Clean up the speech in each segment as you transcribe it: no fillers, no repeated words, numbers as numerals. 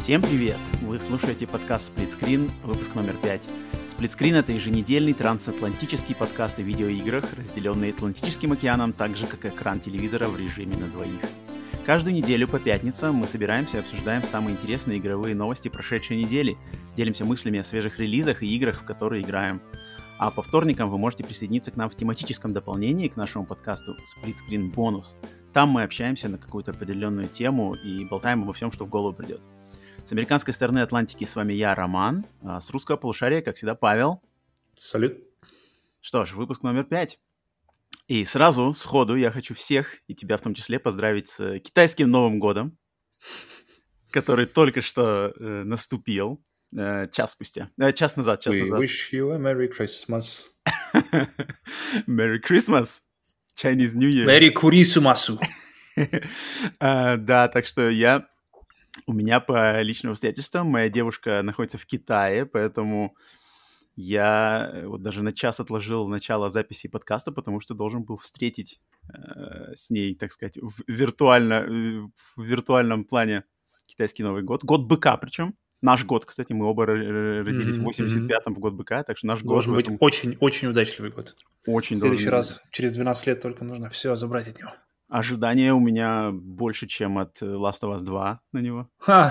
Всем привет! Вы слушаете подкаст «Сплитскрин», выпуск номер 5. «Сплитскрин» — это еженедельный трансатлантический подкаст о видеоиграх, разделенный Атлантическим океаном, так же, как экран телевизора в режиме на двоих. Каждую неделю по пятницам мы собираемся и обсуждаем самые интересные игровые новости прошедшей недели, делимся мыслями о свежих релизах и играх, в которые играем. А по вторникам вы можете присоединиться к нам в тематическом дополнении к нашему подкасту «Сплитскрин Бонус». Там мы общаемся на какую-то определенную тему и болтаем обо всем, что в голову придет. С американской стороны Атлантики с вами я, Роман, а с русского полушария, как всегда, Павел. Салют. Что ж, выпуск номер 5. И сразу, сходу, я хочу всех, и тебя в том числе, поздравить с китайским Новым годом, который только что наступил, час назад. We wish you a Merry Christmas. Merry Christmas, Chinese New Year. Merry Kurisumasu. Да, так что у меня по личным обстоятельствам моя девушка находится в Китае, поэтому я вот даже на час отложил начало записи подкаста, потому что должен был встретить с ней, так сказать, в виртуальном плане китайский Новый год. Год быка причем. Наш год, кстати, мы оба родились в 85-м в год быка, так что наш год... Должен быть очень-очень удачливый год. Очень в следующий раз, через 12 лет только нужно все забрать от него. Ожидания у меня больше, чем от Last of Us 2 на него.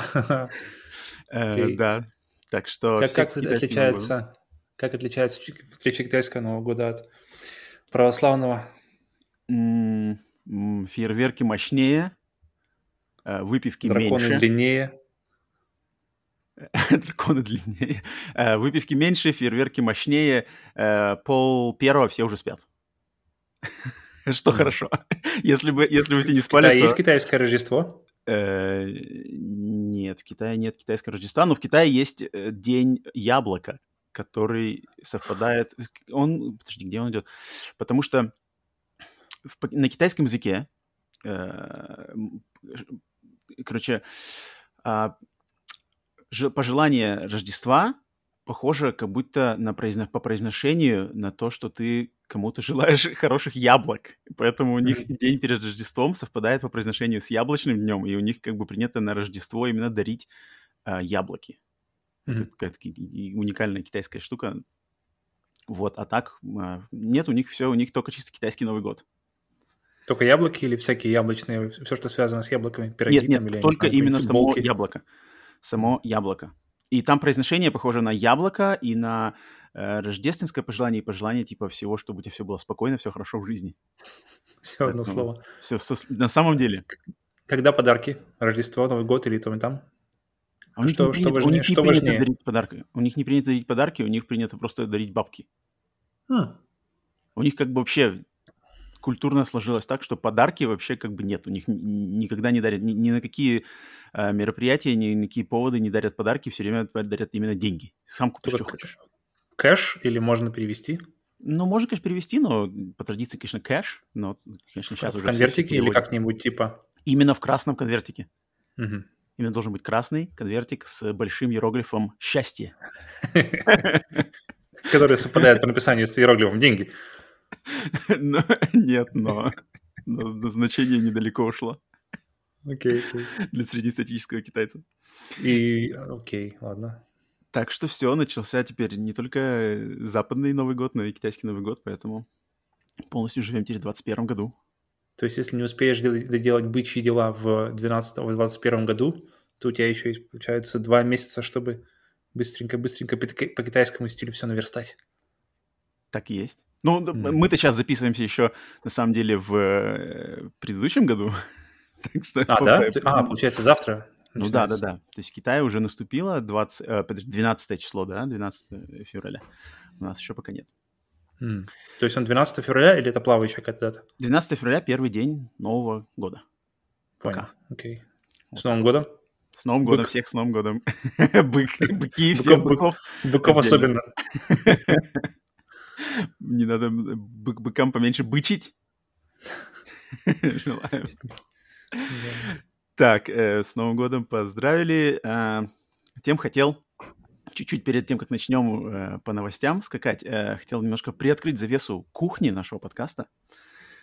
Да, так что... Как отличается встреча китайского Нового года от православного? Фейерверки мощнее, выпивки меньше. Драконы длиннее. Драконы длиннее. Выпивки меньше, фейерверки мощнее. Пол первого все уже спят. Что хорошо. Если бы те не спали, в Китае есть китайское Рождество? Нет, в Китае нет китайского Рождества, но в Китае есть День яблока, который совпадает... Подожди, где он идет? Потому что на китайском языке, пожелание Рождества похоже как будто по произношению на то, что ты кому-то желаешь хороших яблок. Поэтому у них день перед Рождеством совпадает по произношению с яблочным днем, и у них как бы принято на Рождество именно дарить яблоки. Это какая-то уникальная китайская штука. Вот, а так нет, у них только чисто китайский Новый год. Только яблоки или всякие яблочные, все, что связано с яблоками, пироги? Нет, или, только именно само яблоко. Само яблоко. И там произношение похоже на яблоко и на рождественское пожелание и пожелание типа всего, чтобы у тебя все было спокойно, все хорошо в жизни. Все одно слово. Все, на самом деле. Когда подарки? Рождество, Новый год или там и там? У них не принято дарить подарки. У них не принято дарить подарки, у них принято просто дарить бабки. У них как бы вообще культурно сложилось так, что подарки вообще как бы нет. У них никогда не дарят, ни на какие мероприятия, ни на какие поводы не дарят подарки, все время дарят именно деньги. Сам купишь, что хочешь. Кэш или можно перевести? Ну, можно, конечно, перевести, но по традиции, конечно, кэш. Но, конечно, сейчас уже... В конвертике или как-нибудь типа? Именно в красном конвертике. Именно должен быть красный конвертик с большим иероглифом «Счастье». Который совпадает по написанию с иероглифом «Деньги». Нет, но значение недалеко ушло. Окей. Для среднестатистического китайца. Окей, ладно. Так что все, начался теперь не только западный Новый год, но и китайский Новый год, поэтому полностью живем теперь в 2021 году. То есть, если не успеешь доделать бычьи дела в 2021 году, то у тебя еще есть, получается, 2 месяца, чтобы быстренько по китайскому стилю все наверстать. Так и есть. Ну, мы-то сейчас записываемся еще, на самом деле, в предыдущем году. Так что да? Получается, завтра? Ну да. То есть в Китае уже наступило 12 число, да? 12 февраля. У нас еще пока нет. То есть он 12 февраля или это плавающая какая-то дата? 12 февраля – первый день Нового года. Понял, окей. С Новым годом? С Новым годом, всех с Новым годом. Быки, всех быков. Быков особенно. Не надо быкам поменьше бычить. Желаю. Так, с Новым годом поздравили. Тем хотел чуть-чуть перед тем, как начнем по новостям скакать, хотел немножко приоткрыть завесу кухни нашего подкаста.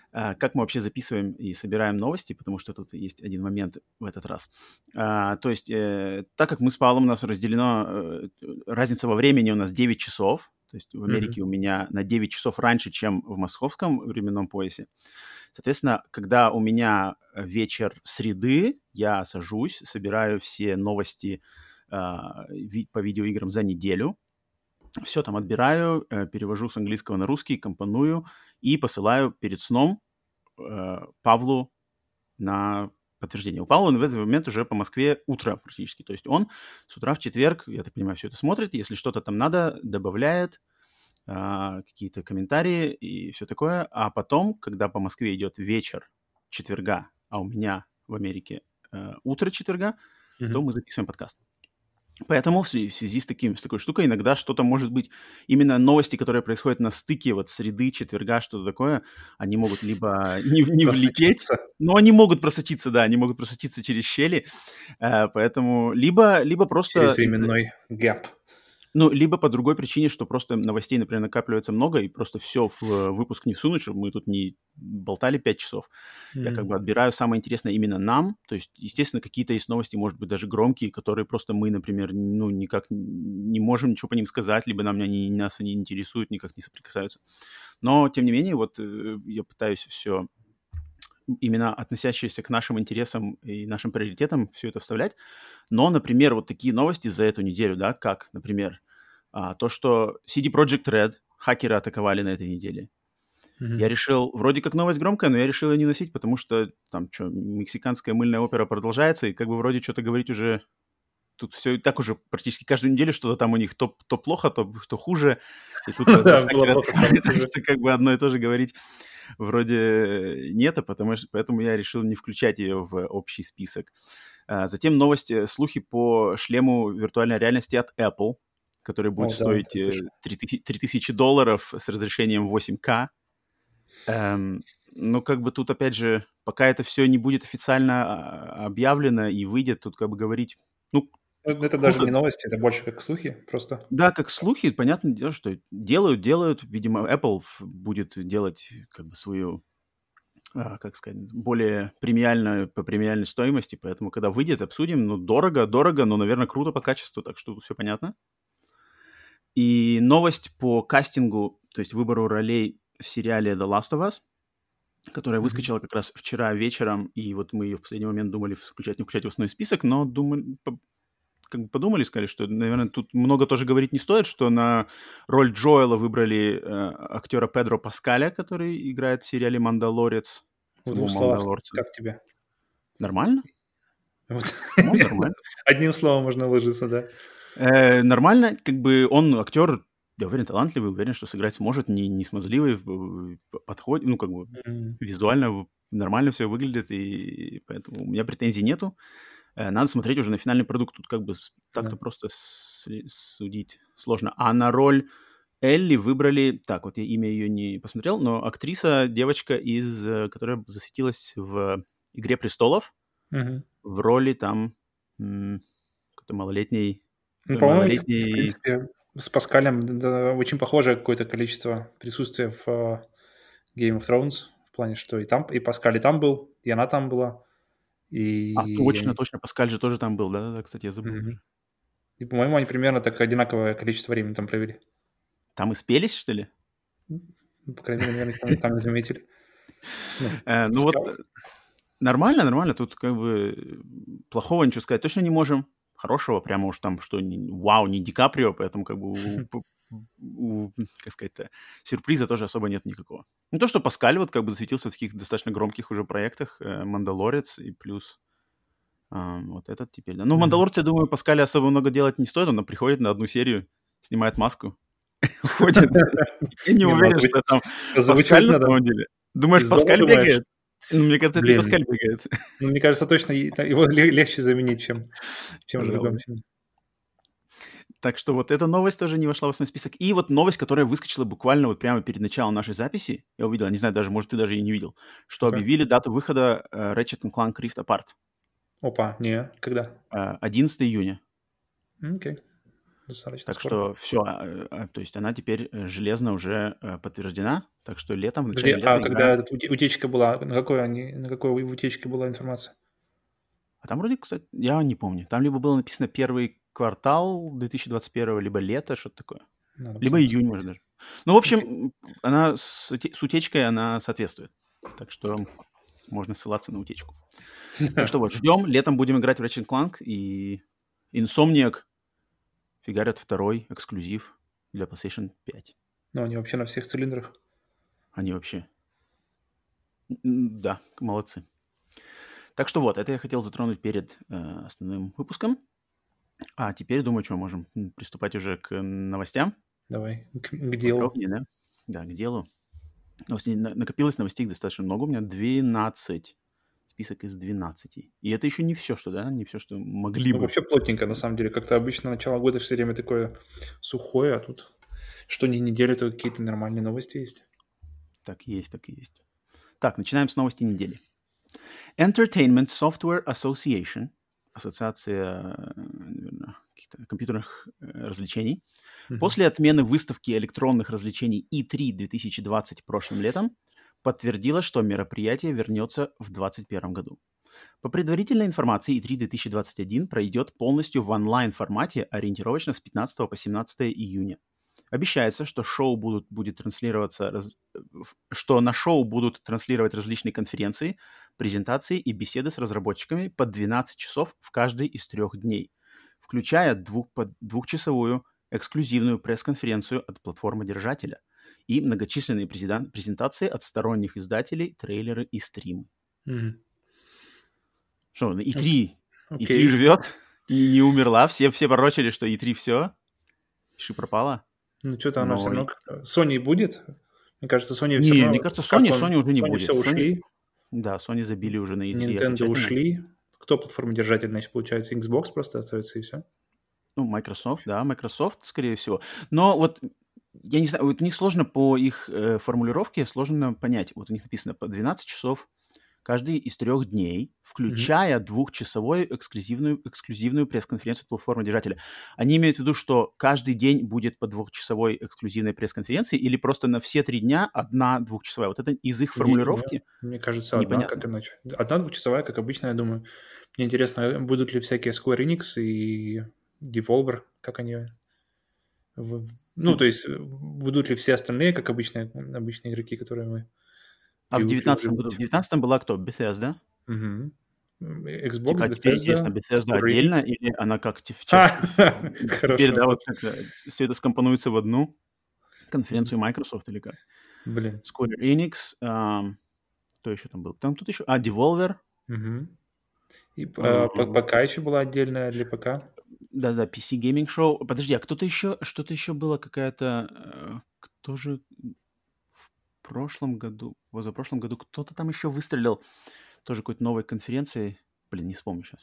как мы вообще записываем и собираем новости, потому что тут есть один момент в этот раз. То есть, так как мы с Павлом, у нас разделено, разница во времени у нас 9 часов, то есть в Америке у меня на 9 часов раньше, чем в московском временном поясе. Соответственно, когда у меня вечер среды, я сажусь, собираю все новости по видеоиграм за неделю, все там отбираю, перевожу с английского на русский, компоную и посылаю перед сном Павлу на подтверждение. У Павла в этот момент уже по Москве утро практически. То есть он с утра в четверг, я так понимаю, все это смотрит. Если что-то там надо, добавляет какие-то комментарии и все такое. А потом, когда по Москве идет вечер четверга, а у меня в Америке утро четверга, то мы записываем подкаст. Поэтому в связи с такой штукой иногда что-то может быть, именно новости, которые происходят на стыке вот среды, четверга, что-то такое, они могут либо не влететь, но они могут просочиться, да, они могут просочиться через щели, поэтому либо просто... Через временной гэп. Ну, либо по другой причине, что просто новостей, например, накапливается много, и просто все в выпуск не всунуть, чтобы мы тут не болтали 5 часов. Я как бы отбираю самое интересное именно нам. То есть, естественно, какие-то есть новости, может быть, даже громкие, которые просто мы, например, ну, никак не можем ничего по ним сказать, либо нас они интересуют, никак не соприкасаются. Но, тем не менее, вот я пытаюсь все именно относящиеся к нашим интересам и нашим приоритетам все это вставлять. Но, например, вот такие новости за эту неделю, да, как, например, то, что CD Projekt Red хакеры атаковали на этой неделе. Я решил, вроде как новость громкая, но я решил ее не носить, потому что там что, мексиканская мыльная опера продолжается, и как бы вроде что-то говорить уже... Тут все и так уже практически каждую неделю что-то там у них то плохо, то хуже. И тут как бы одно и то же говорить вроде нет, поэтому я решил не включать ее в общий список. Затем новости, слухи по шлему виртуальной реальности от Apple, который будет стоить $3000 с разрешением 8К. Ну, как бы тут, опять же, пока это все не будет официально объявлено и выйдет, тут как бы говорить... Ну, это даже не новости, это больше как слухи просто. Да, как слухи, понятное дело, что делают. Видимо, Apple будет делать как бы свою, как сказать, более премиальную, по премиальной стоимости, поэтому, когда выйдет, обсудим. Ну, дорого, но, наверное, круто по качеству, так что тут все понятно. И новость по кастингу, то есть выбору ролей в сериале The Last of Us, которая выскочила как раз вчера вечером, и вот мы ее в последний момент думали включать, не включать в основной список, но как бы подумали, сказали, что, наверное, тут много тоже говорить не стоит, что на роль Джоэла выбрали актера Педро Паскаля, который играет в сериале «Мандалорец». В двух словах, как тебе? Нормально? Вот. Ну, нормально. Одним словом можно выложиться, да? Нормально, как бы он актер, я уверен, талантливый, уверен, что сыграть сможет, не смазливый, подходит, ну, как бы визуально нормально все выглядит, и поэтому у меня претензий нету. Надо смотреть уже на финальный продукт, тут как бы так-то просто судить сложно. А на роль Элли выбрали, так, вот я имя ее не посмотрел, но актриса, девочка, которая засветилась в «Игре престолов», в роли там какой-то малолетней... Ну, по-моему, в принципе, с Паскалем очень похожее какое-то количество присутствия в Game of Thrones, в плане, что и там, и Паскаль и там был, и она там была. Точно, Паскаль же тоже там был, да, кстати, я забыл. И, по-моему, они примерно так одинаковое количество времени там провели. Там и спелись, что ли? По крайней мере, наверное, там не заметили. Ну вот, нормально, тут как бы плохого ничего сказать точно не можем. Хорошего, прямо уж там, что вау, не Ди Каприо, поэтому как бы как сказать-то, сюрприза тоже особо нет никакого. Ну, то, что Паскаль вот как бы засветился в таких достаточно громких уже проектах, «Мандалорец» и плюс вот этот теперь, да. Ну, в «Мандалорце», я думаю, Паскаля особо много делать не стоит, он приходит на одну серию, снимает маску, уходит. Я не уверен, что там Паскаль на самом деле. Думаешь, Паскаль бегает? Ну, мне кажется, это не Паскаль бегает. Ну, мне кажется, точно его легче заменить, чем в другом фильме. Так что вот эта новость тоже не вошла в основной список. И вот новость, которая выскочила буквально вот прямо перед началом нашей записи, я увидел, не знаю, даже, может, ты даже и не видел, что объявили дату выхода Ratchet & Clank Rift Apart. Опа, не, когда? 11 июня. Окей. достаточно Так скоро. что все, то есть она теперь железно уже подтверждена, так что летом, в Подожди, начале а лета когда игра... эта утечка была, на какой утечке была информация? А там вроде, кстати, я не помню, там либо было написано первый квартал 2021, либо лето, что-то такое. Надо Либо потом июнь, посмотреть. может, даже. Ну, в Окей. общем, она с утечкой она соответствует. Так что можно ссылаться на утечку. Так что вот, ждем. Летом будем играть в Ratchet Clank, и Insomniac фигарят второй эксклюзив для PlayStation 5. Ну, они вообще на всех цилиндрах. Они вообще... Да, молодцы. Так что вот, это я хотел затронуть перед основным выпуском. А теперь, думаю, что можем приступать уже к новостям. Давай, к делу. Подробнее, да? Да, к делу. Накопилось новостей достаточно много. У меня 12. Список из 12. И это еще не все, что, да? Не все, что могли Ну, бы. вообще плотненько, на самом деле. Как-то обычно начало года все время такое сухое, а тут что ни неделю, то какие-то нормальные новости есть. Так и есть, так и есть. Так, начинаем с новости недели. Entertainment Software Association, ассоциация, наверное, каких-то компьютерных развлечений, после отмены выставки электронных развлечений E3 2020 прошлым летом подтвердила, что мероприятие вернется в 2021 году. По предварительной информации, E3 2021 пройдет полностью в онлайн-формате, ориентировочно с 15 по 17 июня. Обещается, что что на шоу будут транслировать различные конференции, презентации и беседы с разработчиками по 12 часов в каждый из 3 дней, включая двухчасовую эксклюзивную пресс-конференцию от платформы-держателя и многочисленные презентации от сторонних издателей, трейлеры и стримы. Что, E3 Окей. живет и не умерла, все пророчили, что E3 все, ши пропала. Ну, что-то она все Но... равно как-то... Sony будет? Мне кажется, Sony все Не, равно... мне кажется, Sony уже не Sony будет. все ушли, Да, Sony забили уже на E3 Nintendo окончательно. ушли. Кто платформодержатель, значит, получается, Xbox просто остается и все? Ну, Microsoft, да, Microsoft, скорее всего. Но вот, я не знаю, вот у них сложно по их формулировке, сложно понять. Вот у них написано по 12 часов каждый из 3 дней, включая двухчасовую эксклюзивную пресс-конференцию платформы держателя. Они имеют в виду, что каждый день будет по двухчасовой эксклюзивной пресс-конференции или просто на все 3 дня одна двухчасовая? Вот это из их формулировки Мне кажется, одна, непонятно. как иначе. Одна двухчасовая, как обычно, я думаю. Мне интересно, будут ли всякие Square Enix и Devolver, как они... Ну, то есть, будут ли все остальные, как обычные игроки, которые мы А в привыкли 19 уже году? В видеть? 19 была кто? Bethesda? Угу. Xbox, А теперь Bethesda, интересно, Bethesda Square отдельно Enix. или она как в части? Теперь, Хороший да, вот вопрос. все это скомпонуется в одну конференцию Microsoft или как? Блин. Square Enix, кто еще там был? Там кто-то еще? Devolver. Угу. И ПК еще была отдельная для ПК. Да-да, PC Gaming Show. Подожди, а кто-то еще, что-то еще было какая-то... Кто же в прошлом году, позапрошлом году, кто-то там еще выстрелил тоже какой-то новой конференцией. Блин, не вспомню сейчас.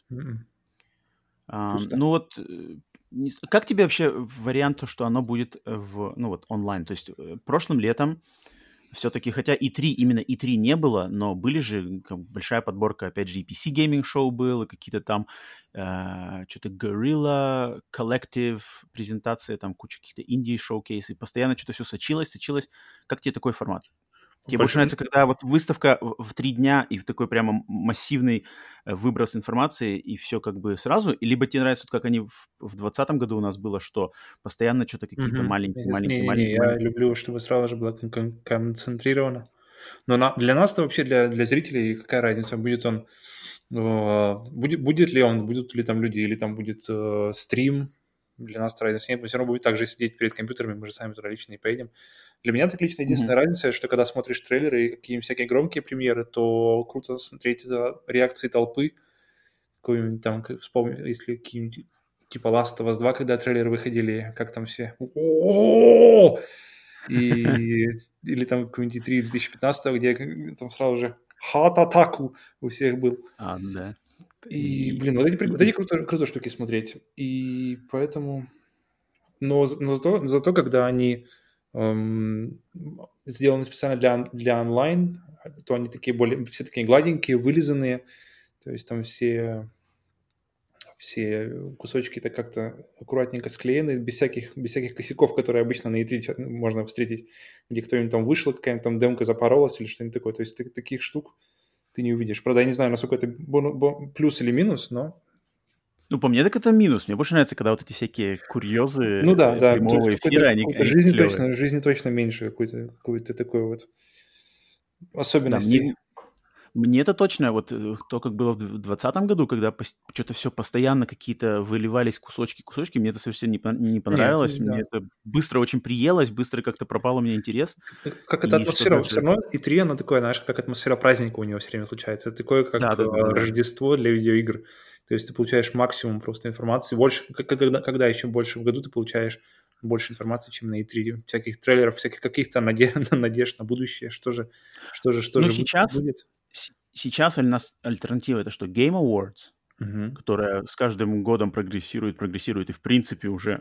Пусто. Ну вот, как тебе вообще вариант, что оно будет онлайн? То есть прошлым летом все-таки, хотя E3, именно E3 не было, но были же большая подборка, опять же, и PC Gaming Show был, и какие-то там что-то Guerrilla, Collective презентация, там куча каких-то инди-шоу-кейсов, постоянно что-то все сочилось. Как тебе такой формат? Тебе больше нравится, когда вот выставка в 3 дня и в такой прямо массивный выброс информации, и все как бы сразу? Либо тебе нравится, как они в 2020 году у нас было, что постоянно что-то какие-то маленькие. Я люблю, чтобы сразу же было концентрировано. Но для нас-то вообще, для зрителей, какая разница, будет будут ли там люди, или там будет стрим. Для нас разницы нет, мы все равно будем также сидеть перед компьютерами, мы же сами туда лично не поедем. Для меня так лично единственная разница, что когда смотришь трейлеры и какие-нибудь всякие громкие премьеры, то круто смотреть реакции толпы. Какой-нибудь там, вспомню, если какие-нибудь типа Last of Us 2, когда трейлеры выходили, как там все или там какой-нибудь 3 2015, где там сразу же хат-атаку у всех был. Да. И, блин, вот эти круто штуки смотреть. И поэтому... Но зато когда они сделаны специально для онлайн, то они все такие гладенькие, вылизанные. То есть там все все кусочки-то как-то аккуратненько склеены, без всяких косяков, которые обычно на E3 можно встретить, где кто-нибудь там вышел, какая-нибудь там демка запоролась или что-нибудь такое. То есть таких штук ты не увидишь. Правда, я не знаю, насколько это плюс или минус, но... Ну, по мне, так это минус. Мне больше нравится, когда вот эти всякие курьезы Ну да, то есть прямого эфира, они клевые. жизни точно меньше какой-то такой вот Да, особенностей. мне это точно, вот то, как было в 2020 году, когда что-то все постоянно какие-то выливались кусочки, мне это совсем не Нет, понравилось, мне да. это быстро очень приелось, быстро как-то пропал у меня интерес, Как это и что атмосфера, все даже... равно E3, оно такое, знаешь, как атмосфера праздника у него все время случается. Это такое, как Да-да-да-да. Рождество для видеоигр. То есть ты получаешь максимум просто информации. Больше, когда еще больше в году ты получаешь больше информации, чем на E3. Всяких трейлеров, всяких каких-то надежд на будущее. Что же Ну, будет? сейчас альтернатива это что? Game Awards, Мгм. которая с каждым годом прогрессирует, и в принципе уже,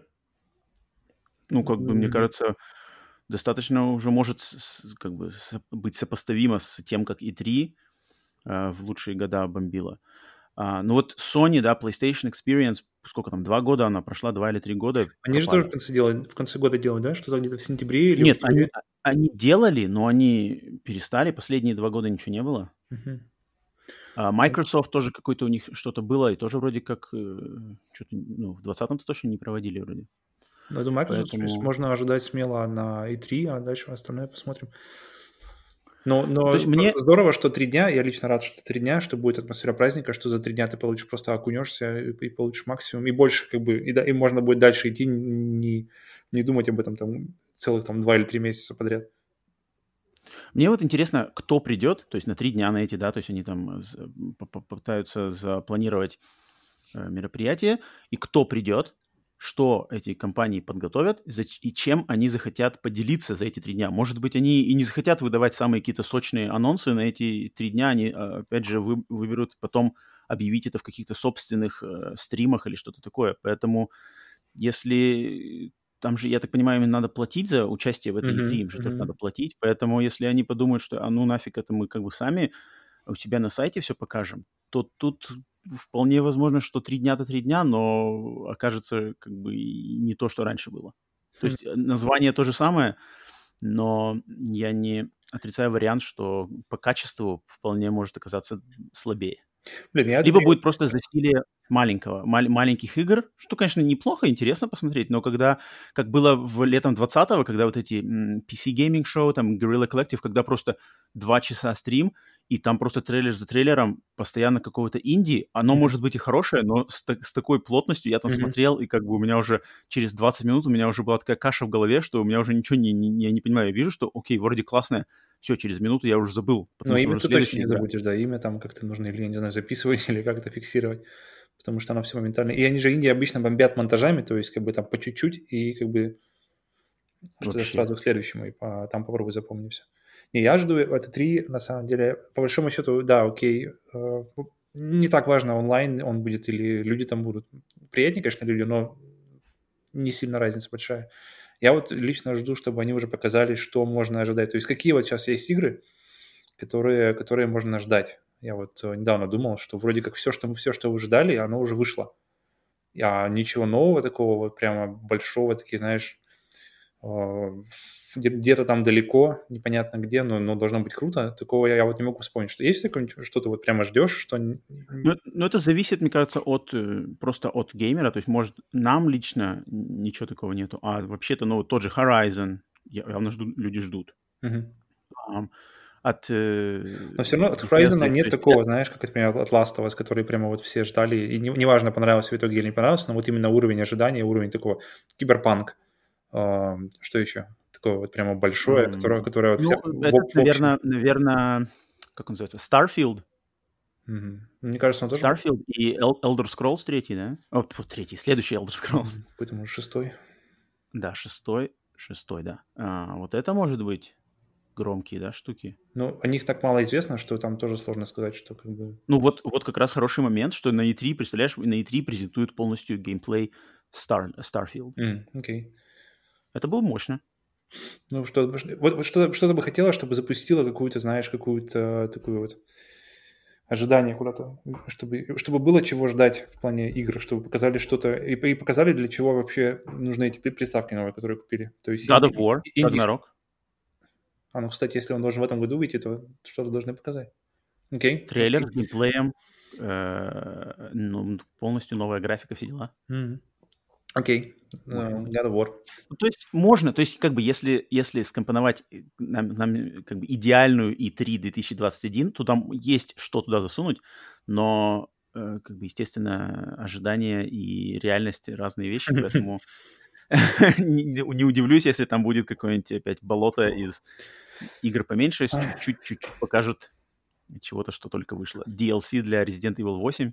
ну, как бы, мне Мгм. кажется, достаточно уже может как бы быть сопоставимо с тем, как E3 в лучшие года бомбила. Ну вот Sony, да, PlayStation Experience, сколько там, 2 года она прошла, 2 или 3 года Они же тоже пропали. в конце года делают, да? Что-то где-то в сентябре или в Нет, октябре? они делали, но они перестали, последние 2 года ничего не было. Мгм. Microsoft тоже какое-то у них что-то было, и тоже вроде как, что-то, ну, в 2020-м-то точно не проводили вроде. Ну, я думаю, Microsoft, то есть Поэтому, можно ожидать смело на E3, а дальше остальное посмотрим. то есть Но мне, здорово, что 3 дня, я лично рад, что 3 дня, что будет атмосфера праздника, что за 3 дня ты получишь, просто окунешься и получишь максимум, и больше как бы, и можно будет дальше идти, не думать об этом там целых там 2 или 3 месяца подряд. мне вот интересно, кто придет, то есть на 3 дня на эти, да, то есть они там попытаются запланировать мероприятие, и кто придет, что эти компании подготовят и чем они захотят поделиться за эти 3 дня. Может быть, они и не захотят выдавать самые какие-то сочные анонсы на эти 3 дня, они, опять же, выберут потом объявить это в каких-то собственных стримах или что-то такое. Поэтому если... Там же, я так понимаю, им надо платить за участие в этой E3, Мгм, им же тоже надо мгм. платить. Поэтому если они подумают, что ну нафиг это мы как бы сами у себя на сайте все покажем, то тут вполне возможно, что 3 дня-то 3 дня, но окажется как бы и не то, что раньше было. То Хм. есть название то же самое, но я не отрицаю вариант, что по качеству вполне может оказаться слабее. Блин, я Либо это будет просто засилие маленьких игр, что, конечно, неплохо, интересно посмотреть, но когда, как было летом 2020-го, когда вот эти PC Gaming Show, там Guerrilla Collective, когда просто 2 часа стрим, и там просто трейлер за трейлером, постоянно какого-то инди, оно Мгм, может быть и хорошее, но с такой плотностью я там мгм. смотрел, и как бы у меня уже через 20 минут у меня уже была такая каша в голове, что у меня уже ничего я не понимаю. Я вижу, что окей, вроде классное, все, через минуту я уже забыл, Но потому что имя уже ты точно следующая не игра. забудешь, да, имя там как-то нужно или, я не знаю, записывать, или как это фиксировать, потому что оно все моментально. И они же Индии обычно бомбят монтажами, то есть как бы там по чуть-чуть, и как бы что-то Вообще. сразу к следующему, и там попробуй запомни все. Не, я жду это 3, на самом деле, по большому счету, да, окей, не так важно, онлайн он будет или люди там будут. Приятнее, конечно, люди, но не сильно разница большая. Я вот лично жду, чтобы они уже показали, что можно ожидать. То есть какие вот сейчас есть игры, которые можно ждать. Я вот недавно думал, что вроде как все, что вы ждали, оно уже вышло. А ничего нового такого вот прямо большого, такие, знаешь, где-то там далеко, непонятно где, но должно быть круто. Такого я вот не могу вспомнить. Что есть такое, что ты вот прямо ждешь, что... Ну, это зависит, мне кажется, просто от геймера. То есть, может, нам лично ничего такого нету, а вообще-то, ну, вот тот же Horizon явно люди ждут. Мгм. Ам, От Но все равно от Horizon Bethesda, то нет есть, такого, знаешь, как, например, от Last of Us, который прямо вот все ждали. И неважно, понравился в итоге или не понравился, но вот именно уровень ожидания, уровень такого киберпанк. Что еще? Такое вот прямо большое, которое вот ну, этот, в общем. наверное, как он называется, Starfield. Мгм. Мне кажется, он тоже будет. Starfield и Elder Scrolls 3, да? О, тьфу, 3, следующий Elder Scrolls. Поэтому уже 6. Да, шестой, да. Вот это может быть громкие, да, штуки. Ну, о них так мало известно, что там тоже сложно сказать, что как бы... Ну вот как раз хороший момент, что на E3, представляешь, на E3 презентуют полностью геймплей Starfield. Окей. Это было мощно. Ну, вот что-то бы хотелось, чтобы запустило какую-то, знаешь, какую-то такую вот ожидания куда-то, чтобы было чего ждать в плане игр, чтобы показали что-то, и показали, для чего вообще нужны эти приставки новые, которые купили. То есть God of War, Ragnarok. Ну, кстати, если он должен в этом году выйти, то что-то должны показать. Окей. Трейлер с геймплеем, полностью новая графика, все дела. Окей. God of War. Ну, то есть можно, то есть как бы если скомпоновать нам как бы идеальную E3 2021, то там есть что туда засунуть, но как бы, естественно, ожидания и реальность разные вещи, поэтому не удивлюсь, если там будет какое-нибудь опять болото из игр поменьше, чуть-чуть покажут чего-то, что только вышло. DLC для Resident Evil 8.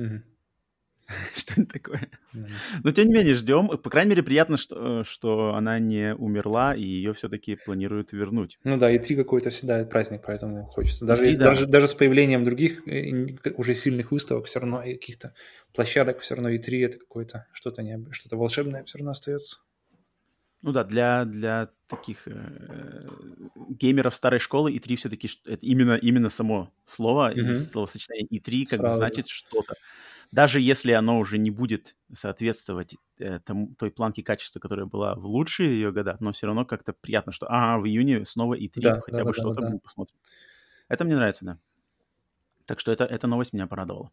Что-нибудь такое. Но, тем не менее, ждем. По крайней мере, приятно, что она не умерла, и ее все-таки планируют вернуть. Ну да, E3 какой-то всегда праздник, поэтому хочется. Даже с появлением других уже сильных выставок все равно, и каких-то площадок все равно E3 это какое-то что-то волшебное все равно остается. Ну да, для таких геймеров старой школы E3 все-таки именно само слово, и словосочетание E3 как бы значит что-то. Даже если оно уже не будет соответствовать той планке качества, которая была в лучшие ее года, но все равно как-то приятно, что в июне снова E3, хотя бы что-то мы посмотрим. Это мне нравится, да. Так что эта новость меня порадовала.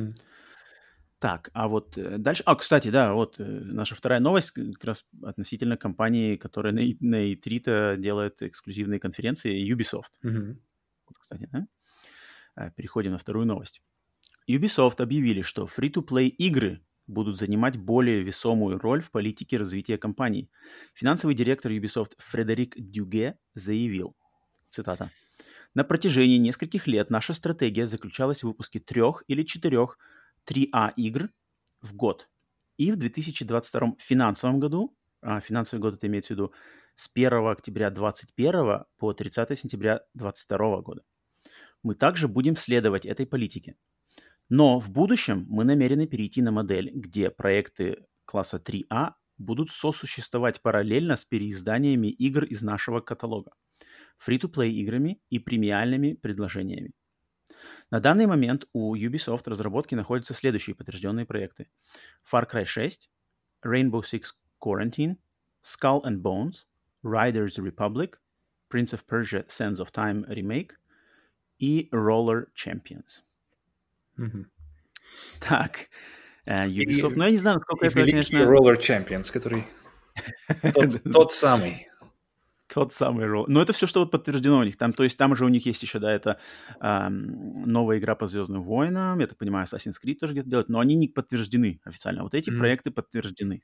Так, а вот дальше... кстати, да, вот наша вторая новость как раз относительно компании, которая на E3-то делает эксклюзивные конференции, Ubisoft. Вот, кстати, да? Переходим на вторую новость. Ubisoft объявили, что free-to-play игры будут занимать более весомую роль в политике развития компании. Финансовый директор Ubisoft Фредерик Дюге заявил, цитата, «На протяжении нескольких лет наша стратегия заключалась в выпуске 3 или 4 3А игр в год. И в 2022 финансовом году, финансовый год это имеется в виду с 1 октября 2021 по 30 сентября 2022 года. Мы также будем следовать этой политике. Но в будущем мы намерены перейти на модель, где проекты класса 3А будут сосуществовать параллельно с переизданиями игр из нашего каталога, фри-то-плей играми и премиальными предложениями. На данный момент у Ubisoft в разработке находятся следующие подтвержденные проекты. Far Cry 6, Rainbow Six Quarantine, Skull and Bones, Riders Republic, Prince of Persia Sands of Time Remake и Roller Champions. Так, Ubisoft, я не знаю, насколько это, конечно... Roller Champions, который тот самый. Тот самый ролл. Но это все, что вот подтверждено у них. Там же у них есть еще, да, это новая игра по Звездным войнам. Я так понимаю, Assassin's Creed тоже где-то делают, но они не подтверждены официально. Вот эти проекты подтверждены.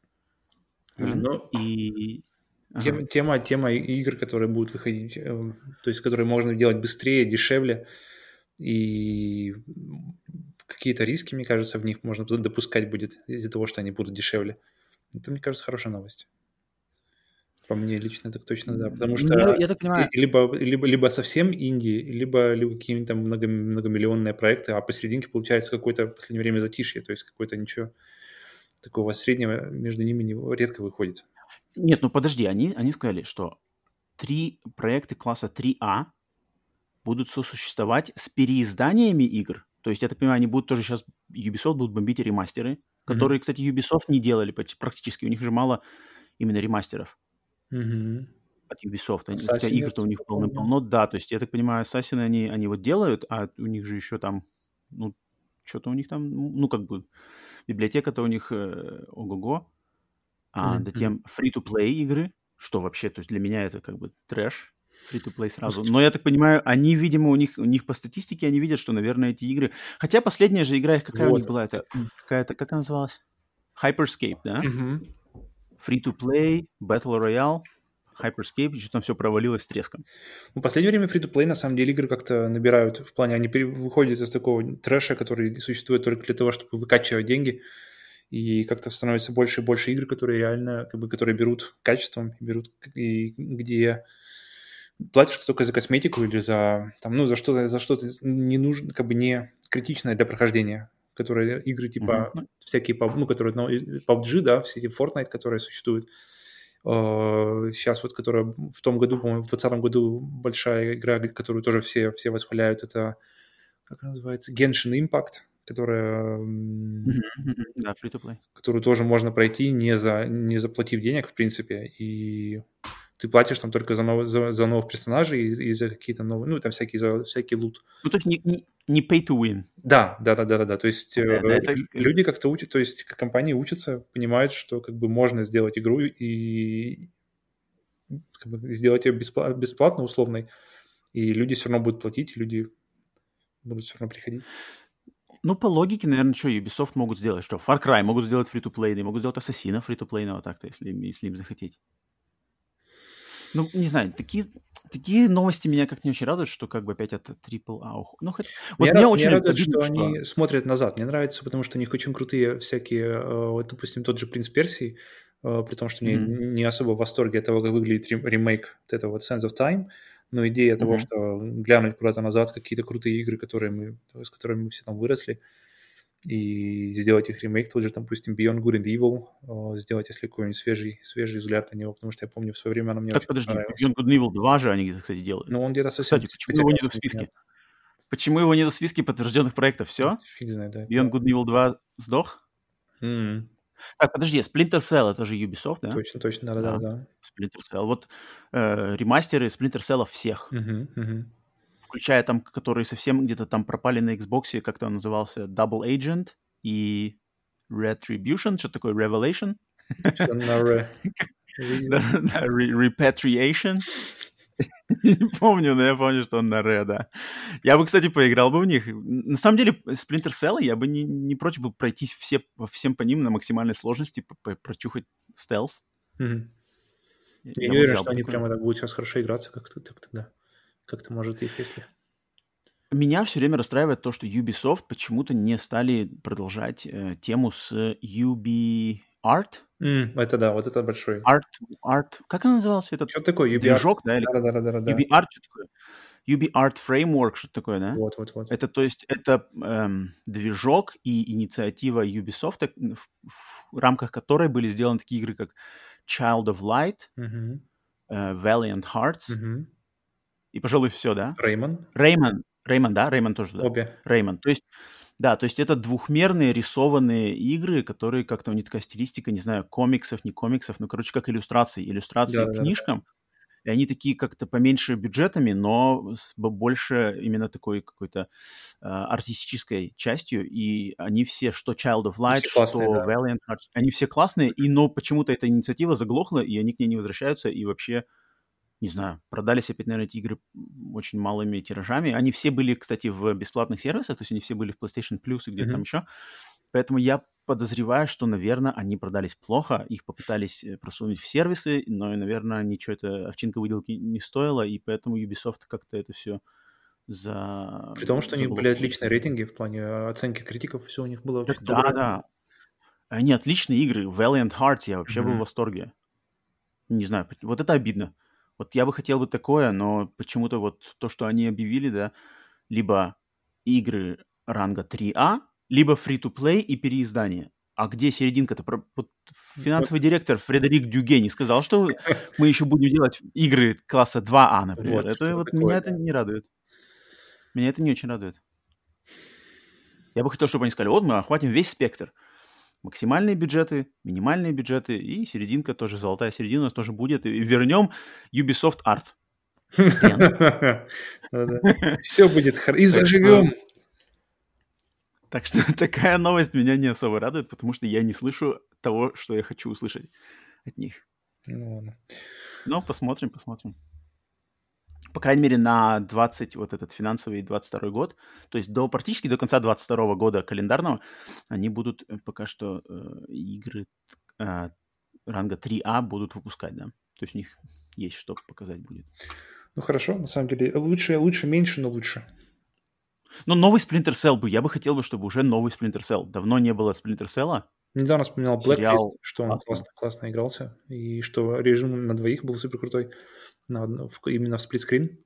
Тема игр, которые будут выходить, то есть которые можно делать быстрее, дешевле, и какие-то риски, мне кажется, в них можно допускать будет из-за того, что они будут дешевле. Это, мне кажется, хорошая новость. По мне лично так точно, да. Потому что я так понимаю... либо совсем инди, либо какие-нибудь там многомиллионные проекты, а посерединке получается какое-то в последнее время затишье, то есть какое-то ничего такого среднего между ними редко выходит. Нет, ну подожди, они сказали, что 3 проекта класса 3А будут сосуществовать с переизданиями игр. То есть, я так понимаю, они будут тоже сейчас... Ubisoft будут бомбить ремастеры, которые, кстати, Ubisoft не делали практически. У них же мало именно ремастеров. От Ubisoft. Хотя игр-то у них полно-полно. Да, то есть, я так понимаю, Assassin они вот делают, а у них же еще там, что-то у них там, как бы, библиотека-то у них ого-го. Затем free-to-play игры, что вообще, то есть для меня это как бы трэш, free-to-play сразу. Но я так понимаю, они, видимо, у них по статистике, они видят, что, наверное, эти игры... Хотя последняя же игра, какая у них была? Это какая-то, как она называлась? Hyperscape, да? Free-to-play, Battle Royale, Hyperscape, что там все провалилось с треском. В последнее время free-to-play, на самом деле, игры как-то набирают в плане, они выходят из такого трэша, который существует только для того, чтобы выкачивать деньги, и как-то становится больше и больше игр, которые реально, которые берут качеством, и где платишь только за косметику или за что-то не нужно, как бы не критичное для прохождения, которые игры типа всякие, которые, PUBG, да, все эти Fortnite, которые существуют. Сейчас вот, которая в том году, по-моему, в 2020 году большая игра, которую тоже все восхваляют, это как она называется, Genshin Impact, которая, Да, free-to-play. которую тоже можно пройти, не заплатив денег, в принципе, и ты платишь там только за новых персонажей и за какие-то новые, ну, там всякий лут. Ну, то есть не pay to win. Да. То есть Да, это... люди как-то учат, то есть компании учатся, понимают, что как бы можно сделать игру и как бы сделать ее бесплатно, условной, и люди все равно будут платить, люди будут все равно приходить. Ну, по логике, наверное, что Ubisoft могут сделать? Что Far Cry могут сделать free-to-play, могут сделать Ассасина free-to-play, так-то, если им захотеть. Ну, не знаю, такие новости меня как не очень радуют, что как бы опять это AAA. Ну, хоть... Вот меня очень радует, обидно, что они смотрят назад. Мне нравится, потому что у них очень крутые всякие, вот, допустим, тот же «Принц Персии», при том, что мне не особо в восторге от того, как выглядит ремейк вот этого вот Sands of Time, но идея того, что глянуть куда-то назад, какие-то крутые игры, с которыми мы все там выросли, и сделать их ремейк, тот же, там, допустим, Beyond Good and Evil, сделать, если какой-нибудь свежий взгляд на него, потому что я помню, в свое время она мне Так, очень подожди, понравилась. Beyond Good and Evil 2 же они, кстати, делают. Ну, он где-то совсем... Кстати, почему его нет в списке? Почему его нет в списке подтвержденных проектов? Все? Фиг знает, да. Beyond Good and Evil 2 сдох? Так, подожди, Splinter Cell — это же Ubisoft, да? Точно, да. Splinter Cell. Вот ремастеры Splinter Cell всех. Включая там, которые совсем где-то там пропали на Xbox, как-то он назывался, Double Agent и Retribution, что такое, Revelation? Repatriation. Не помню, но я помню, что он на Ре, да. Я бы, кстати, поиграл бы в них. На самом деле, Splinter Cell я бы не прочь был пройтись всем по ним на максимальной сложности, прочухать стелс. Я не уверен, что они прямо так будут сейчас хорошо играться, как тогда. Как-то может их, если... Меня все время расстраивает то, что Ubisoft почему-то не стали продолжать тему с UbiArt. Это да, вот это большой. Art, как она называлась? Что такое UbiArt? Движок, да? Да. UbiArt, что такое? UbiArt Framework, что такое, да? Вот. Это, то есть, это движок и инициатива Ubisoft, в рамках которой были сделаны такие игры, как Child of Light, Valiant Hearts, и, пожалуй, все, да? Rayman, да? Rayman тоже туда. Обе. Rayman. То есть, да, то есть это двухмерные рисованные игры, которые как-то у них такая стилистика, не знаю, комиксов, не комиксов, ну, короче, как иллюстрации к книжкам. И они такие как-то поменьше бюджетами, но с больше именно такой какой-то артистической частью. И они все, что Child of Light, что Valiant Hearts, они все классные, но почему-то эта инициатива заглохла, и они к ней не возвращаются, и вообще... Не знаю, продались опять, наверное, эти игры очень малыми тиражами. Они все были, кстати, в бесплатных сервисах, то есть они все были в PlayStation Plus и где-то там еще. Поэтому я подозреваю, что, наверное, они продались плохо, их попытались просунуть в сервисы, но, наверное, ничего это овчинка выделки не стоило, и поэтому Ubisoft как-то это все При том, что у них были отличные рейтинги в плане оценки критиков, все у них было очень доброе. Да. Они отличные игры. Valiant Hearts, я вообще был в восторге. Не знаю, вот это обидно. Вот я бы хотел бы такое, но почему-то вот то, что они объявили, да, либо игры ранга 3А, либо free-to-play и переиздание. А где серединка-то? Финансовый директор Фредерик Дюгени сказал, что мы еще будем делать игры класса 2А, например. Это вот меня это не радует. Меня это не очень радует. Я бы хотел, чтобы они сказали, вот мы охватим весь спектр. Максимальные бюджеты, минимальные бюджеты и серединка тоже, золотая середина у нас тоже будет. И вернем Ubisoft Art. Все будет хорошо. И заживем. Так что такая новость меня не особо радует, потому что я не слышу того, что я хочу услышать от них. Но посмотрим. По крайней мере, на вот этот финансовый 22 год, то есть практически до конца 22 года календарного, они будут пока что игры ранга 3А будут выпускать, да. То есть у них есть что показать будет. Ну хорошо, на самом деле. Лучше, меньше, но лучше. Но новый Splinter Cell я бы хотел, чтобы уже новый Splinter Cell. Давно не было Splinter Cell. Недавно вспоминал Blacklist, что он классно игрался, и что режим на двоих был супер крутой. Именно в сплитскрин.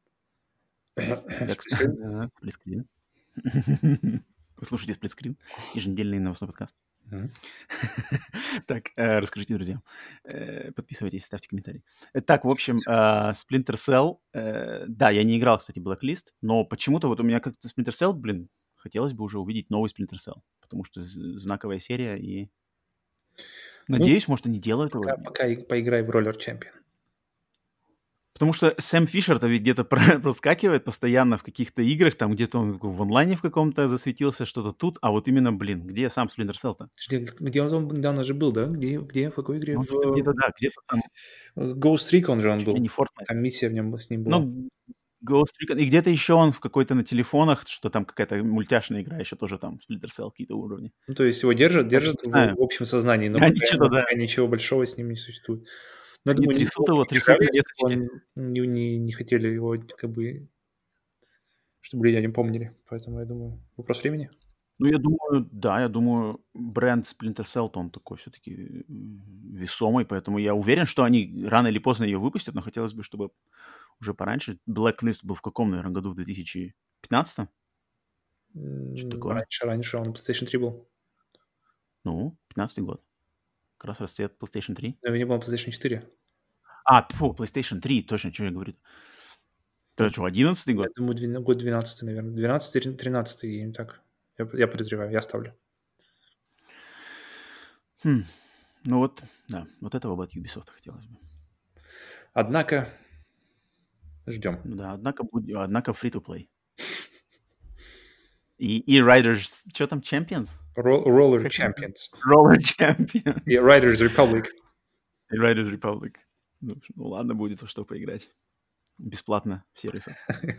Сплитскрин. Вы слушаете сплитскрин? Еженедельный новостной подкаст. Так, расскажите друзьям. Подписывайтесь, ставьте комментарии. Так, в общем, Splinter Cell. Да, я не играл, кстати, Blacklist, но почему-то вот у меня как-то Splinter Cell, блин, хотелось бы уже увидеть новый Splinter Cell, потому что знаковая серия, и надеюсь, может, они делают его. Пока поиграй в Roller Champion. Потому что Сэм Фишер-то ведь где-то проскакивает постоянно в каких-то играх, там где-то он в онлайне в каком-то засветился, что-то тут, а вот именно, блин, где сам Splinter Cell-то? Где он недавно же был, да? Где, в какой игре? Он что-то где-то, да, где-то там, Ghost Recon же он чуть ли был. не Fortnite. Там миссия в нем с ним была. Ну, Ghost Recon, и где-то еще он в какой-то на телефонах, что там какая-то мультяшная игра, еще тоже там Splinter Cell какие-то уровни. Ну, то есть его держат Так что, не знаю. в общем сознании, но Они что-то, да, пока ничего большого с ним не существует. Но я они думаю, трясут его его, не трясут на держали, веточке. не хотели его, как бы, чтобы люди о нем помнили. Поэтому, я думаю, вопрос времени. Ну, я думаю, да, я думаю, бренд Splinter Cell-то он такой все-таки весомый, поэтому я уверен, что они рано или поздно ее выпустят, но хотелось бы, чтобы уже пораньше. Blacklist был в каком, наверное, году? В 2015? Что такое? Раньше он на PlayStation 3 был. Ну, 15-й год. Как раз расцвет PlayStation 3. Но его не было на PlayStation 4. Тьфу, PlayStation 3, точно, что я говорю. Это что, 11-й Я год? думаю, год 12, наверное. 12-13, я не так. Я подозреваю, я ставлю. Ну вот, да, вот этого бы от Ubisoft хотелось бы. Однако, ждем. Да, однако free-to-play. И Riders, что там, Champions? Roller Champions. Roller Champions. И Riders Republic. И Riders Republic. Ну ладно, будет во что поиграть. Бесплатно в сервисах.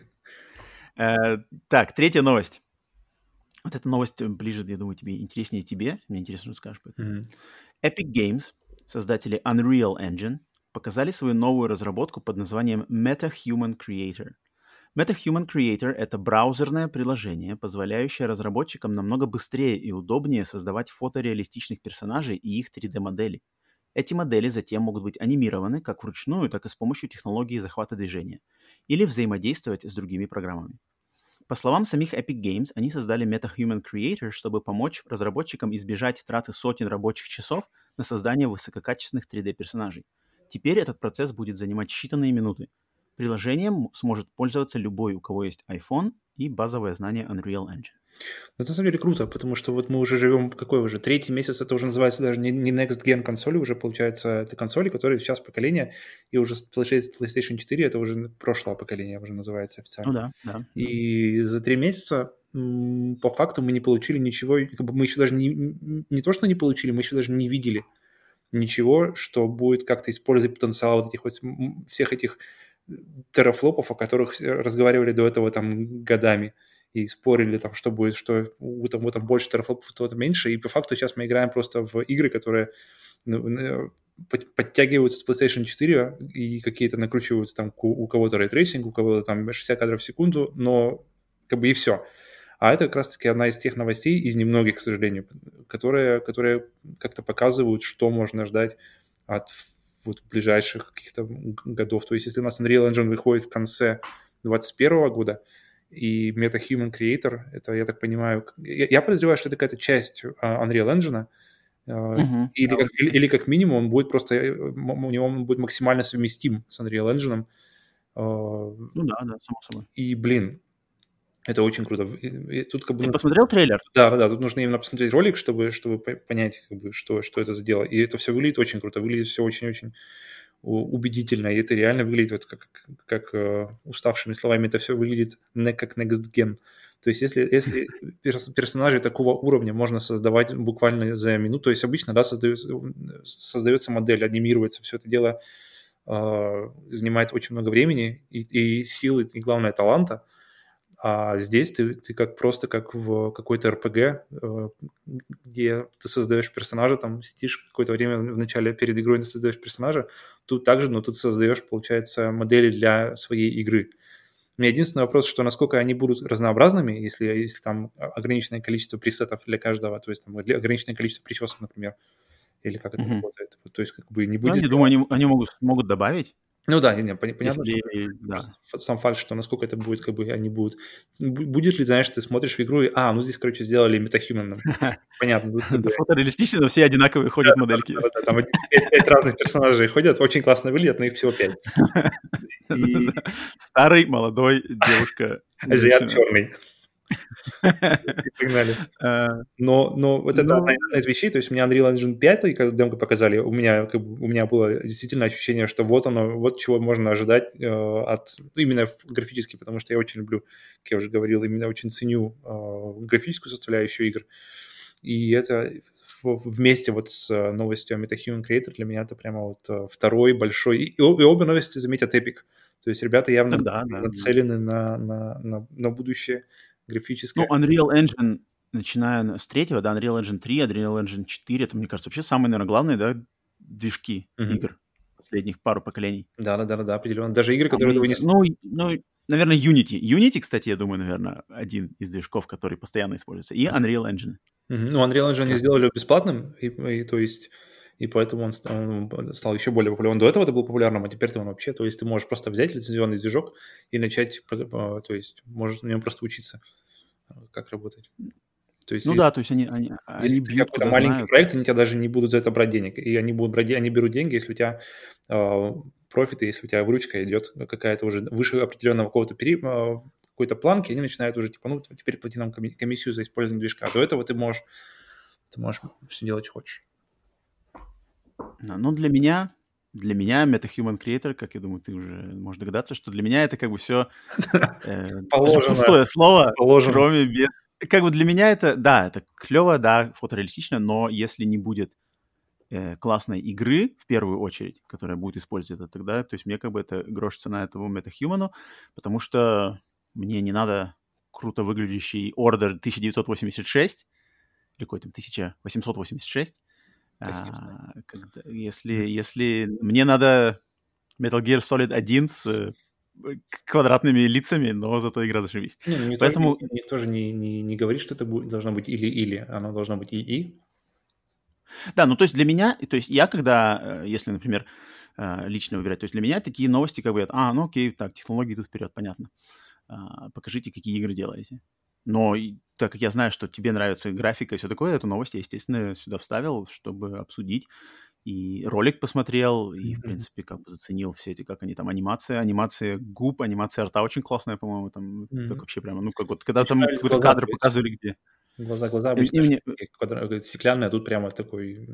Так, третья новость. Вот эта новость ближе, я думаю, интереснее тебе. Мне интересно, что скажешь. Epic Games, создатели Unreal Engine, показали свою новую разработку под названием MetaHuman Creator. MetaHuman Creator — это браузерное приложение, позволяющее разработчикам намного быстрее и удобнее создавать фотореалистичных персонажей и их 3D-модели. Эти модели затем могут быть анимированы как вручную, так и с помощью технологии захвата движения, или взаимодействовать с другими программами. По словам самих Epic Games, они создали MetaHuman Creator, чтобы помочь разработчикам избежать траты сотен рабочих часов на создание высококачественных 3D-персонажей. Теперь этот процесс будет занимать считанные минуты. Приложением сможет пользоваться любой, у кого есть iPhone и базовое знание Unreal Engine. Это на самом деле круто, потому что вот мы уже живем, какой уже, третий месяц, это уже называется даже не Next Gen консоли, уже получается, это консоли, которые сейчас поколение, и уже PlayStation 4, это уже прошлое поколение уже называется официально. Ну да. И за 3 месяца по факту мы не получили ничего, как бы мы еще даже не то, что не получили, мы еще даже не видели ничего, что будет как-то использовать потенциал вот этих вот всех этих терафлопов, о которых разговаривали до этого там годами. И спорили там, что будет, что у там больше терафлопов, у того меньше. И по факту сейчас мы играем просто в игры, которые подтягиваются с PlayStation 4 и какие-то накручиваются там у кого-то рейтрейсинг, у кого-то там 60 кадров в секунду, но как бы и все. А это как раз-таки одна из тех новостей, из немногих, к сожалению, которые как-то показывают, что можно ждать от вот ближайших каких-то годов. То есть если у нас Unreal Engine выходит в конце 2021 года, и MetaHuman Creator, это, я так понимаю, я подозреваю, что это какая-то часть Unreal Engine, или как минимум он будет просто, у него он будет максимально совместим с Unreal Engine. Ну да, само собой. И, блин, это очень круто. И тут как бы, Ты посмотрел трейлер? Да, тут нужно именно посмотреть ролик, чтобы понять, как бы, что это за дело. И это все выглядит очень круто, выглядит все очень-очень убедительно, и это реально выглядит вот как уставшими словами, это все выглядит не как Next Gen. То есть если персонажей такого уровня можно создавать буквально за минуту, то есть обычно, да, создается модель, анимируется, все это дело занимает очень много времени и силы, и, главное, таланта. А здесь ты просто как в какой-то РПГ, где ты создаешь персонажа, там сидишь какое-то время в начале перед игрой, ты создаешь персонажа, тут также, но тут создаешь, получается, модели для своей игры. У меня единственный вопрос, что насколько они будут разнообразными, если там ограниченное количество пресетов для каждого, то есть там ограниченное количество причесок, например, или как это работает. То есть как бы не будет... Я думаю, они могут добавить. Ну да, не, понятно, что Если, да. сам факт, что насколько это будет, как бы они будут... Будет ли, знаешь, ты смотришь в игру и, ну здесь, короче, сделали метахьюманом. Понятно, тут как бы... Фото реалистично, но все одинаковые ходят модельки. Да, там 5 разных персонажей ходят, очень классно выглядят, но их всего 5. И Старый, молодой, девушка, азиат женщина. черный. И погнали. Но вот это одна из вещей, то есть мне Unreal Engine 5, когда демку показали, у меня было действительно ощущение, что вот оно, вот чего можно ожидать именно графически, потому что я очень люблю, как я уже говорил, именно очень ценю графическую составляющую игр. И это вместе вот с новостью о MetaHuman Creator для меня это прямо вот второй большой... И обе новости, заметят, Epic. То есть ребята явно нацелены на будущее графическое. Ну, Unreal Engine, начиная с третьего, да, Unreal Engine 3, Unreal Engine 4, это, мне кажется, вообще самые, наверное, главные, да, движки игр последних пару поколений. Да, определенно. Даже игры, которые этого не... Ну, наверное, Unity. Unity, кстати, я думаю, наверное, один из движков, который постоянно используется. И Unreal Engine. Ну, Unreal Engine они сделали бесплатным, то есть... И поэтому он стал еще более популярным. До этого это был популярным, а теперь-то он вообще... То есть ты можешь просто взять лицензионный движок и начать... То есть можешь на нем просто учиться, как работать. То есть, да, то есть они если бьют, какой-то маленький проект, они тебя даже не будут за это брать денег. И они берут деньги, если у тебя профиты, если у тебя выручка идет какая-то уже выше определенного какой-то планки, они начинают уже, типа, теперь плати нам комиссию за использование движка. До этого ты можешь все делать, что хочешь. Ну, для меня MetaHuman Creator, как я думаю, ты уже можешь догадаться, что для меня это как бы все пустое слово, кроме без... Как бы для меня это, да, это клево, да, фотореалистично, но если не будет классной игры, в первую очередь, которая будет использовать это тогда, то есть мне как бы это грош цена этого MetaHuman, потому что мне не надо круто выглядящий Order 1986, или какой там 1886, если мне надо Metal Gear Solid 1 с квадратными лицами, но зато игра зашибись. Поэтому... Никто же не говорит, что это должно быть или-или, оно должно быть и. Да, ну то есть для меня, то есть я когда, если, например, лично выбирать, то есть для меня такие новости как бы, ну окей, так, технологии идут вперед, понятно. Покажите, какие игры делаете. Но так как я знаю, что тебе нравится графика и все такое, эту новость я, естественно, сюда вставил, чтобы обсудить. И ролик посмотрел, и, в принципе, как бы заценил все эти, как они там, анимация губ, анимация рта очень классная, по-моему, там, так вообще прямо, ну, как вот, когда там какой-то кадр показывали, где... Глаза обычно стеклянные, а тут прямо такой...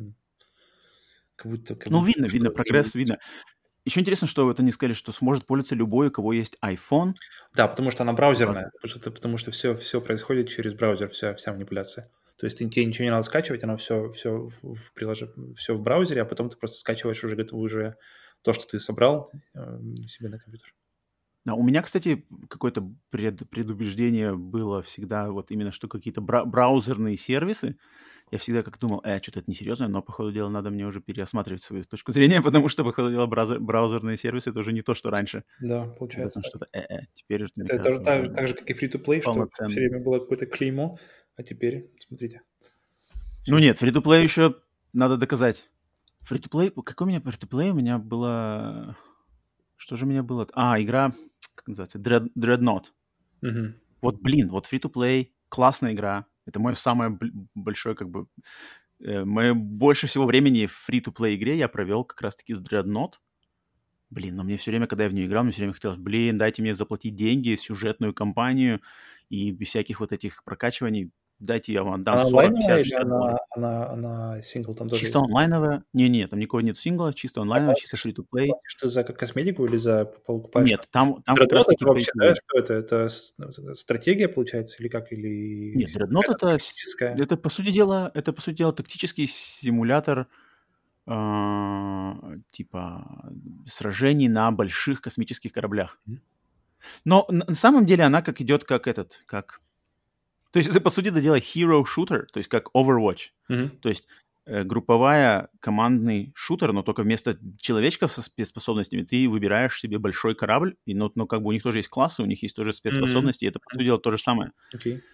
Как будто видно, прогресс видно. Еще интересно, что вот они сказали, что сможет пользоваться любой, у кого есть iPhone. Да, потому что она браузерная, потому что все происходит через браузер, вся манипуляция. То есть тебе ничего не надо скачивать, оно все в приложении, все в браузере, а потом ты просто скачиваешь уже то, что ты собрал себе на компьютер. Да, у меня, кстати, какое-то предубеждение было всегда вот именно, что какие-то браузерные сервисы. Я всегда как думал, что-то это несерьезно, но, по ходу дела, надо мне уже переосматривать свою точку зрения, потому что, по ходу дела, браузерные сервисы — это уже не то, что раньше. Да, получается. Это что-то теперь уже, это кажется, так же, как и free-to-play, что все время было какое-то клеймо, а теперь, смотрите. Ну нет, free-to-play еще надо доказать. Free-to-play, какой у меня free-to-play? У меня было... Что же у меня было? Игра, как называется? Dreadnought. Вот, вот free-to-play, классная игра. Это мое самое большое, как бы... Мое больше всего времени в free-to-play игре я провел как раз-таки с Dreadnought. Но мне все время, когда я в нее играл, мне все время хотелось, дайте мне заплатить деньги, сюжетную кампанию и без всяких вот этих прокачиваний. Дайте я вам отдам 40, 50, 60 долларов. Она сингл там тоже? Чисто онлайновая? Не, там никого нет сингла, чисто онлайновая, чисто free-to-play. Что за косметику или за покупаешь? Нет, там как раз таки... вообще, да, что это? Это стратегия, получается, или как? Нет, Dreadnought это, по сути дела, тактический симулятор типа сражений на больших космических кораблях. Но на самом деле она идет как... То есть это, по сути дела, hero shooter, то есть как Overwatch. То есть групповая командный шутер, но только вместо человечков со спецспособностями ты выбираешь себе большой корабль, но как бы у них тоже есть классы, у них есть тоже спецспособности, и это, по сути дела, то же самое.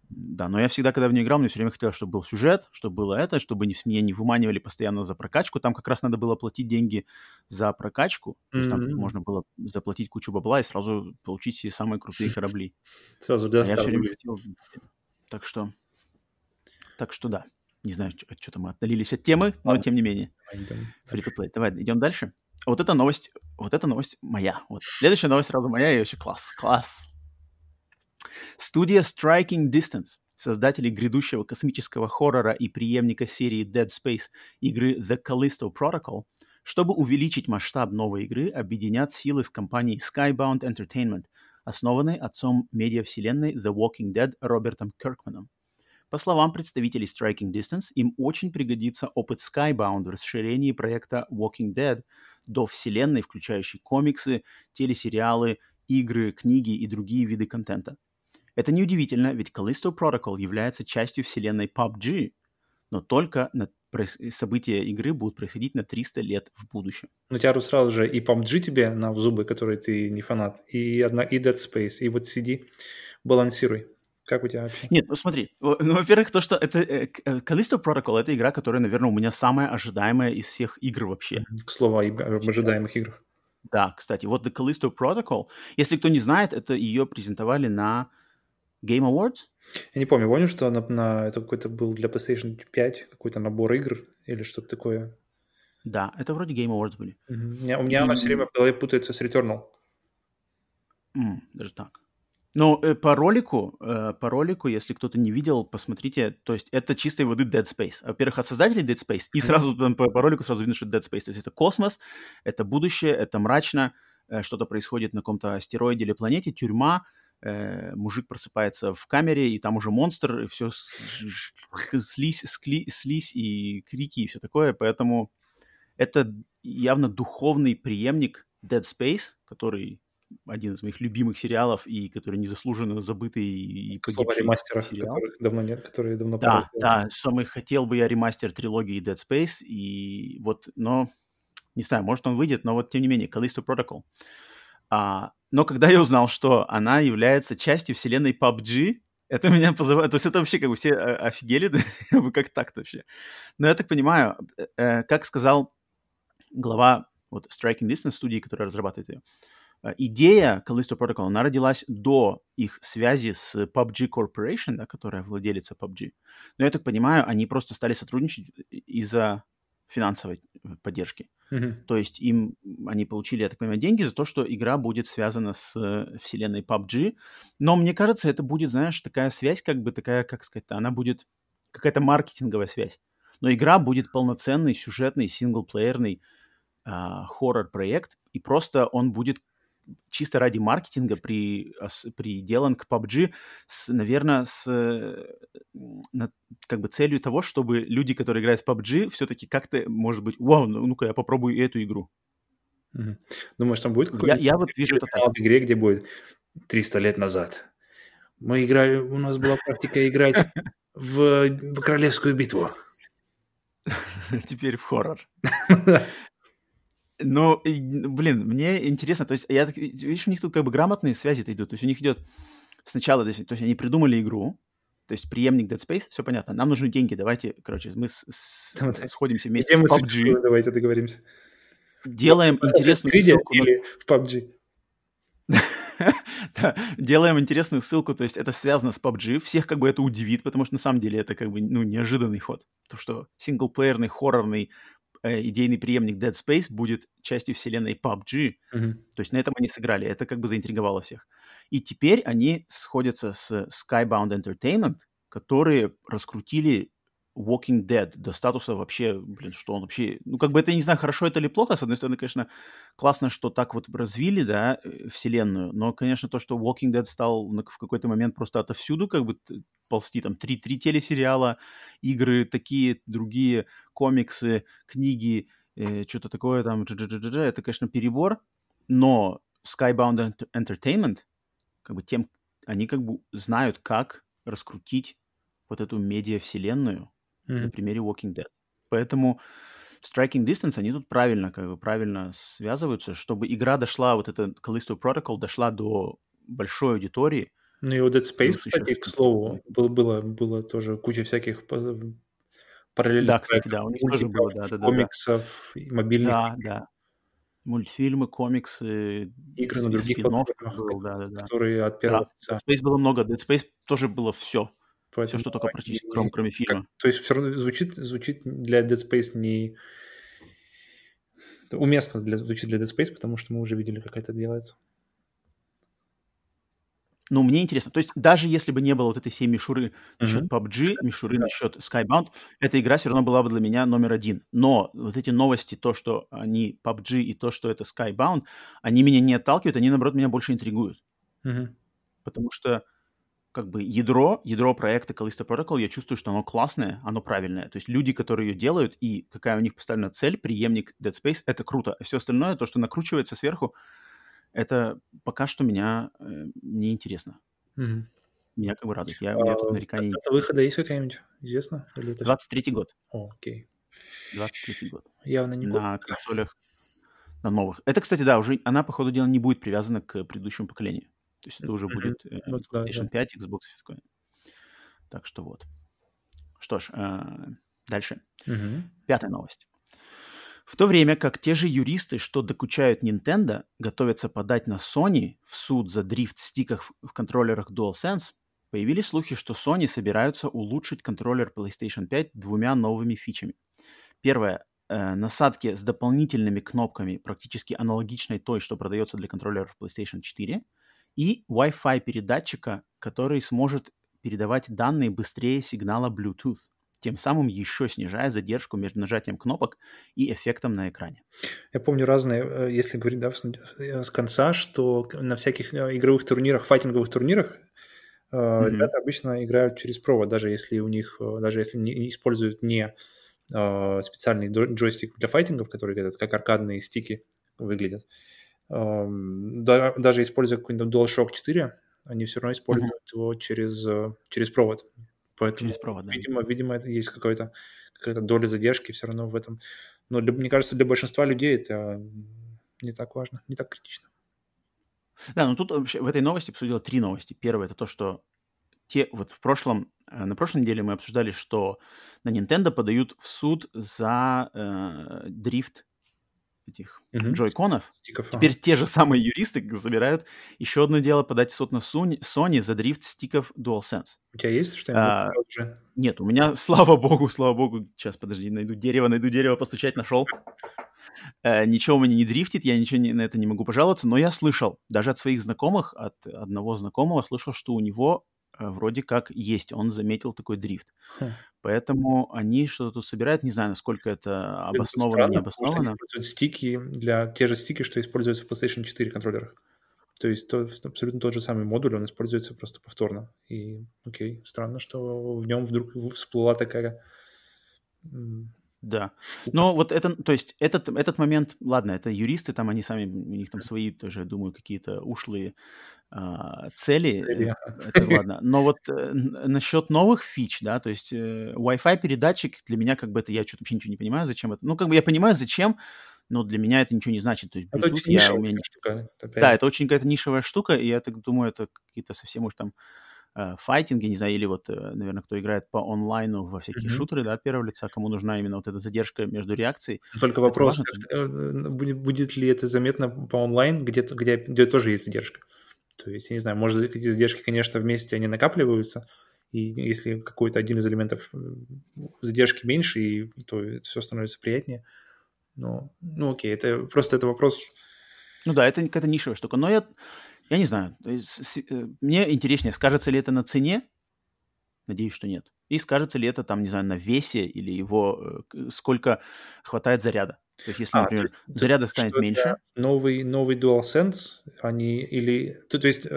Да, но я всегда, когда в нее играл, мне все время хотелось, чтобы был сюжет, чтобы было это, чтобы меня не выманивали постоянно за прокачку. Там как раз надо было платить деньги за прокачку. То есть там М. можно было заплатить кучу бабла и сразу получить себе самые крутые корабли. Сразу для А я все старта время выглядит. хотел... Так что, так что да. Не знаю, что-то мы отдалились от темы, но Ладно, тем не менее. давай идем дальше. Free-to-play. Давай, идем дальше. Вот эта новость моя. Вот. Следующая новость сразу моя, и вообще класс, класс. Студия Striking Distance, создатели грядущего космического хоррора и преемника серии Dead Space игры The Callisto Protocol, чтобы увеличить масштаб новой игры, объединят силы с компанией Skybound Entertainment, основанной отцом медиавселенной The Walking Dead Робертом Киркманом. По словам представителей Striking Distance, им очень пригодится опыт Skybound в расширении проекта Walking Dead до вселенной, включающей комиксы, телесериалы, игры, книги и другие виды контента. Это неудивительно, ведь Callisto Protocol является частью вселенной PUBG, но только события игры будут происходить на 300 лет в будущем. Ну, тебя тут сразу же и PUBG тебе на в зубы, который ты не фанат, и Dead Space, и вот сиди, балансируй. Как у тебя вообще? Нет, ну смотри, ну, во-первых, то, что это Callisto Protocol — это игра, которая, наверное, у меня самая ожидаемая из всех игр вообще. К слову об ожидаемых играх. Да, кстати, вот The Callisto Protocol, если кто не знает, это ее презентовали на Game Awards. Я не помню, помню, что это какой-то был для PlayStation 5 какой-то набор игр или что-то такое. Да, это вроде Game Awards были. У меня она все время И в голове путается с Returnal. даже так. Ну, по ролику, если кто-то не видел, посмотрите. То есть это чистой воды Dead Space. Во-первых, от создателей Dead Space, и сразу там по ролику сразу видно, что это Dead Space. То есть это космос, это будущее, это мрачно, что-то происходит на каком-то астероиде или планете, тюрьма, мужик просыпается в камере, и там уже монстр, и все слизь и крики, и все такое. Поэтому это явно духовный преемник Dead Space, который один из моих любимых сериалов и который незаслуженно забытый и К слову о погибший ремастерах, сериал. которых давно нет, которые давно пора Да, сделать. да, самый хотел бы я ремастер трилогии Dead Space, и вот, но не знаю, может он выйдет, но вот тем не менее, Callisto Protocol. Но когда я узнал, что она является частью вселенной PUBG, это меня позывает, то есть это вообще как бы все офигели, да? Как так-то вообще? Но я так понимаю, как сказал глава вот Striking Distance студии, которая разрабатывает ее, идея Callisto Protocol, она родилась до их связи с PUBG Corporation, да, которая владелица PUBG. Но я так понимаю, они просто стали сотрудничать из-за финансовой поддержки. То есть они получили, я так понимаю, деньги за то, что игра будет связана с вселенной PUBG. Но мне кажется, это будет, знаешь, такая связь, как бы такая, как сказать, она будет какая-то маркетинговая связь. Но игра будет полноценный, сюжетный, синглплеерный хоррор-проект, и просто он будет чисто ради маркетинга приделан к PUBG, наверное, как бы целью того, чтобы люди, которые играют в PUBG, все-таки как-то, может быть, вау, ну-ка я попробую эту игру. Думаешь, там будет Я вот вижу это так. в игре, где будет 300 лет назад? Мы играли, у нас была практика играть в королевскую битву. Теперь в хоррор. Ну, блин, мне интересно, то есть, видишь, у них тут как бы грамотные связи-то идут, то есть у них идет сначала, то есть они придумали игру, то есть преемник Dead Space, все понятно, нам нужны деньги, давайте, короче, мы сходимся вместе Где с мы PUBG, существуем, давайте договоримся. делаем В Assassin's интересную Creed ссылку или в PUBG? Да, делаем интересную ссылку, то есть это связано с PUBG, всех как бы это удивит, потому что на самом деле это как бы, ну, неожиданный ход, то, что синглплеерный, хоррорный, идейный преемник Dead Space будет частью вселенной PUBG. То есть на этом они сыграли. Это как бы заинтриговало всех. И теперь они сходятся с Skybound Entertainment, которые раскрутили Walking Dead до статуса вообще, блин, что он вообще... Ну, как бы это, не знаю, хорошо это или плохо. С одной стороны, конечно, классно, что так вот развили, да, вселенную. Но, конечно, то, что Walking Dead стал в какой-то момент просто отовсюду как бы ползти. Там три телесериала, игры, такие, другие, комиксы, книги, что-то такое там. Это, конечно, перебор. Но Skybound Entertainment, как бы они как бы знают, как раскрутить вот эту медиа-вселенную на примере Walking Dead. Поэтому Striking Distance, они тут правильно связываются, чтобы игра дошла, вот эта Callisto Protocol дошла до большой аудитории, Ну и у Dead Space, услышав, кстати, к что слову, было тоже куча всяких параллельных да, кстати, проектов, да, у них тоже мультиков, было, да-да-да-да. комиксов, и мобильных Да, да. Мультфильмы, комиксы, игр на и других спин-офф платформах, был, да-да-да. которые от Да, первого Dead лица. Space было много. Dead Space тоже было все. Все, Поэтому что только практически, не кроме как фильма. то есть все равно звучит для Dead Space не уместно звучит для Dead Space, потому что мы уже видели, как это делается. Ну, мне интересно. То есть даже если бы не было вот этой всей мишуры насчет Мгм. PUBG, мишуры Да. насчет Skybound, эта игра все равно была бы для меня номер один. Но вот эти новости, то, что они PUBG и то, что это Skybound, они меня не отталкивают, они, наоборот, меня больше интригуют. Мгм. Потому что как бы ядро проекта Callisto Protocol, я чувствую, что оно классное, оно правильное. То есть люди, которые ее делают, и какая у них поставлена цель, преемник Dead Space, это круто. А все остальное, то, что накручивается сверху, это пока что мне интересно. Мгм. Меня как бы радует. А, У меня тут нареканий. дата выхода есть какая-нибудь? Известно? Или это всё 23-й год. О, окей. 23-й год. Явно не год На пока. консолях, на новых. Это, кстати, да, уже она, по ходу дела, не будет привязана к предыдущему поколению. То есть это уже Мгм. будет Вот да, да. PlayStation 5, Xbox и всё такое. Так что вот. Что ж, дальше. Мгм. 5-я новость. В то время как те же юристы, что докучают Nintendo, готовятся подать на Sony в суд за дрифт стиков в контроллерах DualSense, появились слухи, что Sony собираются улучшить контроллер PlayStation 5 двумя новыми фичами. Первое. Насадки с дополнительными кнопками, практически аналогичной той, что продается для контроллеров PlayStation 4, и Wi-Fi передатчика, который сможет передавать данные быстрее сигнала Bluetooth, тем самым еще снижая задержку между нажатием кнопок и эффектом на экране. Я помню разные, если говорить, да, с конца, что на всяких игровых турнирах, файтинговых турнирах Мгм. ребята обычно играют через провод, даже если у них, даже если не используют не специальный джойстик для файтингов, которые как аркадные стики выглядят. Даже используя какой-нибудь DualShock 4, они все равно Мгм. используют его через провод. Поэтому, Через провод, да. видимо, это есть какая-то доля задержки все равно в этом. Но мне кажется, для большинства людей это не так важно, не так критично. Да, ну тут вообще в этой новости обсудила 3 новости. Первое — это то, что вот на прошлой неделе мы обсуждали, что на Nintendo подают в суд за дрифт этих Мгм. джойконов. Стиков, ага. Теперь те же самые юристы собирают еще одно дело подать в суд на Sony за дрифт стиков DualSense. У тебя есть что-нибудь А, уже? нет, у меня, слава богу, сейчас, подожди, найду дерево, постучать, нашел. Ничего у меня не дрифтит, я ничего на это не могу пожаловаться, но я слышал, даже от своих знакомых, от одного знакомого слышал, что у него вроде как есть, он заметил такой дрифт. Хм. Поэтому они что-то тут собирают, не знаю, насколько это Это обосновано, странно, не потому что они обосновано. используют те же стики, что используются в PlayStation 4 контроллерах. То есть абсолютно тот же самый модуль, он используется просто повторно. И окей, странно, что в нем вдруг всплыла такая Да. штука. Но вот это, то есть этот момент, ладно, это юристы, там они сами, у них там свои тоже, я думаю, какие-то ушлые цели, Ага. это ладно. Но вот насчет новых фич, да, то есть Wi-Fi передатчик для меня как бы это, я что-то вообще ничего не понимаю, зачем это. Ну, как бы я понимаю, зачем, но для меня это ничего не значит. То есть Это Bluetooth очень нишевая у меня штука, опять да, же. это очень какая-то нишевая штука, и я так думаю, это какие-то совсем уж там файтинги, не знаю, или вот, наверное, кто играет по онлайну во всякие Мгм. шутеры, да, от первого лица, кому нужна именно вот эта задержка между реакцией, Только это вопрос, важно. То есть, будет ли это заметно по онлайн, где тоже есть задержка. То есть, я не знаю, может, эти задержки, конечно, вместе они накапливаются, и если какой-то один из элементов задержки меньше, то это все становится приятнее. Но, ну окей, это вопрос. ну да, это какая-то нишевая штука, но я не знаю, то есть мне интереснее, скажется ли это на цене, надеюсь, что нет, и скажется ли это там, не знаю, на весе или его, сколько хватает заряда. То есть, если, То например, есть ты заряда думаешь, станет что это меньше, новый DualSense, они или то есть,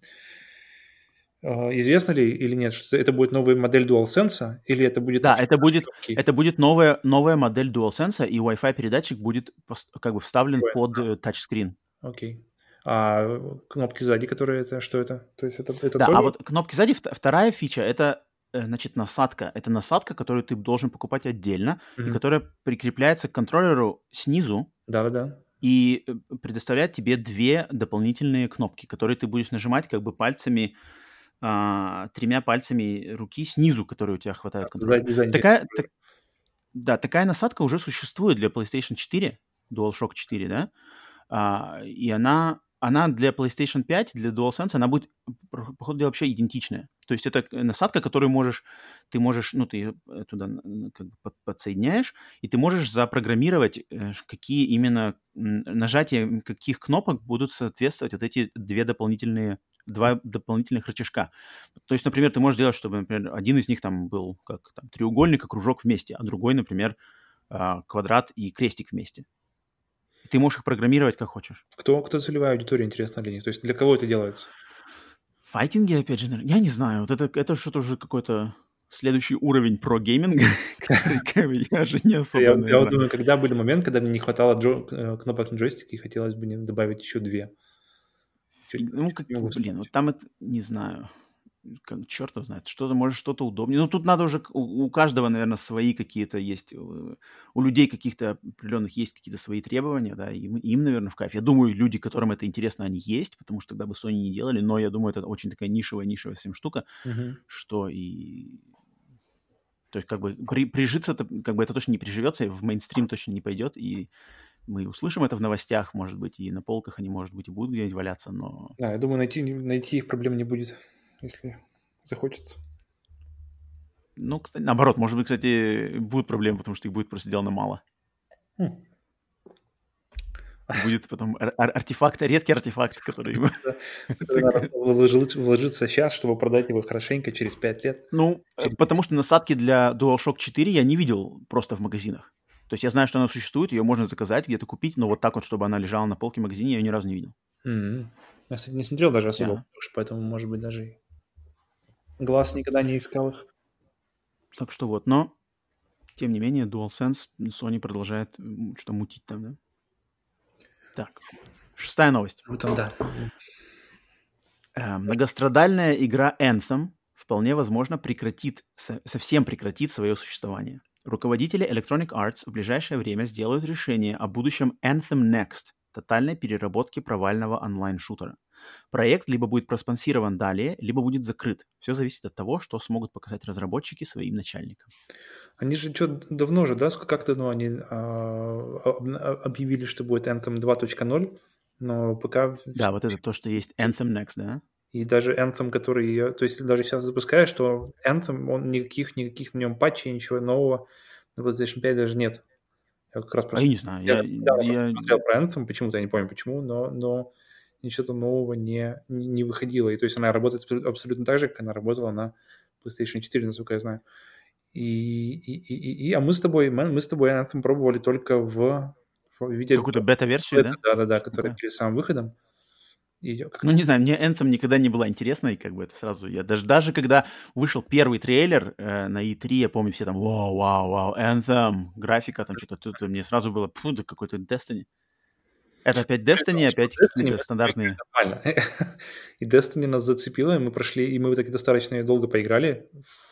известно ли или нет, что это будет новая модель DualSense, или это будет да, точно так же гибкий? это будет новая модель DualSense, и Wi-Fi передатчик будет как бы вставлен Встроен? под тачскрин. Окей. А кнопки сзади, которые что это? То есть это Да, а тоже? вот кнопки сзади, вторая фича — это, значит, насадка. Это насадка, которую ты должен покупать отдельно и Мгм. которая прикрепляется к контроллеру снизу Да-да-да. и предоставляет тебе две дополнительные кнопки, которые ты будешь нажимать как бы пальцами, 3 пальцами руки снизу, которые у тебя хватают контроля. Дизайн Такая, да, такая насадка уже существует для PlayStation 4, DualShock 4, да? И она для PlayStation 5, для DualSense, она будет, по ходу дела, вообще идентичная. То есть это насадка, которую ты можешь, ну, ты ее туда как бы подсоединяешь, и ты можешь запрограммировать, какие именно нажатия каких кнопок будут соответствовать вот эти два дополнительных рычажка. То есть, например, ты можешь делать, чтобы, например, один из них там был как там, треугольник и кружок вместе, а другой, например, квадрат и крестик вместе. И ты можешь их программировать как хочешь. Кто целевая аудитория, интересно для них? То есть для кого это делается? Файтинги, опять же, я не знаю. Вот это что-то уже какой-то следующий уровень про-гейминга, который я же не особо, Я вот наверное. думаю, когда были моменты, когда мне не хватало кнопок на джойстике, и хотелось бы добавить еще 2. Ну, блин, вот там это, не знаю, черт его знает, что-то, может, что-то удобнее. Ну, тут надо уже, у каждого, наверное, свои какие-то есть, у людей каких-то определенных есть какие-то свои требования, да, и им, наверное, в кайф. Я думаю, люди, которым это интересно, они есть, потому что тогда бы Sony не делали, но я думаю, это очень такая нишевая всем штука, что и... То есть, как бы, прижиться-то, как бы, это точно не приживется, в мейнстрим точно не пойдет, и мы услышим это в новостях, может быть, и на полках они, может быть, и будут где-нибудь валяться, но... Да, я думаю, найти их проблем не будет, если захочется. Ну, кстати, наоборот, может быть, кстати, будут проблемы, потому что их будет просто сделано мало. Будет потом редкий артефакт, который... Надо вложиться сейчас, чтобы продать его хорошенько через 5 лет. Ну, потому что насадки для DualShock 4 я не видел просто в магазинах. То есть я знаю, что она существует, ее можно заказать, где-то купить, но вот так вот, чтобы она лежала на полке в магазине, я ее ни разу не видел. Я, кстати, не смотрел даже особо, поэтому, может быть, даже глаз никогда не искал их. Так что вот, но, тем не менее, DualSense Sony продолжает что-то мутить там, да? Так, 6-я новость. Да. Многострадальная игра Anthem вполне возможно совсем прекратит свое существование. Руководители Electronic Arts в ближайшее время сделают решение о будущем Anthem Next, тотальной переработке провального онлайн-шутера. Проект либо будет проспонсирован далее, либо будет закрыт. Все зависит от того, что смогут показать разработчики своим начальникам. Они же что, давно же, да? Как давно они объявили, что будет Anthem 2.0, но пока... Да, вот это то, что есть Anthem Next, да? И даже Anthem, который... То есть даже сейчас запускаешь, что Anthem, он никаких на нем патчей, ничего нового на PlayStation 5 даже нет. Я как раз я не знаю. Я смотрел про Anthem, почему-то, я не помню почему, но ничего там нового не выходило. И то есть она работает абсолютно так же, как она работала на PlayStation 4, насколько я знаю. А мы с тобой Anthem пробовали только в виде... Какую-то бета-версию, да? Да, которая перед самым выходом. Ну, не знаю, мне Anthem никогда не была интересна, и как бы это сразу... Я даже когда вышел первый трейлер на E3, я помню, все там, вау, Anthem, графика там что-то, мне сразу было, да какой-то Destiny. Это опять Destiny, опять какие-то стандартные... Нормально. И Destiny нас зацепило, и мы прошли, и мы так достаточно долго поиграли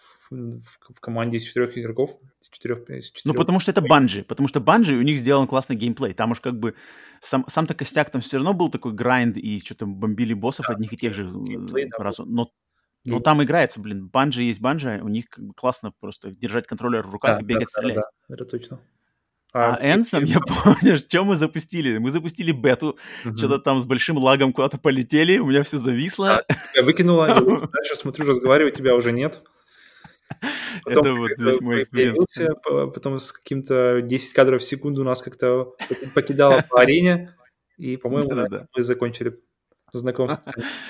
в команде из 4 игроков. Ну, потому что это Bungie. Потому что Bungie, у них сделан классный геймплей. Там уж как бы сам-то костяк там все равно был такой грайнд, и что-то бомбили боссов одних и тех же разу. Но там играется, блин. Bungie есть Bungie, у них как бы классно просто держать контроллер в руках и бегать, стрелять. Да, это точно. А Anthem, я помню, что мы запустили. Мы запустили бету, что-то там с большим лагом куда-то полетели, у меня все зависло. Я выкинула, я дальше смотрю, разговариваю, тебя уже нет. Потом это вот весь мой экспириенс. Потом с каким-то 10 кадров в секунду нас как-то покидало по арене, и, по-моему, мы закончили знакомство.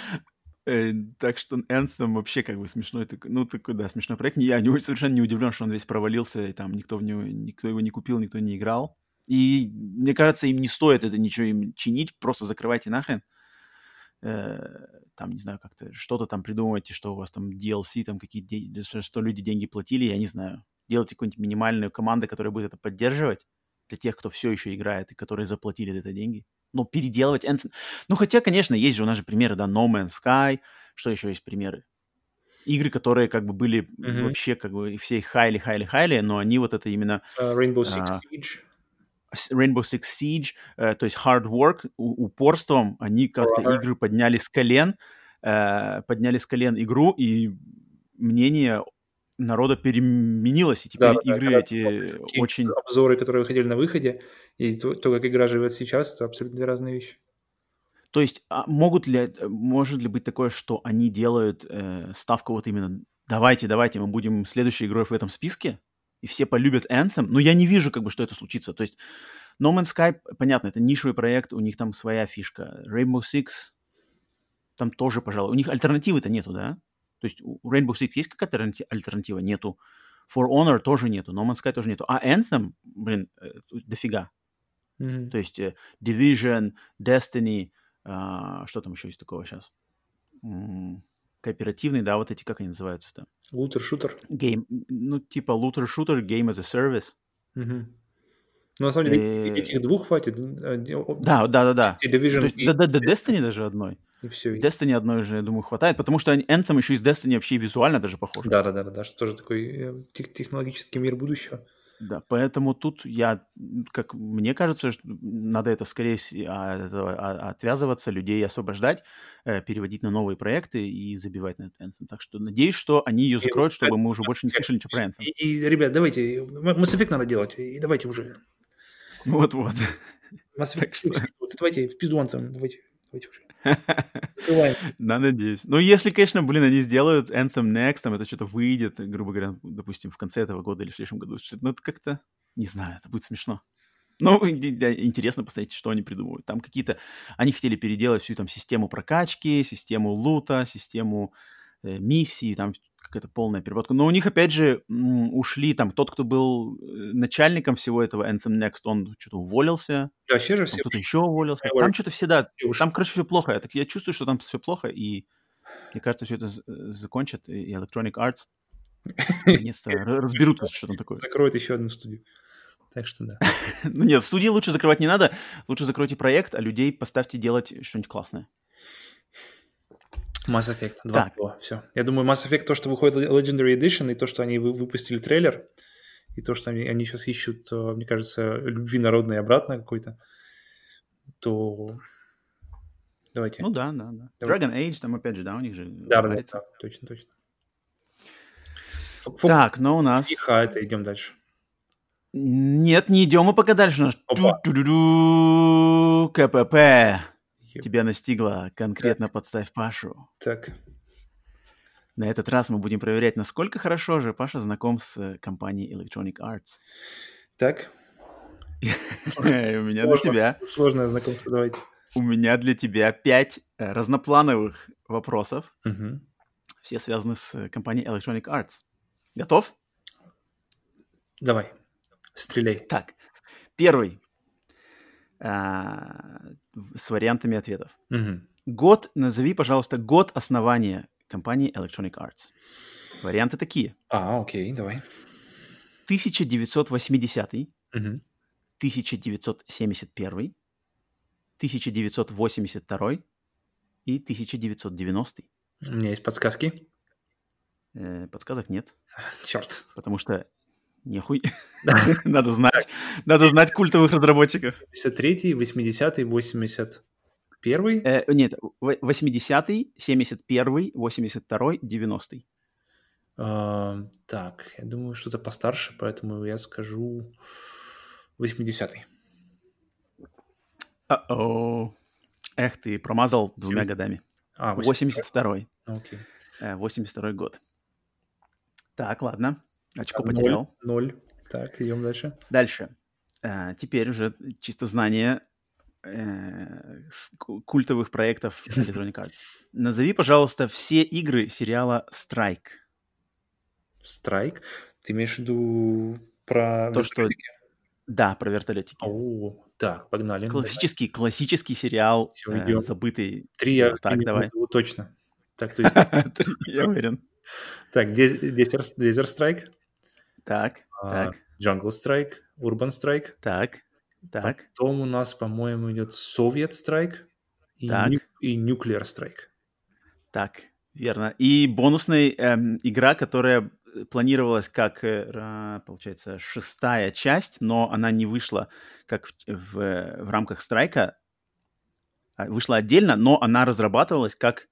Так что Anthem вообще как бы смешной, такой, да, смешной проект. Я совершенно не удивлен, что он весь провалился, и там никто его не купил, никто не играл. И мне кажется, им не стоит это ничего им чинить, просто закрывайте нахрен. Там, не знаю, как-то что-то там придумывайте, что у вас там DLC, там какие-то, что люди деньги платили, я не знаю. Делайте какую-нибудь минимальную команду, которая будет это поддерживать для тех, кто все еще играет и которые заплатили за это деньги. Но переделывать Anthem... Ну, хотя, конечно, есть же у нас же примеры, да, No Man's Sky, что еще есть примеры? Игры, которые как бы были вообще как бы все хайли, но они вот это именно... Rainbow Six Siege. Rainbow Six Siege, то есть hard work, упорством, они как-то игры подняли с колен, подняли с колен игру, и мнение народа переменилось, и теперь игры эти очень... обзоры, которые выходили на выходе, и то, как игра живет сейчас, это абсолютно разные вещи. То есть может ли быть такое, что они делают ставку вот именно давайте, мы будем следующей игрой в этом списке, и все полюбят Anthem, но я не вижу, как бы, что это случится. То есть No Man's Sky, понятно, это нишевый проект, у них там своя фишка. Rainbow Six, там тоже, пожалуй, у них альтернативы-то нету, да? То есть у Rainbow Six есть какая-то альтернатива? Нету. For Honor тоже нету, No Man's Sky тоже нету. А Anthem, блин, дофига. Mm-hmm. То есть Division, Destiny, что там еще есть такого сейчас? Кооперативный, да, вот эти, как они называются-то? Лутер-шутер. Ну, типа лутер-шутер, Game as a Service. Mm-hmm. Ну, на самом деле, этих двух хватит. Да. Division То есть, до Destiny даже одной. И все. Destiny одной же, я думаю, хватает, потому что Anthem еще из Destiny вообще визуально даже похож. Да, что тоже такой технологический мир будущего. Да, поэтому тут как мне кажется, что надо это скорее отвязываться, людей освобождать, переводить на новые проекты и забивать на этот Anthem. Так что надеюсь, что они ее закроют, чтобы мы уже больше не слышали ничего про Anthem. И ребят, давайте, Mass Effect надо делать, и давайте уже. Вот-вот. Mass Effect, давайте в пизду Anthem, давайте уже. Да, надеюсь. Ну, если, конечно, они сделают Anthem Next, там это что-то выйдет, грубо говоря, допустим, в конце этого года или в следующем году. Ну, это как-то, не знаю, это будет смешно. Ну, интересно посмотреть, что они придумывают. Там какие-то... Они хотели переделать всю там систему прокачки, систему лута, систему миссий, там какая-то полная переработка. Но у них, опять же, ушли там тот, кто был начальником всего этого Anthem Next, он что-то уволился. Да, вообще же все кто-то еще уволился. Там что-то всегда... Там, короче, все плохо. Я чувствую, что там все плохо, и мне кажется, все это закончат, и Electronic Arts наконец-то разберутся, что там такое. Закроют еще одну студию. Так что да. Ну нет, студии лучше закрывать не надо. Лучше закройте проект, а людей поставьте делать что-нибудь классное. Mass Effect 2. Все. Я думаю, Mass Effect, то, что выходит Legendary Edition, и то, что они выпустили трейлер, и то, что они сейчас ищут, мне кажется, любви народной обратно какой-то, то давайте. Ну да. Dragon Age, там опять же, да, у них же... Да, точно. Так, но у нас... это идем дальше. Нет, не идем мы пока дальше. Наш КПП. Тебя настигла. Конкретно подставь Пашу. Так. На этот раз мы будем проверять, насколько хорошо же Паша знаком с компанией Electronic Arts. Так. У меня для тебя... Сложное знакомство, давайте. У меня для тебя 5 разноплановых вопросов. Все связаны с компанией Electronic Arts. Готов? Давай. Стреляй. Так, первый. С вариантами ответов. Назови, пожалуйста, год основания компании Electronic Arts. Варианты такие. Окей, давай. 1980, 1971, 1982 и 1990. У меня есть подсказки. Подсказок нет. Черт. Потому что нехуй. Надо знать культовых разработчиков. 73-й, 80-й, 81-й? Нет, 80-й, 71-й, 82-й, 90-й. Так, я думаю, что-то постарше, поэтому я скажу 80-й. Эх, ты промазал 2 годами. 82-й. Окей. 82-й год. Так, ладно. Очко потерял. 0. Так, идем дальше. Дальше. Теперь уже чисто знание культовых проектов Electronic Arts. Назови, пожалуйста, все игры сериала Strike. Strike? Ты имеешь в виду про вертолетики? Да, про вертолетики. Так, погнали. Классический сериал, забытый. 3 так, давай. Точно. Так, то есть... 3, я уверен. Так, Desert Strike. Так. Jungle Strike, Urban Strike. Так. Потом у нас, по-моему, идет Soviet Strike и Nuclear Strike. Так, верно. И бонусная игра, которая планировалась как, получается, 6-я часть, но она не вышла как в рамках Страйка. Вышла отдельно, но она разрабатывалась как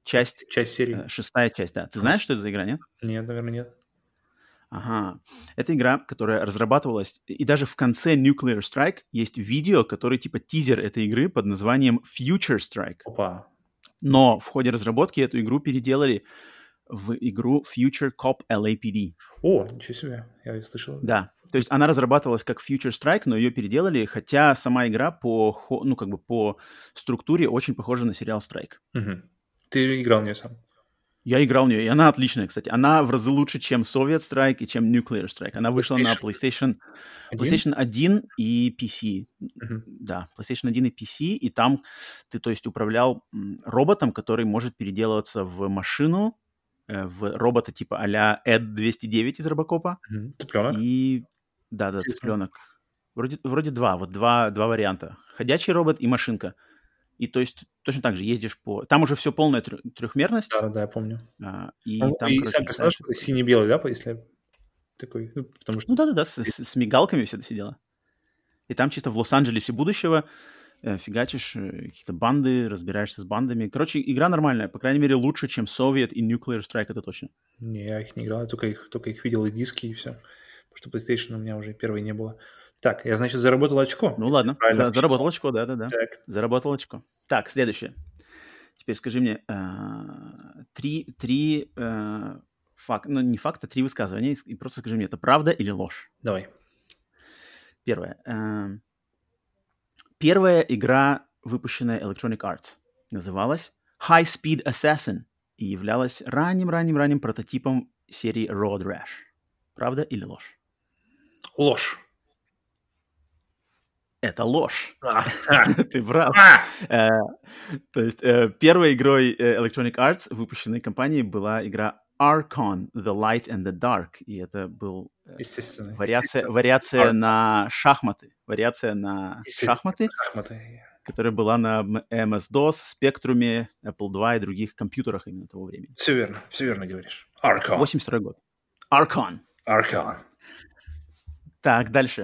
часть, Часть серии. 6-я часть, да. Ты знаешь, что это за игра, нет? Нет, наверное, нет. Ага. Это игра, которая разрабатывалась, и даже в конце Nuclear Strike есть видео, который типа тизер этой игры под названием Future Strike. Опа. Но в ходе разработки эту игру переделали в игру Future Cop LAPD. О, ничего себе, я ее слышал. Да, то есть она разрабатывалась как Future Strike, но ее переделали, хотя сама игра по структуре очень похожа на сериал Strike. Угу. Ты играл в нее сам? Я играл в нее, и она отличная, кстати. Она в разы лучше, чем Soviet Strike и чем Nuclear Strike. Она вышла на PlayStation 1 и PC. Угу. Да, PlayStation 1 и PC, и там ты, то есть, управлял роботом, который может переделываться в машину, в робота типа а-ля Эд 209 из Робокопа. Цыпленок? И да, цыпленок. Вроде два варианта. Ходячий робот и машинка. И то есть точно так же ездишь по... Там уже все полная трехмерность. Да, я помню. И Ну, там, и короче, сам персонаж такой синий-белый, да, если такой, ну, потому что... Ну да, с мигалками все это сидело. И там чисто в Лос-Анджелесе будущего фигачишь какие-то банды, разбираешься с бандами. Короче, игра нормальная. По крайней мере, лучше, чем Soviet и Nuclear Strike, это точно. Не, я их не играл, я только их видел, и диски, и все. Потому что PlayStation у меня уже первой не было. Так, я, значит, заработал очко. Ну ладно, заработал очко, да. Так. Заработал очко. Так, следующее. Теперь скажи мне три факта, ну не факта, 3 высказывания, и просто скажи мне, это правда или ложь? Давай. Первое. Первая игра, выпущенная Electronic Arts, называлась High Speed Assassin и являлась ранним прототипом серии Road Rash. Правда или ложь? Ложь. Это ложь. Ты прав. То есть первой игрой Electronic Arts, выпущенной компанией, была игра Archon, The Light and the Dark. И это был вариация на шахматы. Которая была на MS-DOS, Spectrum, Apple II и других компьютерах именно того времени. Все верно говоришь. Archon. 82 год. Archon. Так, дальше.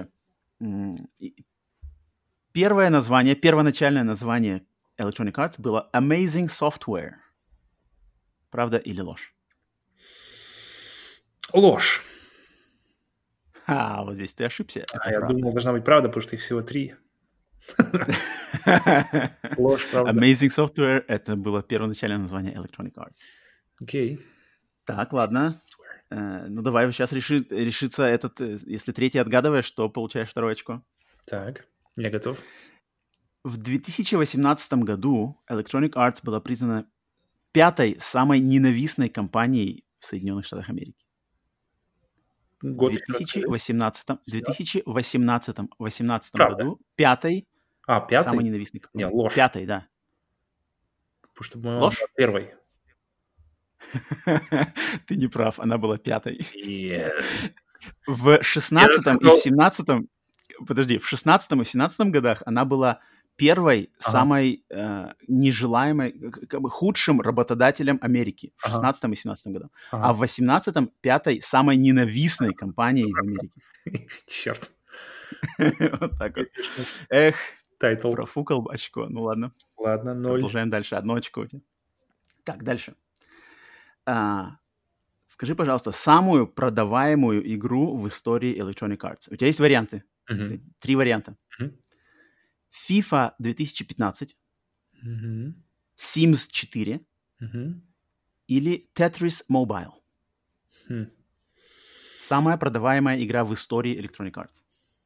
Первоначальное название Electronic Arts было Amazing Software. Правда или ложь? Ложь. Вот здесь ты ошибся. Я думал, должна быть правда, потому что их всего 3. Ложь, правда. Amazing Software — это было первоначальное название Electronic Arts. Окей. Так, ладно. Ну, давай сейчас решится этот... Если третий отгадываешь, то получаешь 2 очко. Так, я готов. В 2018 году Electronic Arts была признана 5-й самой ненавистной компанией в Соединенных Штатах Америки. Год в 2018 году 5-й самой ненавистной компанией. Не, ложь. 5-й, да. Потому что была ложь? Первой. Ты не прав, она была 5-й. В 16-м и в 17-м... Подожди, в 16-м и в 17-м годах она была первой, самой нежелаемой, как бы худшим работодателем Америки в 16-м и 17-м годах. А в 18-м 5-й самой ненавистной компанией в Америке. Черт. Вот так вот. Эх, Тайтл. профукал очко. Ну ладно. Ладно, 0. Продолжаем дальше. 1 очко у тебя. Так, дальше. Скажи, пожалуйста, самую продаваемую игру в истории Electronic Arts. У тебя есть варианты? 3 варианта. FIFA 2015, Sims 4 или Tetris Mobile. Самая продаваемая игра в истории Electronic Arts.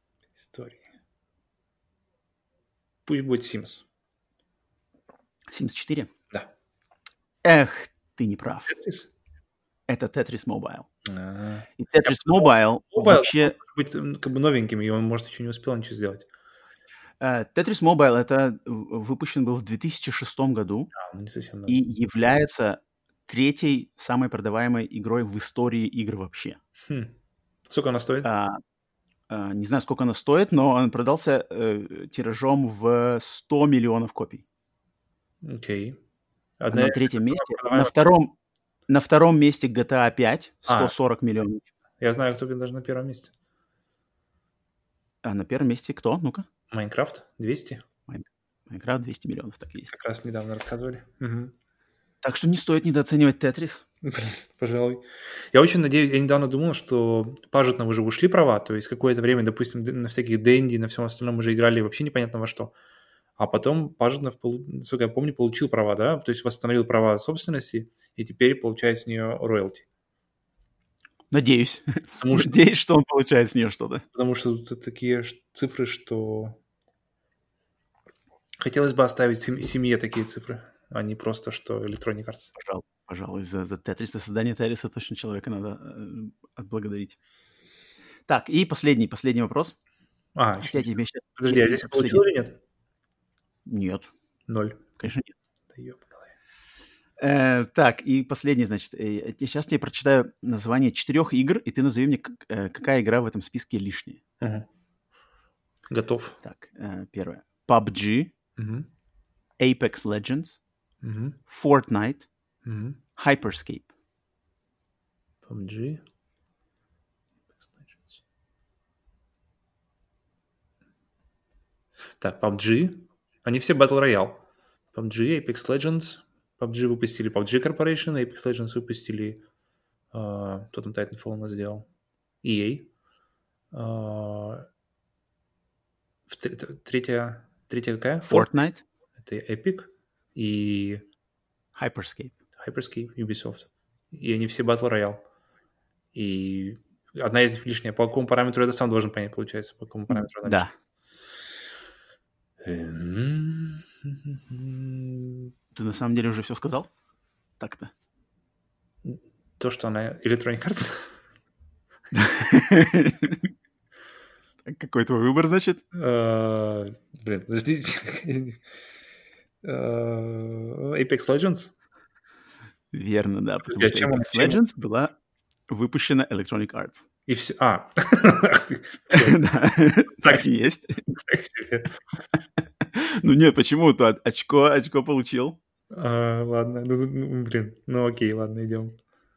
Пусть будет Sims. Sims 4? Да. Эх, ты не прав. Tetris? Это Tetris Mobile. И Tetris Mobile вообще... Может быть как бы новеньким, и он, может, еще не успел ничего сделать. Tetris Mobile это выпущен был в 2006 году не совсем и является 3-й самой продаваемой игрой в истории игр вообще. Сколько она стоит? Не знаю, сколько она стоит, но он продался тиражом в 100 миллионов копий. Окей. На 3-м месте. На втором месте GTA 5, 140 миллионов. Я знаю, кто даже на 1-м месте. А на 1-м месте кто? Ну-ка. Майнкрафт 200. Майнкрафт 200 миллионов, так и есть. Как раз недавно рассказывали. Так что не стоит недооценивать Тетрис. Блин, пожалуй. Я очень надеюсь, я недавно думал, что Пажетно уже ушли права, то есть какое-то время, допустим, на всяких Дэнди, на всем остальном уже играли вообще непонятно во что. А потом Пажетнов, насколько я помню, получил права, да, то есть восстановил права собственности и теперь получает с нее роялти. Надеюсь. Потому что, Надеюсь, что он получает с нее что-то. потому что тут такие цифры, что хотелось бы оставить семье такие цифры, а не просто, что Electronic Arts. Пожалуй, за Тетрис, за создание Тетриса точно человека надо отблагодарить. Так, и последний вопрос. А, Хотя еще. тебе сейчас... Подожди, а здесь я получил или нет? Нет, 0. конечно, нет. Да ёб голове. Так, и последний, значит. Сейчас я прочитаю название 4 игр, и ты назови мне, какая игра в этом списке лишняя. Угу. Готов. Так, первое. PUBG, Угу. Apex Legends, Угу. Fortnite, Угу. Hyperscape. PUBG. Так, PUBG. Они все Battle Royale. PUBG, Apex Legends. PUBG выпустили PUBG Corporation, Apex Legends выпустили... кто там Titanfall у нас сделал? EA. Третья какая? Fortnite, Это Epic и Hyperscape. Hyperscape, Ubisoft. И они все Battle Royale. И одна из них лишняя. По какому параметру это сам должен понять, получается, по какому параметру она Да. лишняя. Ты на самом деле уже все сказал? Так-то. То, что она Electronic Arts. Какой твой выбор, значит? Блин, подожди. Apex Legends? Верно, да, потому Подожди, что Apex Legends была выпущена Electronic Arts. И все. Да, так и есть. Так себе. Ну нет, почему? Ты очко получил. Ладно, блин, ну окей, ладно, идем.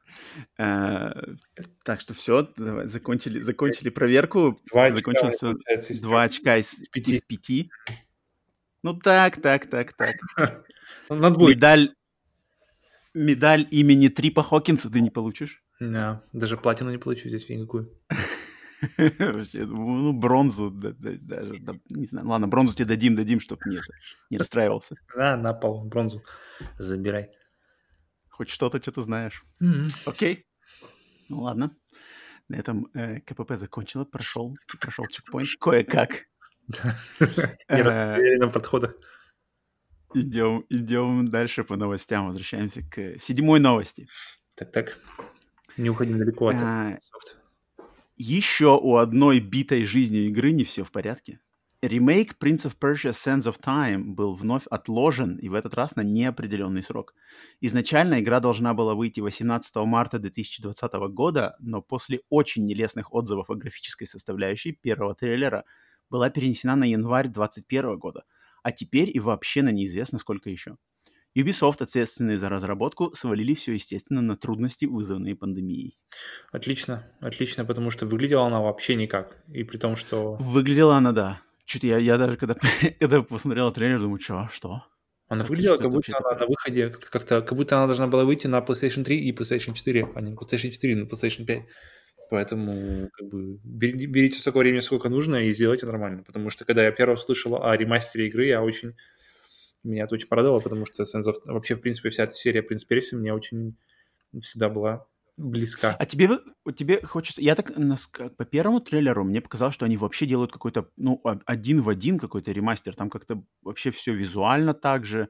Так что все, давай, закончили проверку. Два очка, Закончилось всё, получается, из 2 очка из пяти. 5. Ну так. Надо будет. Медаль имени Трипа Хокинса ты не получишь. Да, даже платину не получу здесь никакую. Вообще, ну, бронзу даже, не знаю. Ладно, бронзу тебе дадим, чтобы не расстраивался. Да, на пол, бронзу забирай. Хоть что-то знаешь. Окей. Ну ладно. На этом КПП закончила, прошел чекпоинт. Кое-как. На подходах. Идем дальше по новостям. Возвращаемся к 7-й новости. Так. Не уходим далеко от Microsoft. Еще у одной битой жизнью игры не все в порядке. Ремейк Prince of Persia Sands of Time был вновь отложен, и в этот раз на неопределенный срок. Изначально игра должна была выйти 18 марта 2020 года, но после очень нелестных отзывов о графической составляющей первого трейлера была перенесена на январь 2021 года, а теперь и вообще на неизвестно сколько еще. Ubisoft, ответственные за разработку, свалили все, естественно, на трудности, вызванные пандемией. Отлично, потому что выглядела она вообще никак. И при том, что... Выглядела она, да. Что-то я даже, когда посмотрел трейлер, думаю, что? Она выглядела, как будто она на выходе, как будто она должна была выйти на PlayStation 3 и PlayStation 4, а не на PlayStation 4 и на PlayStation 5. Поэтому, берите столько времени, сколько нужно, и сделайте нормально. Потому что, когда я первый услышал о ремастере игры, меня это очень порадовало, потому что вообще, в принципе, вся эта серия Принц Перси мне очень всегда была близка. А тебе хочется... Я так по первому трейлеру мне показалось, что они вообще делают какой-то, один в один какой-то ремастер. Там как-то вообще все визуально так же,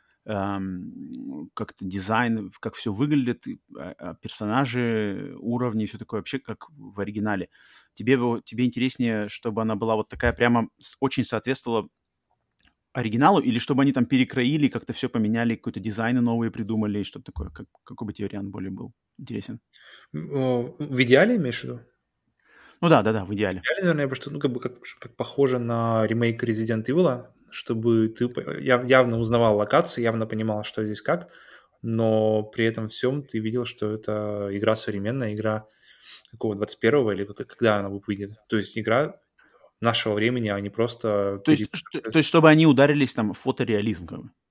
как-то дизайн, как все выглядит, персонажи, уровни, все такое вообще как в оригинале. Тебе интереснее, чтобы она была вот такая прямо очень соответствовала оригиналу, или чтобы они там перекроили, как-то все поменяли, какой-то дизайны новые придумали, и что-то такое? Какой бы тебе вариант более был интересен? В идеале, имеешь в виду? Ну да, в идеале. В идеале, наверное, я бы что, как похоже на ремейк Resident Evil, чтобы ты явно узнавал локации, явно понимал, что здесь как, но при этом всем ты видел, что это игра современная, игра какого 21-го или когда она выйдет. То есть игра нашего времени, а не просто... То есть, чтобы они ударились там в фотореализм, как бы.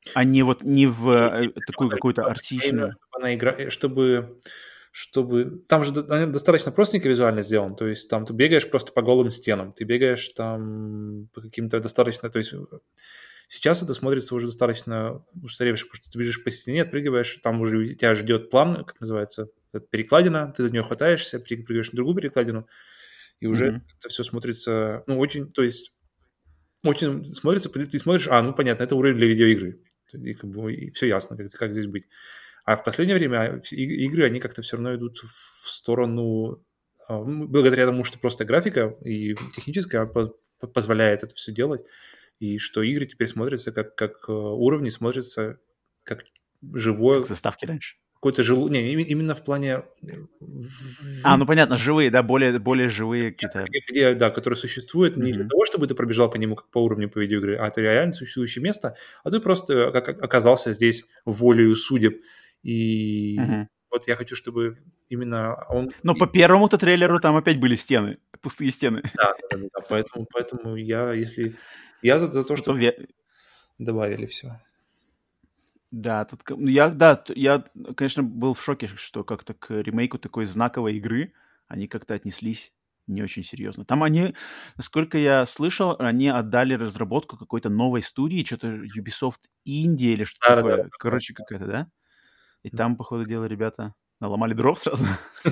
а не вот не в такую Именно, какую-то артистичную. чтобы она игра... чтобы... Там же достаточно простенько визуально сделан. То есть там ты бегаешь просто по голым стенам. Ты бегаешь там по каким-то достаточно... То есть сейчас это смотрится уже достаточно устаревшее, потому что ты бежишь по стене, отпрыгиваешь, там уже тебя ждет план, как называется, перекладина, ты за нее хватаешься, прыгаешь на другую перекладину, и уже это все смотрится, ну, очень, то есть, очень смотрится, ты смотришь, ну, понятно, это уровень для видеоигры, и, как бы, и все ясно, как здесь быть. А в последнее время игры, они как-то все равно идут в сторону, благодаря тому, что просто графика и техническая позволяет это все делать, и что игры теперь смотрятся как уровни, смотрятся как живое, Как заставки раньше. какой-то живой... Не, именно в плане... Ну понятно, живые, да, более живые какие-то... Где, да, которые существуют не для того, чтобы ты пробежал по нему как по уровню по видеоигры, а это реально существующее место, а ты просто оказался здесь волею судеб. И вот я хочу, чтобы именно он... Но по первому-то трейлеру там опять были стены, пустые стены. Да. Поэтому я за то, что добавили все. Да, я, конечно, был в шоке, что как-то к ремейку такой знаковой игры они как-то отнеслись не очень серьезно. Там они, насколько я слышал, они отдали разработку какой-то новой студии, что-то Ubisoft India или что-то такое. Короче, какая-то, да? И там, по ходу дела, ребята наломали дров сразу.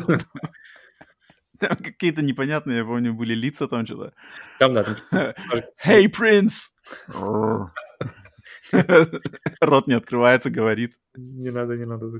Там какие-то непонятные, я помню, были лица там что-то. Там, да. Hey, Prince! Рот не открывается, говорит. Не надо.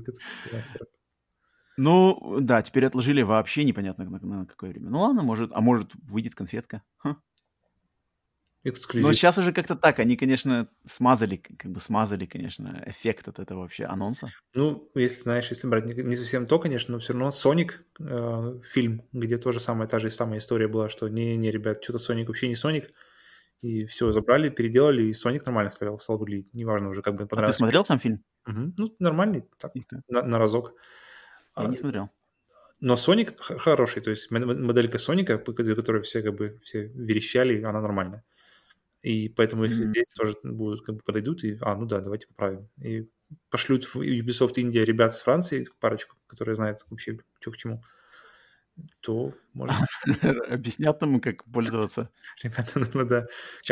Ну, да, теперь отложили вообще непонятно на какое время. Ну ладно, может выйдет конфетка. Эксклюзив. Но сейчас уже как-то так, они, конечно, смазали, конечно, эффект от этого вообще анонса. Ну, если брать не совсем то, конечно, но все равно Sonic фильм, где тоже та же самая история была, что не, ребят, что-то Sonic вообще не Sonic, и все, забрали, переделали, и Sonic нормально стал выглядеть, неважно уже, как бы А ты понравился. смотрел сам фильм? Ну, нормальный, так, И-ка. на разок. Я не смотрел. Но Sonic хороший, то есть моделька Соника, которой все верещали, она нормальная. И поэтому, если здесь тоже будут, как бы подойдут, и, ну да, давайте поправим. И пошлют в Ubisoft India ребят с Франции, парочку, которые знают вообще, что к чему, то может... Объяснят нам, как пользоваться. Ребята, да.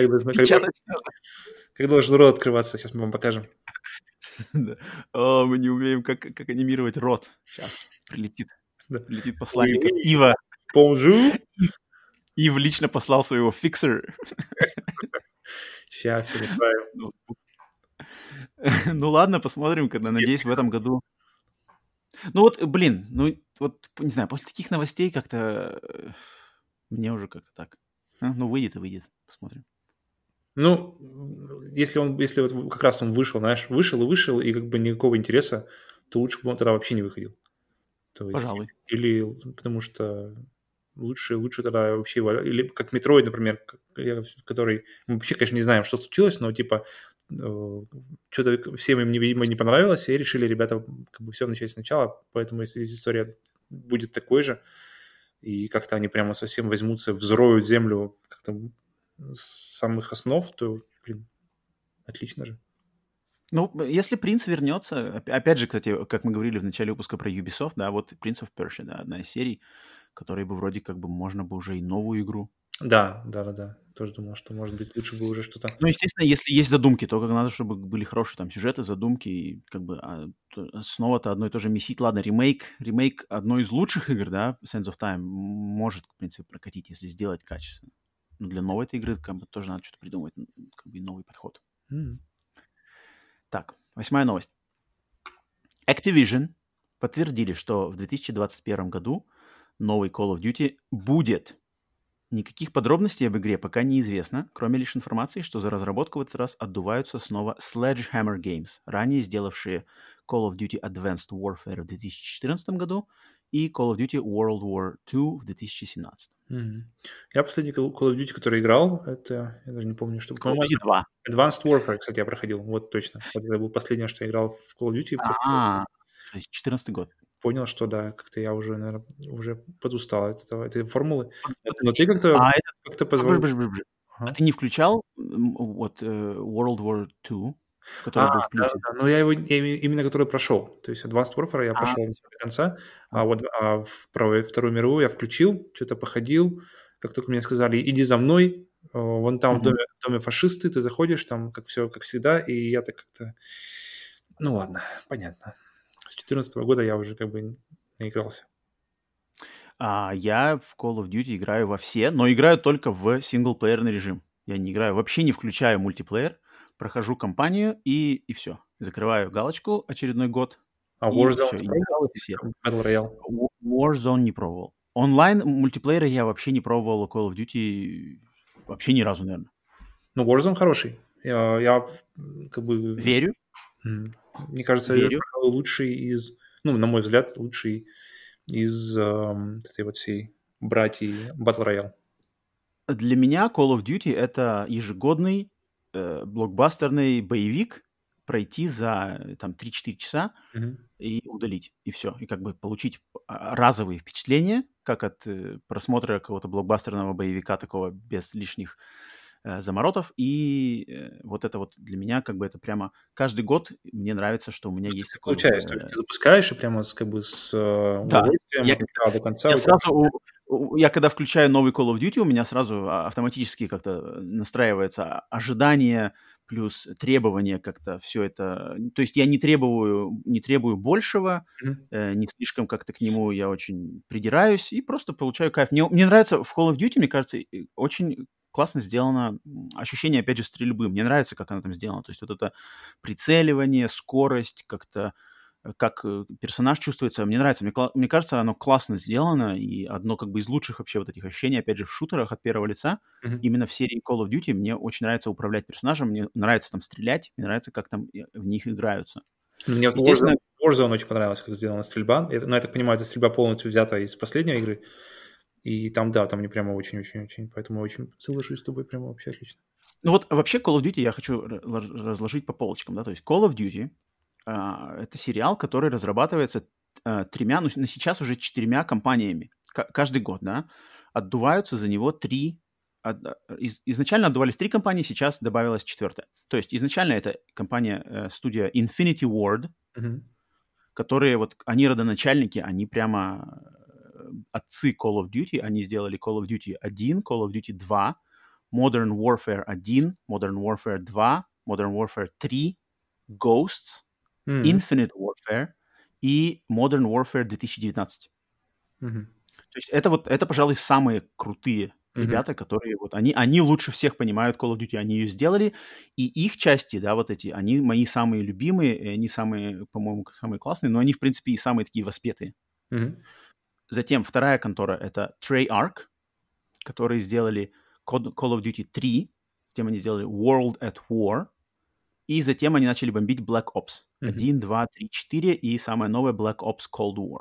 Как должен рот открываться, сейчас мы вам покажем. Мы не умеем, как анимировать рот. Сейчас прилетит посланник Ива. Bonjour. Ив лично послал своего фиксера. Сейчас все направим. Ну ладно, посмотрим, надеюсь, в этом году. Ну вот, блин, не знаю, после таких новостей как-то мне уже как-то так. Ну, выйдет и выйдет, посмотрим. Ну, если вот как раз он вышел, знаешь, вышел, и как бы никакого интереса, то лучше бы он тогда вообще не выходил. То есть, Пожалуй. Или потому что лучше тогда вообще его... Или как Metroid, например, который... Мы вообще, конечно, не знаем, что случилось, но типа что-то всем им, видимо, не понравилось, и решили ребята как бы все начать сначала. Поэтому если здесь история будет такой же, и как-то они прямо совсем возьмутся, взроют землю как-то с самых основ, то, блин, отлично же. Ну, если принц вернется, опять же, кстати, как мы говорили в начале выпуска про Ubisoft, да, вот Prince of Persia, да, одна из серий, которой бы вроде как бы можно бы уже и новую игру. Да. Тоже думал, что, может быть, лучше бы уже что-то... Ну, естественно, если есть задумки, то как надо, чтобы были хорошие там сюжеты, задумки, и как бы снова-то одно и то же месить. Ладно, ремейк одной из лучших игр, да, Sands of Time, может, в принципе, прокатить, если сделать качественно. Но для новой этой игры как бы тоже надо что-то придумать, как бы новый подход. Так, 8-я новость. Activision подтвердили, что в 2021 году новый Call of Duty будет. Никаких подробностей об игре пока неизвестно, кроме лишь информации, что за разработку в этот раз отдуваются снова Sledgehammer Games, ранее сделавшие Call of Duty Advanced Warfare в 2014 году и Call of Duty World War II в 2017. Я последний Call of Duty, который играл, это, я даже не помню, что... Call of Duty 2. Advanced Warfare, кстати, я проходил, вот точно. Это был последнее, что я играл в Call of Duty. То есть 2014 год. Понял, что да, как-то я уже, наверное, уже подустал от этой формулы. Но ты как-то позволил... А ты не включал вот World War II? который был в плюсе. Да-да-да. Но именно который прошел. То есть Advanced Warfare я прошел до конца, а вот Вторую мировую я включил, что-то походил. Как только мне сказали, иди за мной, вон там в доме фашисты, ты заходишь, там как все, как всегда, и я так как-то... Ну ладно, понятно. С 2014 года я уже как бы наигрался. Я в Call of Duty играю во все, но играю только в синглплеерный режим. Я не играю, вообще не включаю мультиплеер, прохожу кампанию и все. Закрываю галочку очередной год, А и Warzone все, ты играл пробовал? и все. Battle Royale? Warzone не пробовал. Онлайн мультиплеера я вообще не пробовал, Call of Duty вообще ни разу, наверное. Ну, Warzone хороший. Я как бы... Верю. Мне кажется, это, пожалуй, лучший из... Ну, на мой взгляд, лучший из этой вот всей братьей Battle Royale. Для меня Call of Duty — это ежегодный блокбастерный боевик, пройти за там 3-4 часа и удалить, и все. И как бы получить разовые впечатления, как от просмотра какого-то блокбастерного боевика такого без лишних заморотов. И вот это вот для меня как бы это прямо каждый год мне нравится, что у меня есть такой... Получается, то есть ты запускаешь и прямо с удовольствием я, от начала до конца. я сразу... Я когда включаю новый Call of Duty, у меня сразу автоматически как-то настраивается ожидание плюс требования как-то все это. То есть я не требую большего, не слишком как-то к нему я очень придираюсь и просто получаю кайф. Мне нравится в Call of Duty, мне кажется, очень классно сделано ощущение, опять же, стрельбы. Мне нравится, как она там сделана. То есть вот это прицеливание, скорость, как-то как персонаж чувствуется. Мне нравится. Мне кажется, оно классно сделано, и одно как бы из лучших вообще вот этих ощущений, опять же, в шутерах от первого лица. Именно в серии Call of Duty мне очень нравится управлять персонажем, мне нравится там стрелять, мне нравится, как там в них играются. Мне естественно... Warzone очень понравилось, как сделана стрельба. Но я так понимаю, эта стрельба полностью взята из последней игры. И там, да, там мне прямо очень-очень-очень, поэтому очень соглашусь с тобой, прямо вообще отлично. Ну вот вообще Call of Duty я хочу разложить по полочкам, да, то есть Call of Duty это сериал, который разрабатывается тремя, ну сейчас уже 4 компаниями каждый год, да, отдуваются за него 3. Изначально отдувались 3 компании, сейчас добавилась 4. То есть изначально это компания, студия Infinity Ward, которые вот, они родоначальники, они прямо отцы Call of Duty, они сделали Call of Duty 1, Call of Duty 2, Modern Warfare 1, Modern Warfare 2, Modern Warfare 3, Ghosts, Infinite Warfare и Modern Warfare 2019. То есть это, пожалуй, самые крутые ребята, которые вот они лучше всех понимают Call of Duty, они ее сделали, и их части, да, вот эти, они мои самые любимые, и они самые, по-моему, самые классные, но они, в принципе, и самые такие воспетые. Затем вторая контора — это Treyarch, которые сделали Call of Duty 3, затем они сделали World at War, и затем они начали бомбить Black Ops 1, 2, 3, 4 и самое новое Black Ops Cold War.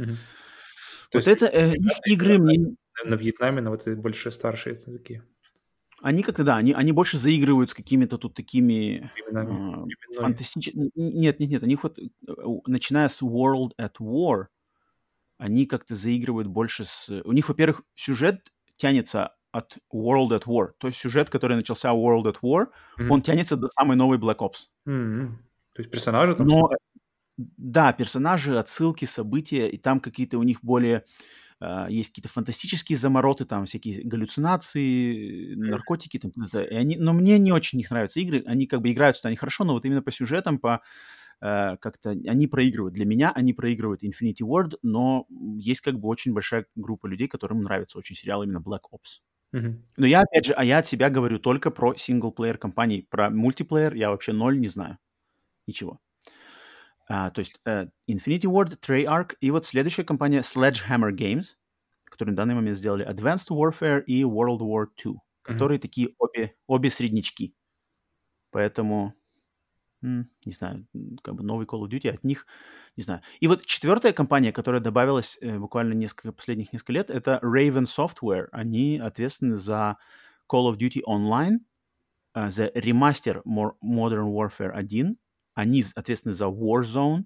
То вот это их игры мне... На Вьетнаме, на вот эти больше старшие такие. Они как-то, да, они больше заигрывают с какими-то тут такими фантастическими... Нет, они вот, начиная с World at War, они как-то заигрывают больше с... У них, во-первых, сюжет тянется от World at War. То есть сюжет, который начался World at War, он тянется до самой новой Black Ops. То есть персонажи там... Да, персонажи, отсылки, события, и там какие-то у них более... есть какие-то фантастические замороты, там всякие галлюцинации, наркотики. Там, но мне не очень их нравятся игры. Они как бы играются, они хорошо, но вот именно по сюжетам, как-то они проигрывают. Для меня они проигрывают Infinity Ward, но есть как бы очень большая группа людей, которым нравится очень сериал именно Black Ops. Но я, опять же, я от себя говорю только про синглплеер компании. Про мультиплеер я вообще ноль не знаю. Ничего. То есть Infinity Ward, Treyarch, и вот следующая компания Sledgehammer Games, которые на данный момент сделали Advanced Warfare и World War II, которые такие обе среднячки. Поэтому, не знаю, как бы новый Call of Duty от них, не знаю. И вот четвертая компания, которая добавилась буквально последних несколько лет, это Raven Software. Они ответственны за Call of Duty Online, за ремастер Modern Warfare 1, они ответственны за Warzone,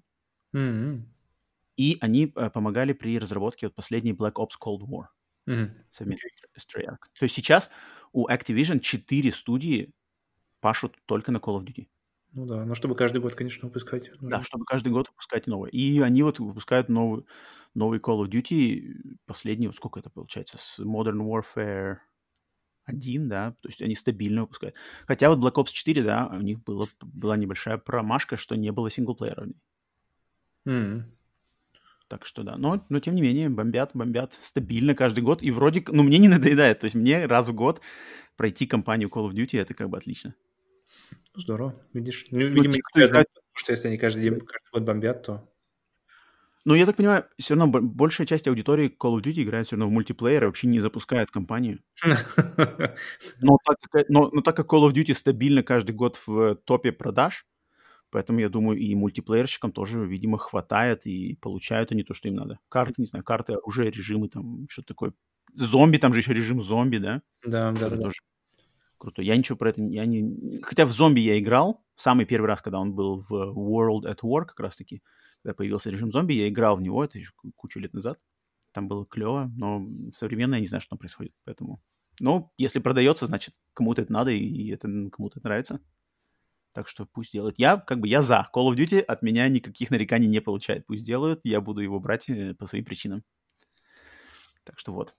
и они помогали при разработке вот последней Black Ops Cold War совместно с Treyarch. То есть сейчас у Activision 4 студии пашут только на Call of Duty. Ну да, но чтобы каждый год, конечно, выпускать Да, нужно. чтобы каждый год выпускать новое. И они вот выпускают новый Call of Duty, последний, вот сколько это получается, с Modern Warfare 1, да, то есть они стабильно выпускают. Хотя вот Black Ops 4, да, у них была небольшая промашка, что не было синглплеера в ней. М. Так что да, но тем не менее бомбят стабильно каждый год. И вроде, ну, мне не надоедает. То есть мне раз в год пройти кампанию Call of Duty, это как бы отлично. Ну, здорово, видишь. Ну, Ну, видимо, те, не кто каждый играет... год, потому что если они каждый год бомбят, то... Ну, я так понимаю, все равно большая часть аудитории Call of Duty играет все равно в мультиплеер и вообще не запускает кампанию. Но так как Call of Duty стабильно каждый год в топе продаж, поэтому я думаю, и мультиплеерщикам тоже, видимо, хватает, и получают они то, что им надо. Карты, не знаю, карты, оружие, режимы, там, что-то такое. Зомби, там же еще режим зомби, да, Да, да, который да. тоже крутой. Я ничего про это, я не... Хотя в зомби я играл, самый первый раз, когда он был в World at War, как раз-таки, когда появился режим зомби, я играл в него, это еще кучу лет назад. Там было клево, но современно я не знаю, что там происходит, поэтому... Но если продается, значит, кому-то это надо, и это кому-то это нравится. Так что пусть делают. Я за. Call of Duty от меня никаких нареканий не получает. Пусть делают, я буду его брать по своим причинам. Так что вот.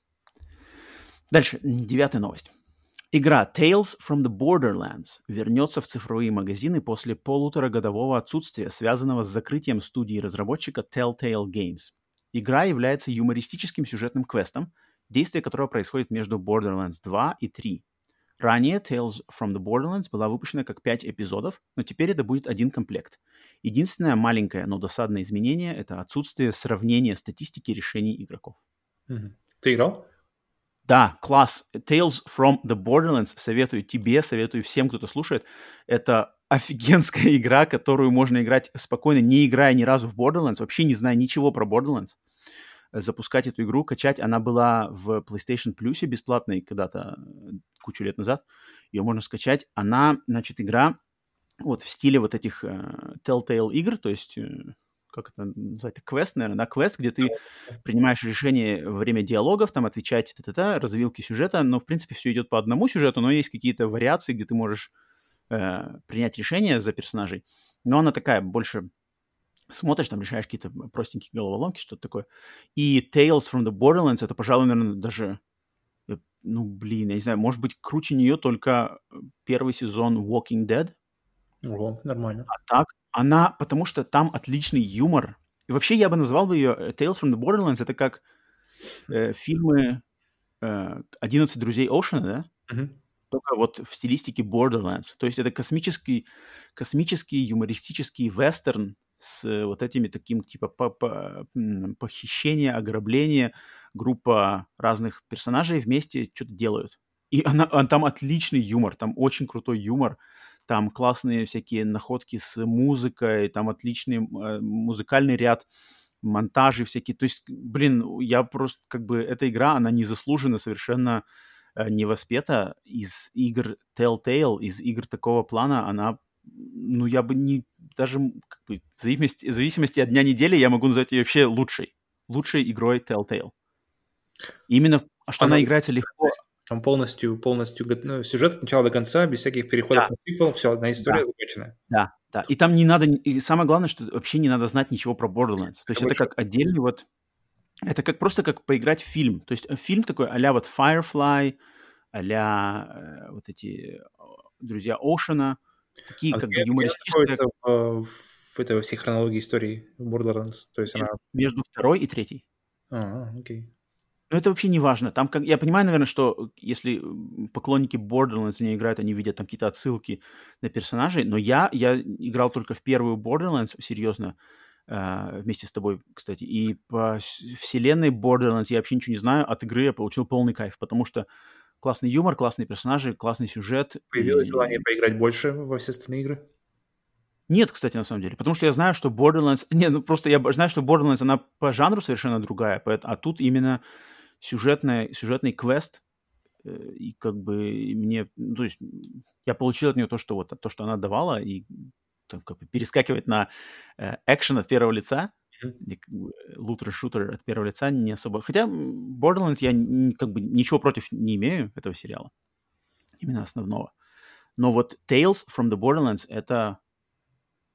Дальше, 9-я новость. Игра Tales from the Borderlands вернется в цифровые магазины после полуторагодового отсутствия, связанного с закрытием студии разработчика Telltale Games. Игра является юмористическим сюжетным квестом, действие которого происходит между Borderlands 2 и 3. Ранее Tales from the Borderlands была выпущена как 5 эпизодов, но теперь это будет один комплект. Единственное маленькое, но досадное изменение — это отсутствие сравнения статистики решений игроков. Мгм. Ты играл? Да, класс. Tales from the Borderlands советую тебе, советую всем, кто-то слушает. Это офигенская игра, которую можно играть спокойно, не играя ни разу в Borderlands, вообще не зная ничего про Borderlands. Запускать эту игру, качать. Она была в PlayStation Plus бесплатной когда-то кучу лет назад. Ее можно скачать. Она, значит, игра вот в стиле вот этих Telltale игр, то есть как это называется, квест, наверное, да, квест, где ты принимаешь решение во время диалогов, там отвечать, развилки сюжета, но, в принципе, все идет по одному сюжету, но есть какие-то вариации, где ты можешь принять решение за персонажей, но она такая больше смотришь, там решаешь какие-то простенькие головоломки, что-то такое. И Tales from the Borderlands — это, пожалуй, наверное, даже, ну, блин, я не знаю, может быть, круче нее только первый сезон Walking Dead. Ого, нормально. А так, она, потому что там отличный юмор. И вообще я бы назвал бы ее Tales from the Borderlands, это как фильмы 11 друзей Оушена, да? Мгм. Только вот в стилистике Borderlands. То есть это космический юмористический вестерн с вот этими таким типа похищение, ограбление, группа разных персонажей вместе что-то делают. И там отличный юмор, там очень крутой юмор, там классные всякие находки с музыкой, там отличный музыкальный ряд, монтажи всякие. То есть, блин, я просто как бы эта игра, она незаслуженно совершенно не воспета из игр Telltale, из игр такого плана, она, ну, я бы не, даже как бы, в зависимости от дня недели я могу назвать ее вообще лучшей игрой Telltale. Именно, что Она она играется легко. там полностью сюжет от начала до конца, без всяких переходов Да, на сиквел, все, одна да, история закончена. да. И там не надо, и самое главное, что вообще не надо знать ничего про Borderlands. То Это есть это больше как отдельный вот, это как просто как поиграть в фильм. То есть фильм такой а-ля вот Firefly, а-ля вот эти друзья Оушена, такие А как бы где она юмористические находится в этой во всей хронологии истории Borderlands? То есть она... между второй и третьей. Окей. Но это вообще не важно. Там, как, я понимаю, наверное, что если поклонники Borderlands в нее играют, они видят там какие-то отсылки на персонажей, но я играл только в первую Borderlands, серьезно, вместе с тобой, кстати, и по вселенной Borderlands я вообще ничего не знаю, от игры я получил полный кайф, потому что классный юмор, классные персонажи, классный сюжет. Появилось желание поиграть больше во все остальные игры? Нет, кстати, на самом деле. Потому что я знаю, что Borderlands... Не, ну просто я знаю, что Borderlands, она по жанру совершенно другая, а тут именно сюжетный квест, и как бы мне... Ну, то есть я получил от нее то, что вот то, что она давала, и там, как бы перескакивать на экшен от первого лица, Мгм. и, как бы, лутер-шутер от первого лица не особо... Хотя Borderlands я как бы ничего против не имею этого сериала, именно основного. Но вот Tales from the Borderlands — это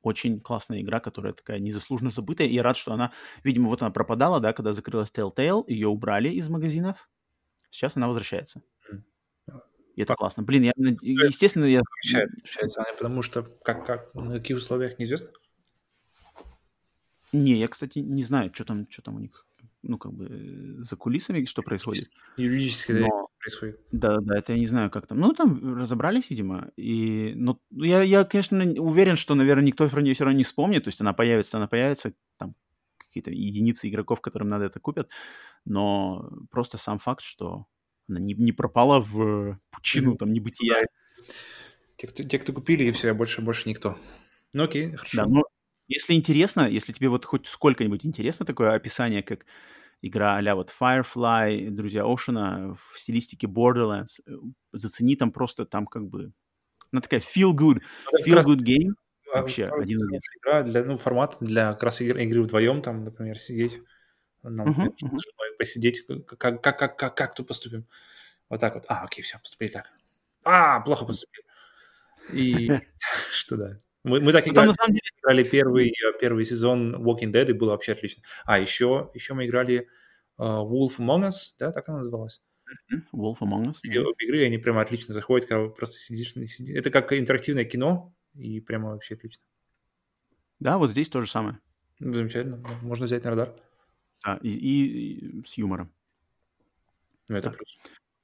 очень классная игра, которая такая незаслуженно забытая. И я рад, что она, видимо, вот она пропадала, да, когда закрылась Telltale, ее убрали из магазинов. Сейчас она возвращается. И это классно. Блин, естественно, я... Возвращается она, потому что на каких условиях неизвестно? Не, я, кстати, не знаю, что там у них, ну, как бы, за кулисами, что происходит. Юридически Но... происходит. Да, это я не знаю, как там. Ну, там разобрались, видимо. Но я, конечно, уверен, что, наверное, никто про нее все равно не вспомнит. То есть она появится, там какие-то единицы игроков, которым надо это купят. Но просто сам факт, что она не пропала в пучину там небытия. Те, кто купили, и все, больше никто. Ну окей, хорошо. Да, но если интересно, если тебе вот хоть сколько-нибудь интересно такое описание, как игра а-ля вот Firefly, Друзья Оушена в стилистике Borderlands, зацени там просто, там как бы... Она такая feel-good game. Вообще, один из. Игра для, формат для как раз игры вдвоем, там, например, сидеть, например, с женой посидеть, как тут поступим? Вот так вот. Окей, все, поступили так. Плохо поступили. И что да. Мы так играли первый сезон Walking Dead, и было вообще отлично. Еще мы играли Wolf Among Us, да, так она называлась? Wolf Among Us. Игры, они прямо отлично заходят, когда просто сидишь. Это как интерактивное кино, и прямо вообще отлично. Да, вот здесь то же самое. Замечательно. Можно взять на радар. Да, и с юмором. Это плюс.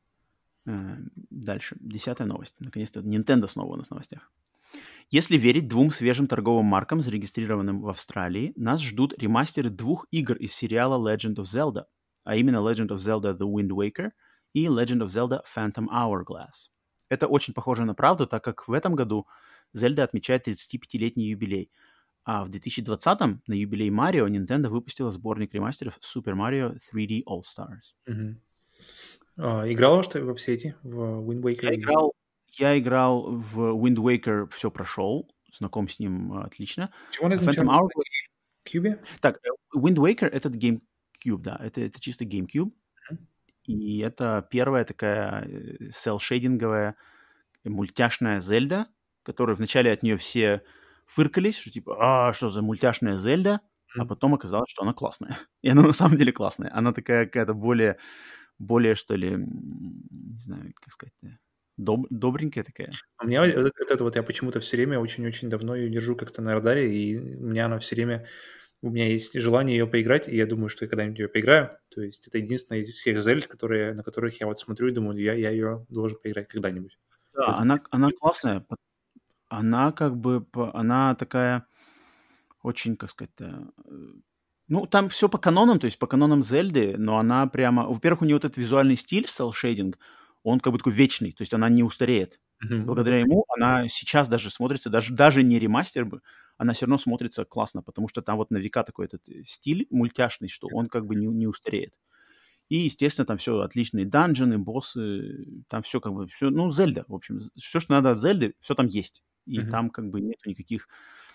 Дальше. 10-я новость. Наконец-то Nintendo снова у нас в новостях. Если верить двум свежим торговым маркам, зарегистрированным в Австралии, нас ждут ремастеры 2 игр из сериала Legend of Zelda, а именно Legend of Zelda The Wind Waker и Legend of Zelda Phantom Hourglass. Это очень похоже на правду, так как в этом году Zelda отмечает 35-летний юбилей, а в 2020-м на юбилей Марио Nintendo выпустила сборник ремастеров Super Mario 3D All Stars. Играл что во все эти? В Wind Waker? Я играл в Wind Waker, все прошел, знаком с ним отлично. Чего он изначально? Phantom Hourglass... Cube? Так, Wind Waker — это GameCube, да, это чисто GameCube. И это первая такая селл-шейдинговая мультяшная Зельда, которую вначале от нее все фыркались, что типа, что за мультяшная Зельда, а потом оказалось, что она классная. И она на самом деле классная. Она такая какая-то более, что ли, не знаю, как сказать, добренькая такая. У меня это вот я почему-то все время очень-очень давно ее держу как-то на радаре, и у меня есть желание ее поиграть, и я думаю, что я когда-нибудь ее поиграю. То есть это единственная из всех Зельд, на которых я вот смотрю и думаю, я ее должен поиграть когда-нибудь. Да, она классная. Она как бы, она такая очень, как сказать, ну, там все по канонам, то есть по канонам Зельды, но она прямо... Во-первых, у нее вот этот визуальный стиль, селл-шейдинг, он как бы такой вечный, то есть она не устареет. Благодаря ему она сейчас даже смотрится, даже не ремастер бы, она все равно смотрится классно, потому что там вот на века такой этот стиль мультяшный, что он как бы не устареет. И, естественно, там все отличные данжены, боссы, там все как бы, все, ну, Зельда, в общем, все, что надо от Зельды, все там есть. И там как бы нет никаких,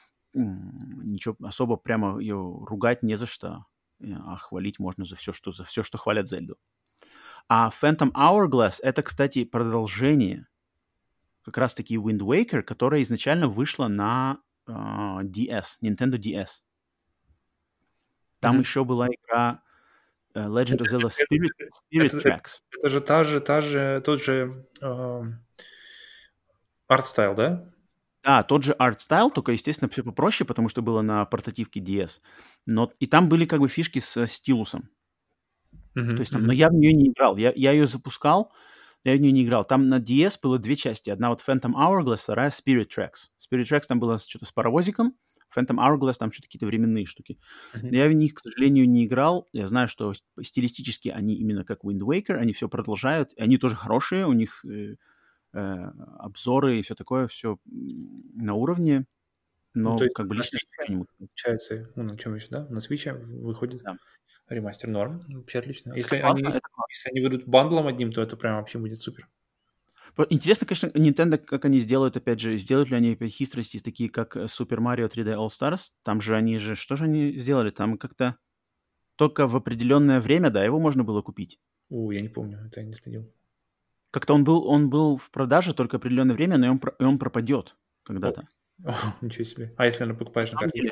ничего особо прямо ее ругать не за что, а хвалить можно за все, что хвалят Зельду. А Phantom Hourglass — это, кстати, продолжение как раз-таки Wind Waker, которая изначально вышла на DS, Nintendo DS. Там еще была игра Legend of Zelda Spirit Tracks. Это же тот же арт-стайл, да? Да, тот же арт-стайл, только, естественно, все попроще, потому что было на портативке DS. Но и там были как бы фишки с стилусом. То есть там, но я в нее не играл. Я ее запускал, я в нее не играл. Там на DS было 2 части. Одна вот Phantom Hourglass, вторая Spirit Tracks. Spirit Tracks там было что-то с паровозиком, Phantom Hourglass там что-то какие-то временные штуки. Но я в них, к сожалению, не играл. Я знаю, что стилистически они именно как Wind Waker, они все продолжают. И они тоже хорошие, у них обзоры и все такое, все на уровне. Но то есть как бы лично не получается, на чем еще, да? На Switch выходит ремастер норм. Вообще отлично. Если они выйдут бандлом одним, то это прям вообще будет супер. Интересно, конечно, Nintendo, как они сделают, опять же, сделают ли они опять хитрости, такие как Super Mario 3D All Stars. Там же что же они сделали? Там как-то только в определенное время, да, его можно было купить. Я не помню, это я не следил. Как-то он был в продаже только определенное время, но и он пропадет когда-то. Ничего себе. А если она покупаешь На на самом карте? деле,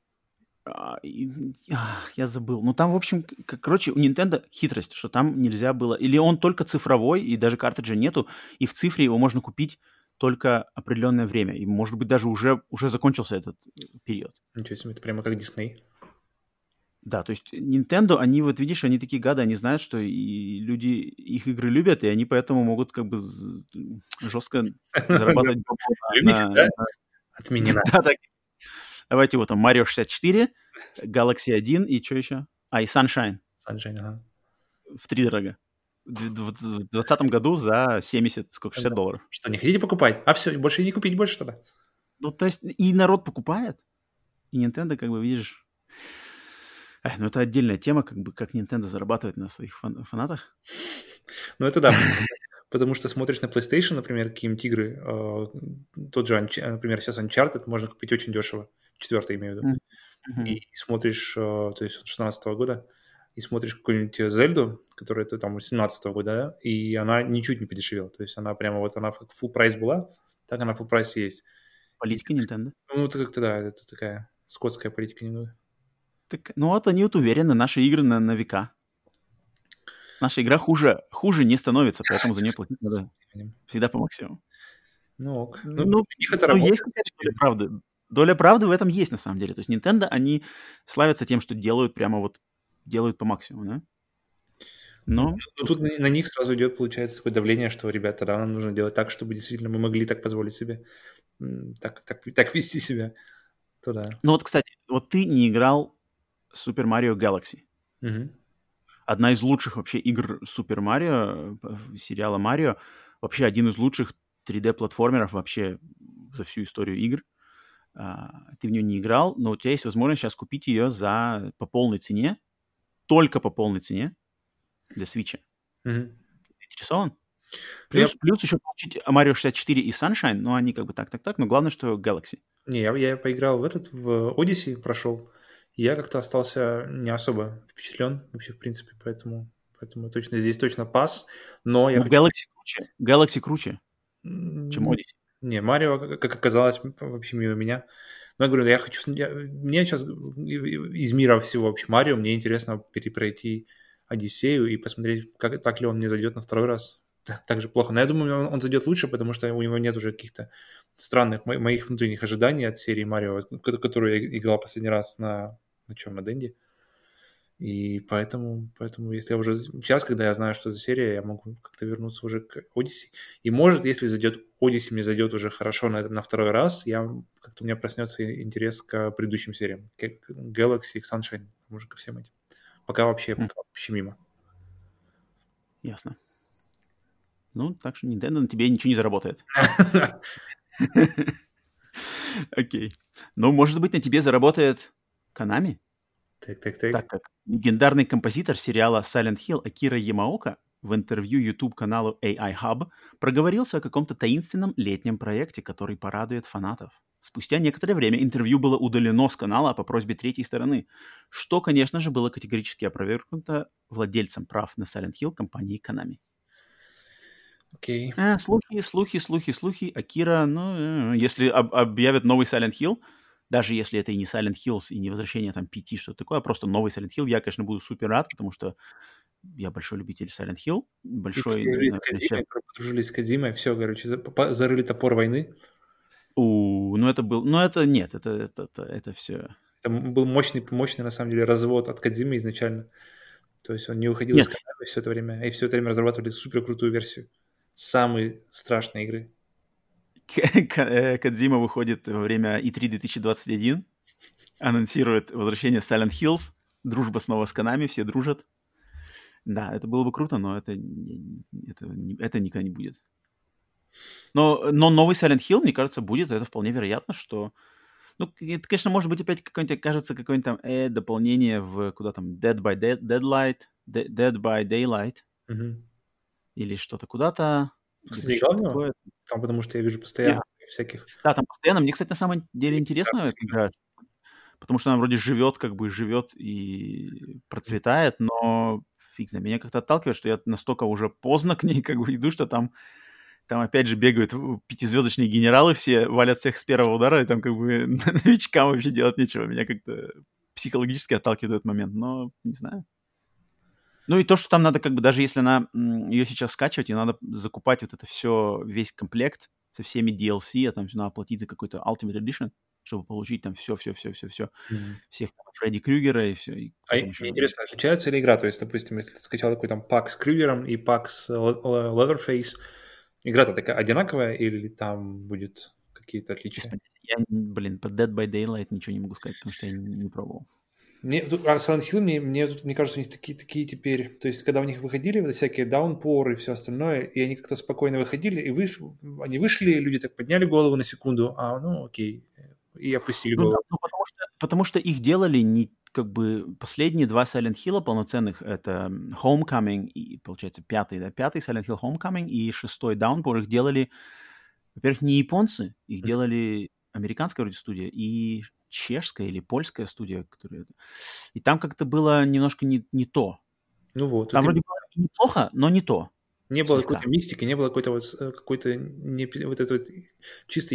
я забыл. Ну, там, в общем, короче, у Nintendo хитрость, что там нельзя было... Или он только цифровой, и даже картриджа нету, и в цифре его можно купить только определенное время. И, может быть, даже уже закончился этот период. Ничего себе, это прямо как Дисней. Да, то есть Nintendo, они, вот видишь, они такие гады, они знают, что и люди их игры любят, и они поэтому могут как бы жестко зарабатывать бабло Любите, да? на... Отменено. Да, так. Давайте вот там Mario 64, Galaxy 1 и что еще? И Sunshine Sunshine, ага. втридорога. В 2020 году за 70, сколько, Да. $60. Что, не хотите покупать? А все, больше и не купить больше тогда. Ну, то есть и народ покупает, и Nintendo, как бы, видишь... Ну, это отдельная тема, как бы, как Nintendo зарабатывает на своих фанатах. Ну, это да, потому что смотришь на PlayStation, например, какие-нибудь игры, тот же, например, сейчас Uncharted можно купить очень дешево, 4 имею в виду, Мгм. и смотришь, то есть от 16 года, и смотришь какую-нибудь Зельду, которая это там 17 года, да, и она ничуть не подешевела, то есть она прямо вот, она как full прайс была, так она full прайс и есть. И, Политика Nintendo. ну, это как-то, да, это такая скотская политика немного. Так, ну вот они вот уверены, наши игры на века. Наша игра хуже не становится, поэтому за нее платить надо всегда по максимуму. Ну, ок. Ну, Ну, у них это но есть работает. какая-то доля правды. Доля правды в этом есть на самом деле. То есть Nintendo, они славятся тем, что делают прямо вот, делают по максимуму, да? Ну, Но тут тут на них сразу идет, получается, такое давление, что, ребята, да, нам нужно делать так, чтобы действительно мы могли так позволить себе так вести себя. То да. Ну вот, кстати, вот ты не играл Super Mario Galaxy. Мгм. Одна из лучших вообще игр Super Mario, сериала Марио. Вообще один из лучших 3D-платформеров вообще за всю историю игр. Ты в нее не играл, но у тебя есть возможность сейчас купить ее по полной цене, только по полной цене для Switch. Мгм. Заинтересован? Ну, Плюс еще получить Mario 64 и Sunshine, но они как бы так, но главное, что Galaxy. я поиграл в Odyssey, прошел, и я как-то остался не особо впечатлен вообще, в принципе, поэтому точно здесь точно пас, но я Ну, хочу... Galaxy круче, чем М, Odyssey. Не, Марио, как оказалось, вообще мимо меня. Но я говорю, мне сейчас из мира всего вообще Марио, мне интересно перепройти Одиссею и посмотреть, так ли он мне зайдет на второй раз. Так же плохо. Но я думаю, он зайдет лучше, потому что у него нет уже каких-то странных моих внутренних ожиданий от серии Марио, которую я играл последний раз на чем, на Денди. И поэтому, если я уже сейчас, когда я знаю, что за серия, я могу как-то вернуться уже к Odyssey. И может, если зайдет Odyssey, мне зайдет уже хорошо на второй раз, как-то у меня проснется интерес к предыдущим сериям, к Galaxy, к Sunshine, уже ко всем этим. Пока вообще мимо. Ясно. Ну, так что Nintendo на тебе ничего не заработает. Окей. Ну, может быть, на тебе заработает Konami? Так. Так как легендарный композитор сериала Silent Hill Акира Ямаока в интервью YouTube-каналу AI Hub проговорился о каком-то таинственном летнем проекте, который порадует фанатов. Спустя некоторое время интервью было удалено с канала по просьбе третьей стороны, что, конечно же, было категорически опровергнуто владельцем прав на Silent Hill компанией Konami. Окей. Слухи. Акира, ну, если объявят новый Silent Hill, даже если это и не Silent Hills, и не возвращение там 5, что-то такое, а просто новый Silent Hill, я, конечно, буду супер рад, потому что я большой любитель Silent Hill, И большой... наверное, подружились с Кодзимой, все, короче, зарыли топор войны. Ну это был... Ну это нет, это все... Это был мощный, на самом деле, развод от Кодзимы изначально. То есть он не уходил из Нет, Konami все это время, и все это время разрабатывали супер крутую версию самой страшной игры. Кодзима выходит во время E3 2021, анонсирует возвращение Silent Hills, дружба снова с Konami, все дружат. Да, это было бы круто, но это никогда не будет. Но новый Silent Hill, мне кажется, будет. Это вполне вероятно, что... Ну, это, конечно, может быть опять какое-нибудь, кажется, какое-нибудь там дополнение в куда там Dead by Daylight Мгм. или что-то куда-то. Кстати, Или играл что-то в него? такое. Там, потому что я вижу Не, постоянно всяких... да, там постоянно. Мне, кстати, на самом деле интересно эта игра, потому что она вроде живет и процветает, но фиг знает. Меня как-то отталкивает, что я настолько уже поздно к ней как бы иду, что там там опять же бегают пятизвездочные генералы все, валят всех с первого удара, и там как бы новичкам вообще делать нечего. Меня как-то психологически отталкивает этот момент, но не знаю. Ну и то, что там надо как бы, даже если ее сейчас скачивать, и надо закупать вот это все, весь комплект со всеми DLC, а там все надо платить за какой-то Ultimate Edition, чтобы получить там все, всех там Фредди Крюгера и все. И Мне интересно, отличается ли игра? То есть, допустим, если ты скачал какой-то там пак с Крюгером и пак с Leatherface, игра-то такая одинаковая или там будет какие-то отличия? Я, по Dead by Daylight ничего не могу сказать, потому что я не пробовал. Silent Hill, мне кажется, у них такие теперь... То есть, когда у них выходили вот всякие Downpour и все остальное, и они как-то спокойно выходили, и они вышли, люди так подняли голову на секунду, окей, и опустили голову. Да, потому что их делали не как бы последние два Silent Hill полноценных, это Homecoming и, получается, пятый Silent Hill Homecoming и шестой Downpour, их делали, во-первых, не японцы, их делали американская вроде студия и чешская или польская студия, которая... И там как-то было немножко не то. Ну вот. Там вроде было неплохо, но не то. Не было какой-то мистики, не было какой-то вот этой чисто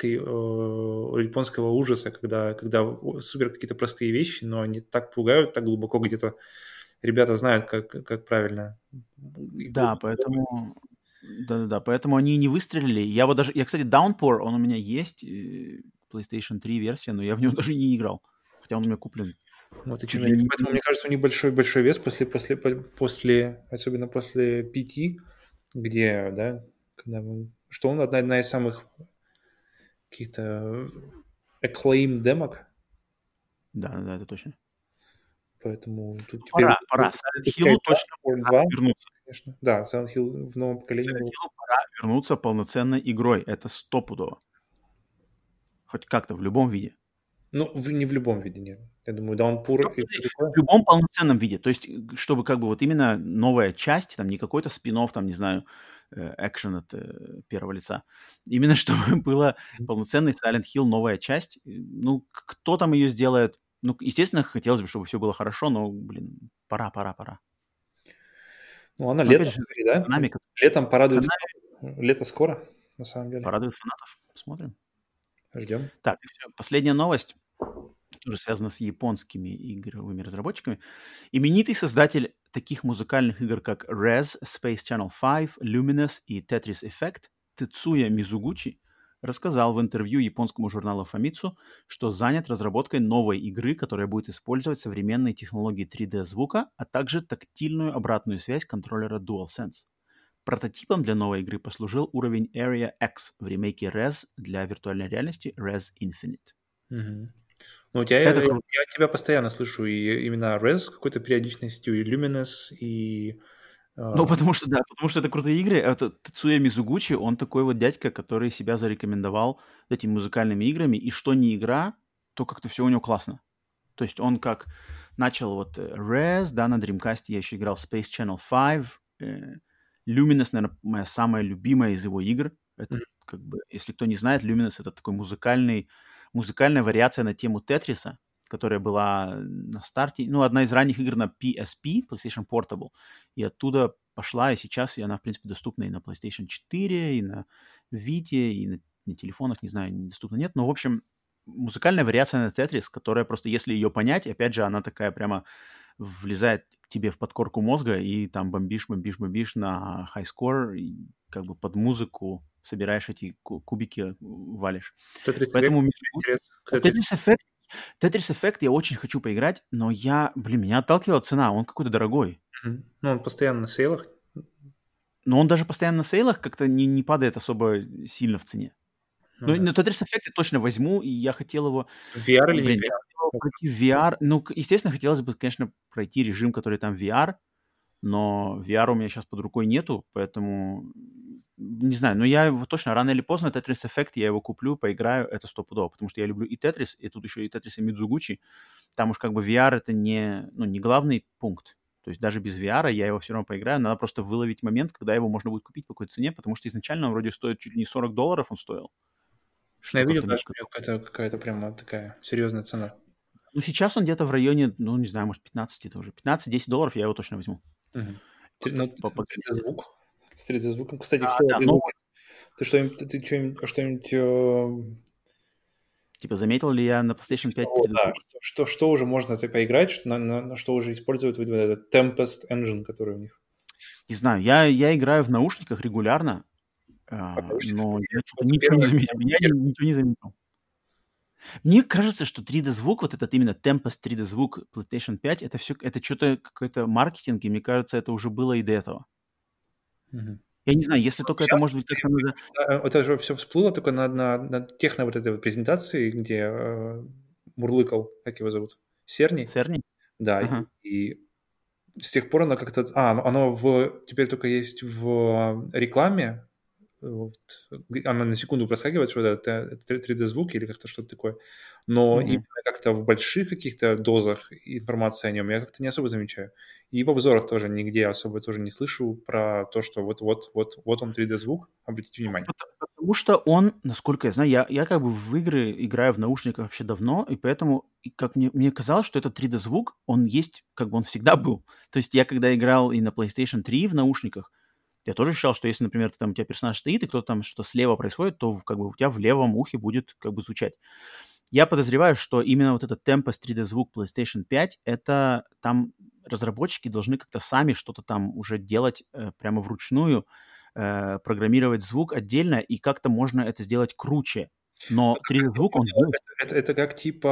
японского ужаса, когда супер какие-то простые вещи, но они так пугают, так глубоко где-то ребята знают, как правильно. Да, поэтому... Да, поэтому они не выстрелили. Я, кстати, Downpour, он у меня есть, PlayStation 3 версия, но я в него даже не играл, хотя он у меня куплен. Вот, поэтому, мне кажется, у них большой вес особенно после PT, где, да, что он одна из самых каких-то acclaim демок. Да, это точно. Поэтому тут пора. Silent Hill точно пора вернуться. Конечно. Да, Silent Hill в новом поколении. Silent Hill пора вернуться полноценной игрой. Это стопудово. Хоть как-то, в любом виде. Ну, не в любом виде, нет. Я думаю, Downpour... В любом полноценном виде. То есть, чтобы как бы вот именно новая часть, там не какой-то спин-офф, там, не знаю, экшен от первого лица. Именно чтобы была полноценный Silent Hill новая часть. Ну, кто там ее сделает? Ну, естественно, хотелось бы, чтобы все было хорошо, но, пора. Ну, она летом, да? Летом порадует. Лето скоро, на самом деле. Порадует фанатов. Посмотрим. Ждем. Так, последняя новость, тоже связана с японскими игровыми разработчиками. Именитый создатель таких музыкальных игр, как Rez, Space Channel 5, Luminous и Tetris Effect, Тецуя Мизугучи, рассказал в интервью японскому журналу Famitsu, что занят разработкой новой игры, которая будет использовать современные технологии 3D-звука, а также тактильную обратную связь контроллера DualSense. Прототипом для новой игры послужил уровень Area X в ремейке Rez для виртуальной реальности Rez Infinite. Ну, я тебя постоянно слышу, и именно Rez с какой-то периодичностью, и Luminous, и... Ну, потому что это крутые игры. Это Тецуя Мизугучи, он такой вот дядька, который себя зарекомендовал этими музыкальными играми, и что не игра, то как-то все у него классно. То есть он как начал вот Rez, да, на Dreamcast я еще играл Space Channel 5, Luminous, наверное, моя самая любимая из его игр. Это как бы, если кто не знает, Luminous — это такой музыкальная вариация на тему Тетриса, которая была на старте, ну, одна из ранних игр на PSP, PlayStation Portable, и оттуда пошла, и сейчас она, в принципе, доступна и на PlayStation 4, и на Vita, и на телефонах, не знаю, недоступна нет, но, в общем, музыкальная вариация на Тетрис, которая просто, если ее понять, опять же, она такая прямо влезает к тебе в подкорку мозга, и там бомбишь на high score, и как бы под музыку собираешь эти кубики, валишь. Поэтому Tetris Effect я очень хочу поиграть, но меня отталкивала цена, он какой-то дорогой. Ну, он постоянно на сейлах. Но он даже постоянно на сейлах как-то не падает особо сильно в цене. Но Tetris Effect я точно возьму, и я хотел его... VR или не VR? Пройти VR. Ну, естественно, хотелось бы, конечно, пройти режим, который там VR, но VR у меня сейчас под рукой нету, поэтому не знаю, но я его точно рано или поздно, Tetris Effect, я его куплю, поиграю, это стопудово, потому что я люблю и Tetris, и тут еще и Tetris и Мидзугучи. Там уж как бы VR это не главный пункт. То есть даже без VR я его все равно поиграю, надо просто выловить момент, когда его можно будет купить по какой-то цене, потому что изначально он вроде стоит чуть ли не $40 он стоил. Я видел, да, что какая-то прямо такая серьезная цена. Ну, сейчас он где-то в районе, ну, не знаю, может, 15 это уже. $15-10 я его точно возьму. Звук. С 3D-звуком. Кстати, Ты что-нибудь Типа, заметил ли я на PlayStation 5 3D да, звук? что уже можно поиграть, на что уже используют вот этот Tempest Engine, который у них. Не знаю, я играю в наушниках регулярно, А в наушниках но я что-то это ничего не заметил. Я ничего не заметил. Мне кажется, что 3D-звук, вот этот именно Tempest 3D-звук PlayStation 5, это все, это что-то какой-то маркетинг, и мне кажется, это уже было и до этого. Мгм. Я не знаю, если только это Щас может быть как-то надо... это же все всплыло только на техно вот этой вот презентации, где мурлыкал, как его зовут, Серни. Сэрни? Да, Ага. и с тех пор оно как-то... оно теперь только есть в рекламе. Вот, она на секунду проскакивает, что это 3D-звук или как-то что-то такое. Но Мгм. именно как-то в больших каких-то дозах информации о нем я как-то не особо замечаю. И в обзорах тоже нигде особо тоже не слышу про то, что вот он 3D-звук, обратите внимание. Потому что он, насколько я знаю, я как бы в игры играю в наушниках вообще давно, и поэтому, и как мне казалось, что этот 3D-звук, он есть, как бы он всегда был. То есть я когда играл и на PlayStation 3 в наушниках, я тоже считал, что если, например, у тебя персонаж стоит, и кто-то там что-то слева происходит, то как бы у тебя в левом ухе будет как бы звучать. Я подозреваю, что именно вот этот Tempest 3D-звук PlayStation 5, это там разработчики должны как-то сами что-то там уже делать прямо вручную, программировать звук отдельно, и как-то можно это сделать круче. Но 3D-звук, он есть. Это как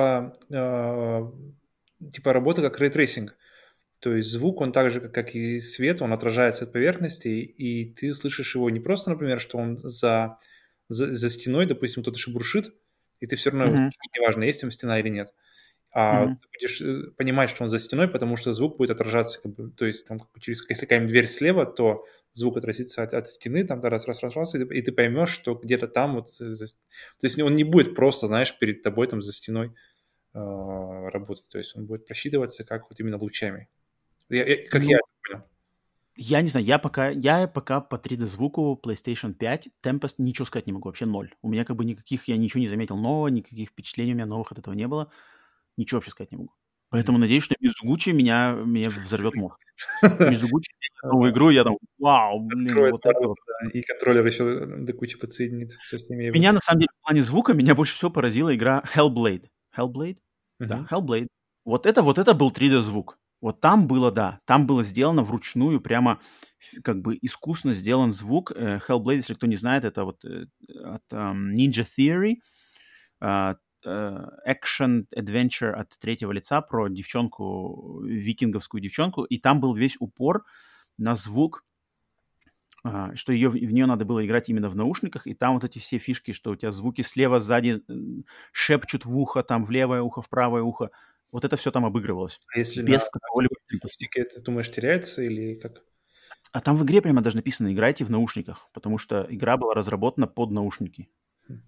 типа работа как рейтрейсинг. То есть звук, он так же, как и свет, он отражается от поверхности, и ты слышишь его не просто, например, что он за стеной, допустим, кто-то шебуршит, и ты все равно его Мгм, слышишь, неважно, есть там стена или нет. А мгм. ты будешь понимать, что он за стеной, потому что звук будет отражаться, как бы, то есть там если какая-нибудь дверь слева, то звук отразится от стены, там раз, и ты поймешь, что где-то там вот... То есть он не будет просто, знаешь, перед тобой там за стеной работать, то есть он будет просчитываться как вот именно лучами. Как я Ну, это понял. я не знаю, я пока по 3D-звуку PlayStation 5 Tempest ничего сказать не могу, вообще ноль. У меня как бы я ничего не заметил нового, никаких впечатлений у меня новых от этого не было. Ничего вообще сказать не могу. Мгм. Поэтому надеюсь, что Мизугучи меня взорвет мозг. Мизугучи сделает новую игру, и я там: «Вау, блин, Откроет вот это ворота, вот». да, и контроллер еще до кучи подсоединит со всеми его. Меня, на самом деле, в плане звука меня больше всего поразила игра Hellblade. Hellblade? Да, Мгм. Hellblade. Вот это был 3D-звук. Вот там было, да, там было сделано вручную, прямо как бы искусно сделан звук. Hellblade, если кто не знает, это вот от Ninja Theory, экшен-адвенчер от третьего лица про девчонку, викинговскую девчонку, и там был весь упор на звук, что в нее надо было играть именно в наушниках, и там вот эти все фишки, что у тебя звуки слева, сзади шепчут в ухо, там в левое ухо, в правое ухо. Вот это все там обыгрывалось. А если на Без какого-либо темпоста. акустике, ты думаешь, теряется или как? А там в игре прямо даже написано «играйте в наушниках», потому что игра была разработана под наушники. Хм.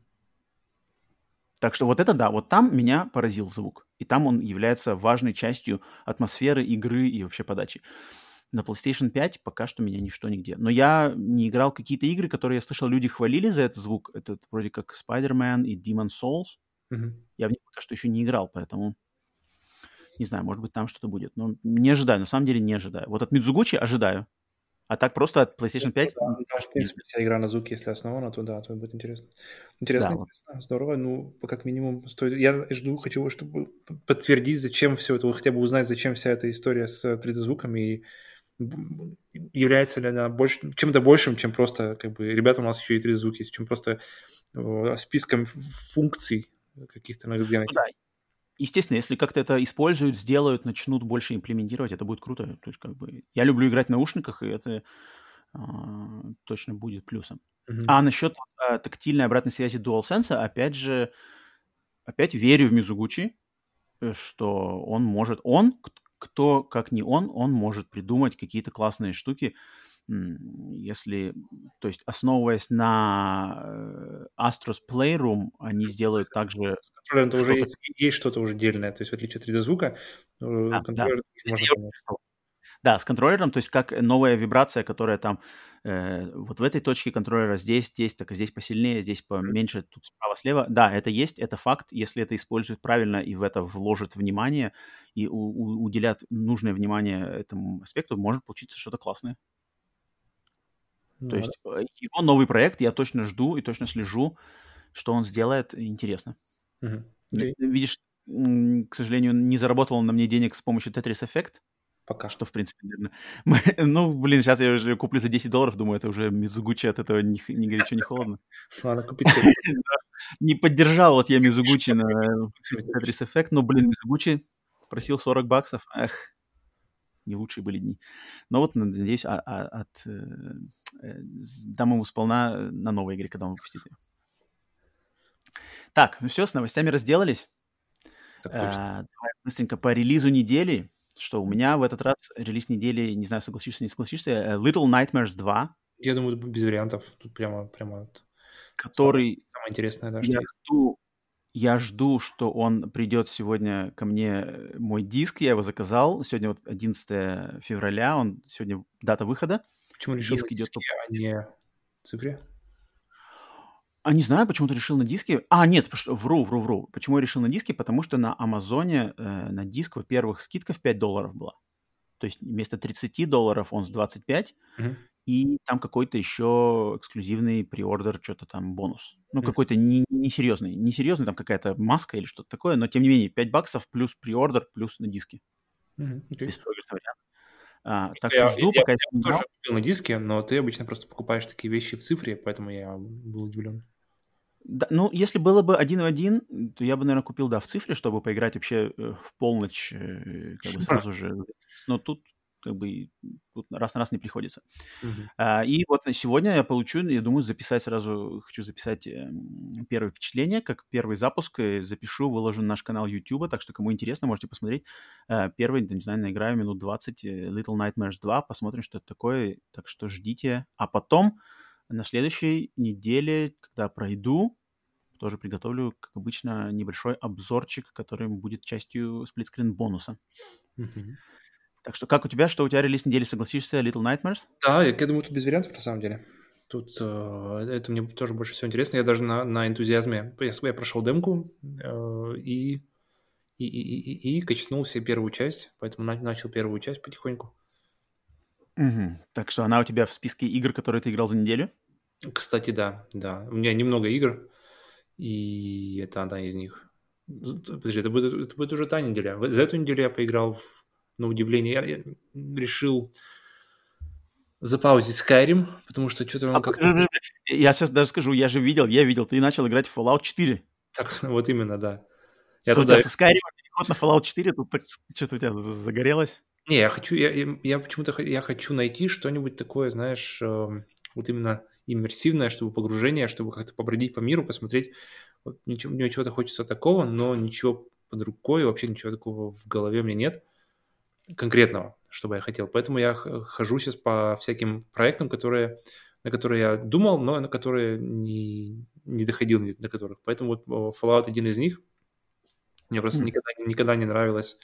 Так что вот это да, вот там меня поразил звук. И там он является важной частью атмосферы игры и вообще подачи. На PlayStation 5 пока что меня ничто нигде. Но я не играл в какие-то игры, которые я слышал, люди хвалили за этот звук. Это вроде как Spider-Man и Demon's Souls. Мгм. Я в них пока что еще не играл, поэтому не знаю, может быть, там что-то будет. Но не ожидаю, на самом деле не ожидаю. Вот от Мидзугучи ожидаю. А так просто от PlayStation Ну 5 да, ну там, пока в что нет. принципе, вся игра на звуке, если основана, то да, то будет интересно. Да, Интересно, вот. интересно, здорово. Ну, как минимум стоит... Я хочу, чтобы подтвердить, зачем все это, хотя бы узнать, зачем вся эта история с 3D-звуками и является ли она чем-то большим, чем просто, как бы, ребята, у нас еще и 3D-звук есть, чем просто списком функций каких-то next Ну да, gen. естественно, если как-то это используют, сделают, начнут больше имплементировать, это будет круто. То есть как бы я люблю играть в наушниках, и это точно будет плюсом. Мгм. А насчет тактильной обратной связи DualSense, опять же, опять верю в Мизугучи, что он может, кто, как не он может придумать какие-то классные штуки, если, то есть основываясь на Astros Playroom, они сделают также С контроллером-то уже что-то... есть что-то уже дельное, то есть в отличие от 3D-звука, Да, да. контроллер Это можно я уже понять. чувствовал. Да, с контроллером, то есть как новая вибрация, которая там вот в этой точке контроллера здесь, так здесь посильнее, здесь поменьше, тут справа-слева. Да, это есть, это факт. Если это используют правильно и в это вложат внимание и уделят нужное внимание этому аспекту, может получиться что-то классное. То Ну, есть его новый проект я точно жду и точно слежу, что он сделает, интересно. окей. Видишь, к сожалению, не заработал он на мне денег с помощью Tetris Effect, Пока. что, в принципе, наверно, ну, блин, сейчас я уже куплю за $10, думаю, это уже Мизугучи, от этого ни горячо, ни холодно. Надо купить себе. Не поддержал вот я Мизугучи на Почему-то обычно. Tetris Effect, но, блин, Мизугучи просил $40. Эх, не лучшие были дни. Но вот надеюсь, дам ему сполна на новой игре, когда он выпустит ее. Так, ну все, с новостями разделались. Так точно. Давай быстренько по релизу недели. Что у меня в этот раз релиз недели, не знаю, согласишься, не согласишься, Little Nightmares 2, Я думаю, без вариантов. Тут прямо вот самое, который самое интересное, да, что я есть. жду, я жду, что он придет сегодня ко мне, мой диск, я его заказал. Сегодня вот 11 февраля, сегодня дата выхода. Почему решил на Диск идет диске, только. а не цифре? Не знаю, почему ты решил на диске. Нет, вру. Почему я решил на диске? Потому что на Амазоне на диск, во-первых, скидка в $5 была. То есть вместо $30 он с 25, Мгм. и там какой-то еще эксклюзивный приордер, что-то там бонус. Ну, Мгм. какой-то несерьезный, там какая-то маска или что-то такое, но тем не менее $5 плюс приордер, плюс на диске. Окей. Беспроигрышный вариант. Так Просто что Я, жду, я, пока я я бы не тоже брал. купил на диске, но ты обычно просто покупаешь такие вещи в цифре, поэтому я был удивлен. Да, ну, если было бы один в один, то я бы, наверное, купил, да, в цифре, чтобы поиграть вообще в полночь, как бы сразу же. Но тут как бы тут раз на раз не приходится. Мгм. И вот на сегодня я думаю, хочу записать первое впечатление, как первый запуск, запишу, выложу на наш канал YouTube, так что кому интересно, можете посмотреть. Первый, не знаю, наиграю минут 20 Little Nightmares 2, посмотрим, что это такое, так что ждите. А потом на следующей неделе, когда пройду, тоже приготовлю, как обычно, небольшой обзорчик, который будет частью сплитскрин бонуса. Мгм. Так что как у тебя, что у тебя релиз недели, согласишься, Little Nightmares? Да, я думаю, тут без вариантов на самом деле. Тут это мне тоже больше всего интересно. Я даже на энтузиазме, я прошел демку и качнул себе первую часть, поэтому начал первую часть потихоньку. Мгм. Так что она у тебя в списке игр, которые ты играл за неделю? Кстати, да. У меня немного игр, и это одна из них. Подожди, это будет уже та неделя. За эту неделю я поиграл на удивление. Я решил запаузить Skyrim, потому что что-то он как-то... Подожди. Я сейчас даже скажу, я видел, ты начал играть в Fallout 4. Так, вот именно, да. Я Что у тебя туда... со Skyrim переход на Fallout 4, тут что-то у тебя загорелось? Не, я почему-то я хочу найти что-нибудь такое, знаешь, вот именно иммерсивное, чтобы погружение, чтобы как-то побродить по миру, посмотреть. Вот мне чего-то хочется такого, но ничего под рукой, вообще ничего такого в голове у меня нет конкретного, что бы я хотел. Поэтому я хожу сейчас по всяким проектам, на которые я думал, но на которые не доходил до которых. Поэтому вот Fallout один из них. Мне просто Хм. никогда не нравилось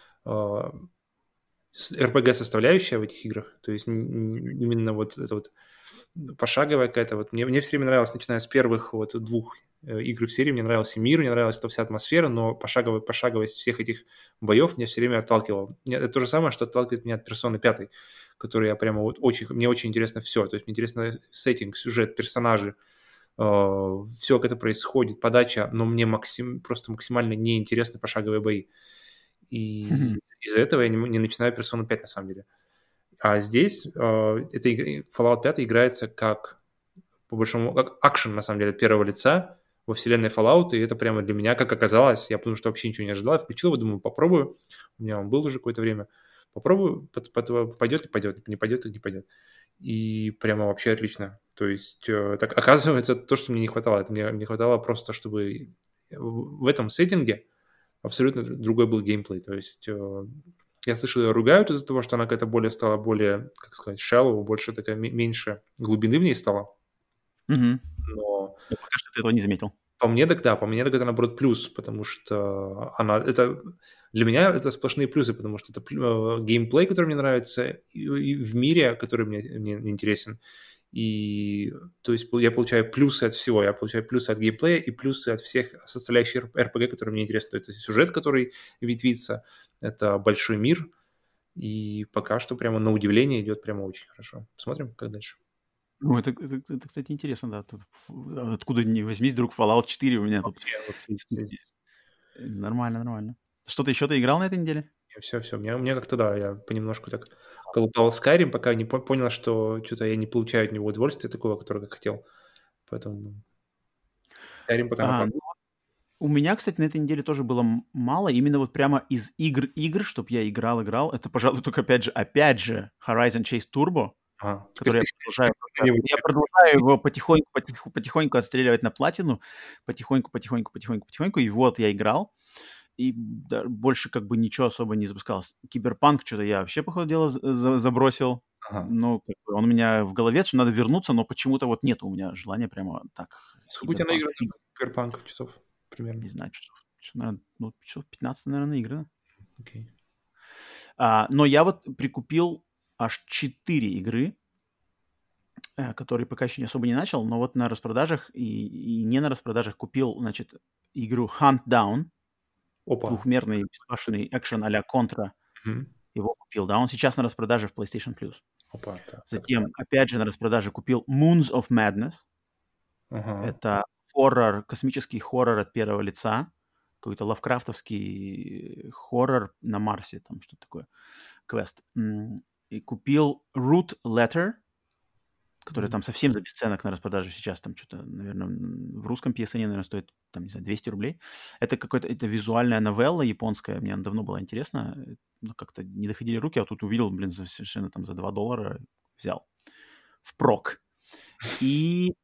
RPG-составляющая в этих играх, то есть именно вот это вот пошаговая какая-то. Вот мне все время нравилось, начиная с первых вот двух игр в серии, мне нравился мир, мне нравилась эта вся атмосфера, но пошаговость всех этих боев меня все время отталкивала. Это то же самое, что отталкивает меня от Persona 5, который я прямо вот мне очень интересно все, то есть мне интересно сеттинг, сюжет, персонажи, все, как это происходит, подача, но мне просто максимально неинтересны пошаговые бои. И из-за этого я не начинаю Persona 5 на самом деле. А здесь Fallout 5 играется как, по большому, как акшен, на самом деле, от первого лица во вселенной Fallout, и это прямо для меня, как оказалось, я потому что вообще ничего не ожидал, я включил его, думаю, попробую, у меня он был уже какое-то время, попробую, пойдет ли пойдет, не пойдет ли не пойдет. И прямо вообще отлично. То есть, так оказывается, то, что мне не хватало, это мне не хватало просто, чтобы в этом сеттинге абсолютно другой был геймплей. То есть я слышал, ее ругают из-за того, что она какая-то стала более, как сказать, shallow, больше такая, меньше глубины в ней стало. Мгм. Но Но пока что ты этого не заметил. по мне так да, по мне так это наоборот плюс, потому что для меня это сплошные плюсы, потому что это геймплей, который мне нравится, и в мире, который мне интересен. И то есть я получаю плюсы от всего. Я получаю плюсы от геймплея и плюсы от всех составляющих RPG, которые мне интересны. Это сюжет, который ветвится, это большой мир. И пока что прямо на удивление идет прямо очень хорошо. Посмотрим, как дальше. Ну, это, кстати, интересно, да. Тут, откуда ни возьмись, вдруг Fallout 4 у меня тут. Вообще здесь. Нормально, нормально. Что-то еще ты играл на этой неделе? Все. Мне как-то, да, я понемножку так колупал Skyrim, пока не понял, что что-то я не получаю от него удовольствия такого, которого я хотел. Поэтому Skyrim пока на Ну, у меня, кстати, на этой неделе тоже было мало. Именно вот прямо из игр, чтобы я играл. Это, пожалуй, только опять же, Horizon Chase Turbo, Ага. Теперь который ты я продолжаю его потихоньку отстреливать на платину, потихоньку, и вот я играл, и больше как бы ничего особо не запускалось. Киберпанк что-то я вообще, по ходу дела, забросил. Ага. Ну, как бы он у меня в голове, что надо вернуться, но почему-то вот нет у меня желания прямо так Сколько у тебя Киберпанк. наиграно в Киберпанк часов примерно? Не знаю, наверное, ну, часов 15, наверное, наиграно. Окей. Но я вот прикупил аж 4 игры, которые пока еще не особо не начал, но вот на распродажах и не на распродажах купил, значит, игру Hunt Down, Опа. двухмерный беспашенный экшен а-ля Contra. Мгм. Его купил, да, он сейчас на распродаже в PlayStation Plus. Опа, так. Затем, опять же, на распродаже купил Moons of Madness. Ага. Это хоррор, космический хоррор от первого лица, какой-то лавкрафтовский хоррор на Марсе, там что-то такое, квест. И купил Root Letter, который там совсем за бесценок на распродаже сейчас, там что-то, наверное, в русском PSN, наверное, стоит, там, не знаю, 200 рублей. Это это визуальная новелла японская, мне она давно была интересна, но как-то не доходили руки, а тут увидел, блин, совершенно там за $2 взял впрок. И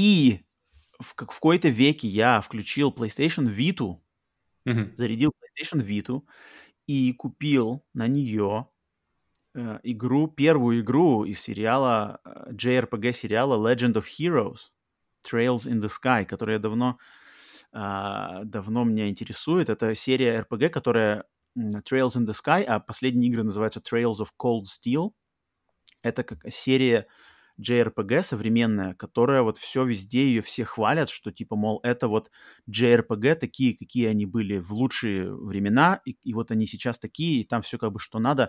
в какой-то веке я включил PlayStation Vita, зарядил PlayStation Vita и купил на нее первую игру из сериала, JRPG сериала Legend of Heroes, Trails in the Sky, которая давно меня интересует. Это серия RPG, которая Trails in the Sky, а последние игры называются Trails of Cold Steel. Это как серия JRPG современная, которая вот все везде, ее все хвалят, что типа, мол, это вот JRPG такие, какие они были в лучшие времена, и вот они сейчас такие, и там все как бы что надо.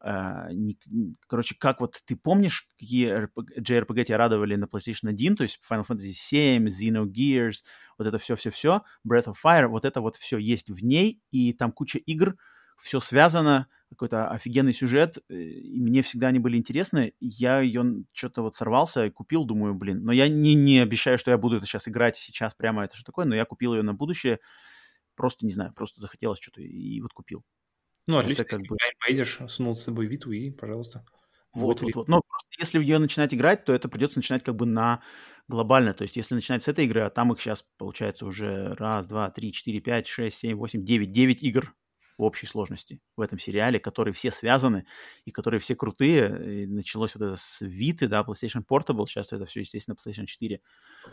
Короче, как вот ты помнишь, какие JRPG тебя радовали на PlayStation 1, то есть Final Fantasy 7, Xenogears, вот это все-все-все, Breath of Fire, вот это вот все есть в ней, и там куча игр, все связано, какой-то офигенный сюжет, и мне всегда они были интересны. Я ее что-то вот сорвался и купил, думаю, блин. Но я не обещаю, что я буду это сейчас играть сейчас прямо, это что такое, но я купил ее на будущее. Просто, не знаю, просто захотелось что-то и вот купил. Ну, отлично, Это как если бы... поедешь, сунул с собой Виту и, пожалуйста, будет Вот. Но просто если в нее начинать играть, то это придется начинать как бы на глобально. То есть если начинать с этой игры, а там их сейчас получается уже 1, 2, 3, 4, 5, 6, 7, 8, 9. 9 игр в общей сложности в этом сериале, которые все связаны и которые все крутые. И началось вот это с Vita, да, PlayStation Portable, сейчас это все, естественно, PlayStation 4.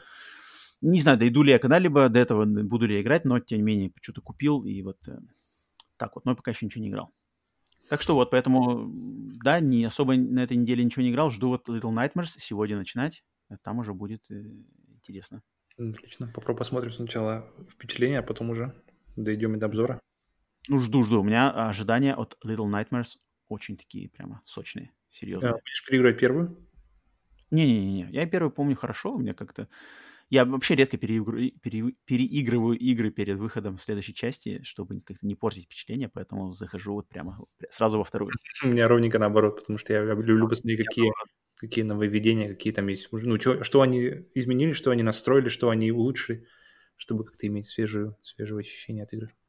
Не знаю, дойду ли я когда-либо до этого, буду ли я играть, но, тем не менее, что-то купил и вот так вот, но пока еще ничего не играл. Так что вот, поэтому, да, не особо на этой неделе ничего не играл, жду вот Little Nightmares сегодня начинать, там уже будет интересно. Отлично, посмотрим сначала впечатления, а потом уже дойдем и до обзора. Ну, жду. У меня ожидания от Little Nightmares очень такие прямо сочные, серьезные. Будешь переигрывать первую? Не. Я первый помню хорошо, у меня как-то... Я вообще редко переигрываю игры перед выходом следующей части, чтобы как-то не портить впечатление, поэтому захожу вот прямо сразу во вторую. У меня ровненько наоборот, потому что я люблю посмотреть, какие нововведения, какие там есть. Ну, что они изменили, что они настроили, что они улучшили, чтобы как-то иметь свежее ощущение от игры.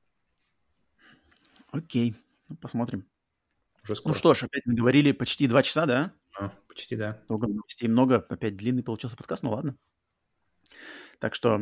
Окей, посмотрим. Уже скоро. Ну что ж, опять мы говорили почти 2 часа, да? Почти, да. Много новостей, много. Опять длинный получился подкаст, ну ладно. Так что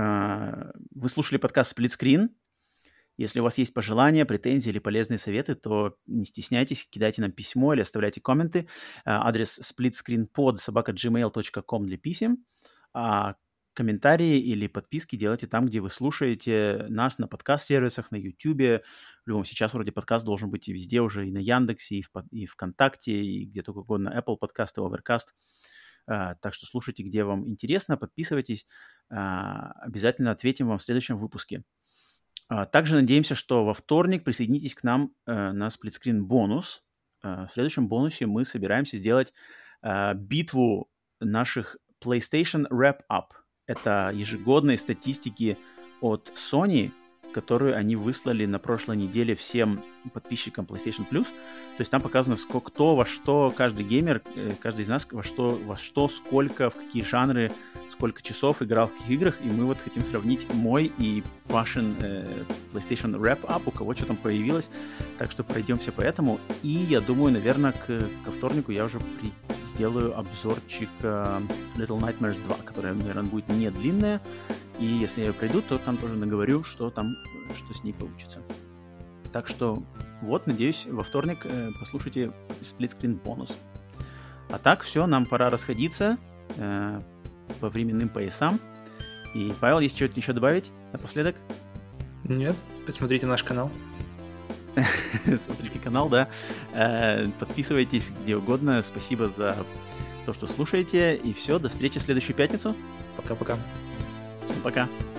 вы слушали подкаст Split Screen. Если у вас есть пожелания, претензии или полезные советы, то не стесняйтесь, кидайте нам письмо или оставляйте комменты. Адрес splitscreenpod@gmail.com для писем. Комментарии или подписки делайте там, где вы слушаете нас на подкаст-сервисах, на YouTube. Сейчас вроде подкаст должен быть и везде уже, и на Яндексе, и ВКонтакте, и где только угодно, Apple подкасты, Overcast. Так что слушайте, где вам интересно, подписывайтесь. Обязательно ответим вам в следующем выпуске. Также надеемся, что во вторник присоединитесь к нам на сплитскрин бонус. В следующем бонусе мы собираемся сделать битву наших PlayStation Wrap-Up. Это ежегодные статистики от Sony, которую они выслали на прошлой неделе всем подписчикам PlayStation Plus. То есть там показано, кто во что, каждый геймер, каждый из нас во что, сколько, в какие жанры, сколько часов играл в каких играх. И мы вот хотим сравнить мой и Пашин PlayStation Wrap-Up, у кого что там появилось. Так что пройдемся по этому. И я думаю, наверное, ко вторнику я уже сделаю обзорчик Little Nightmares 2, которая, наверное, будет не длинная. И если я ее пройду, то там тоже наговорю, что с ней получится. Так что вот, надеюсь, во вторник послушайте сплитскрин бонус. А так, все, нам пора расходиться по временным поясам. И, Павел, есть что-то еще добавить напоследок? Нет, посмотрите наш канал. Смотрите канал, да. Подписывайтесь где угодно. Спасибо за то, что слушаете. И все, до встречи в следующую пятницу. Пока-пока. Всем пока.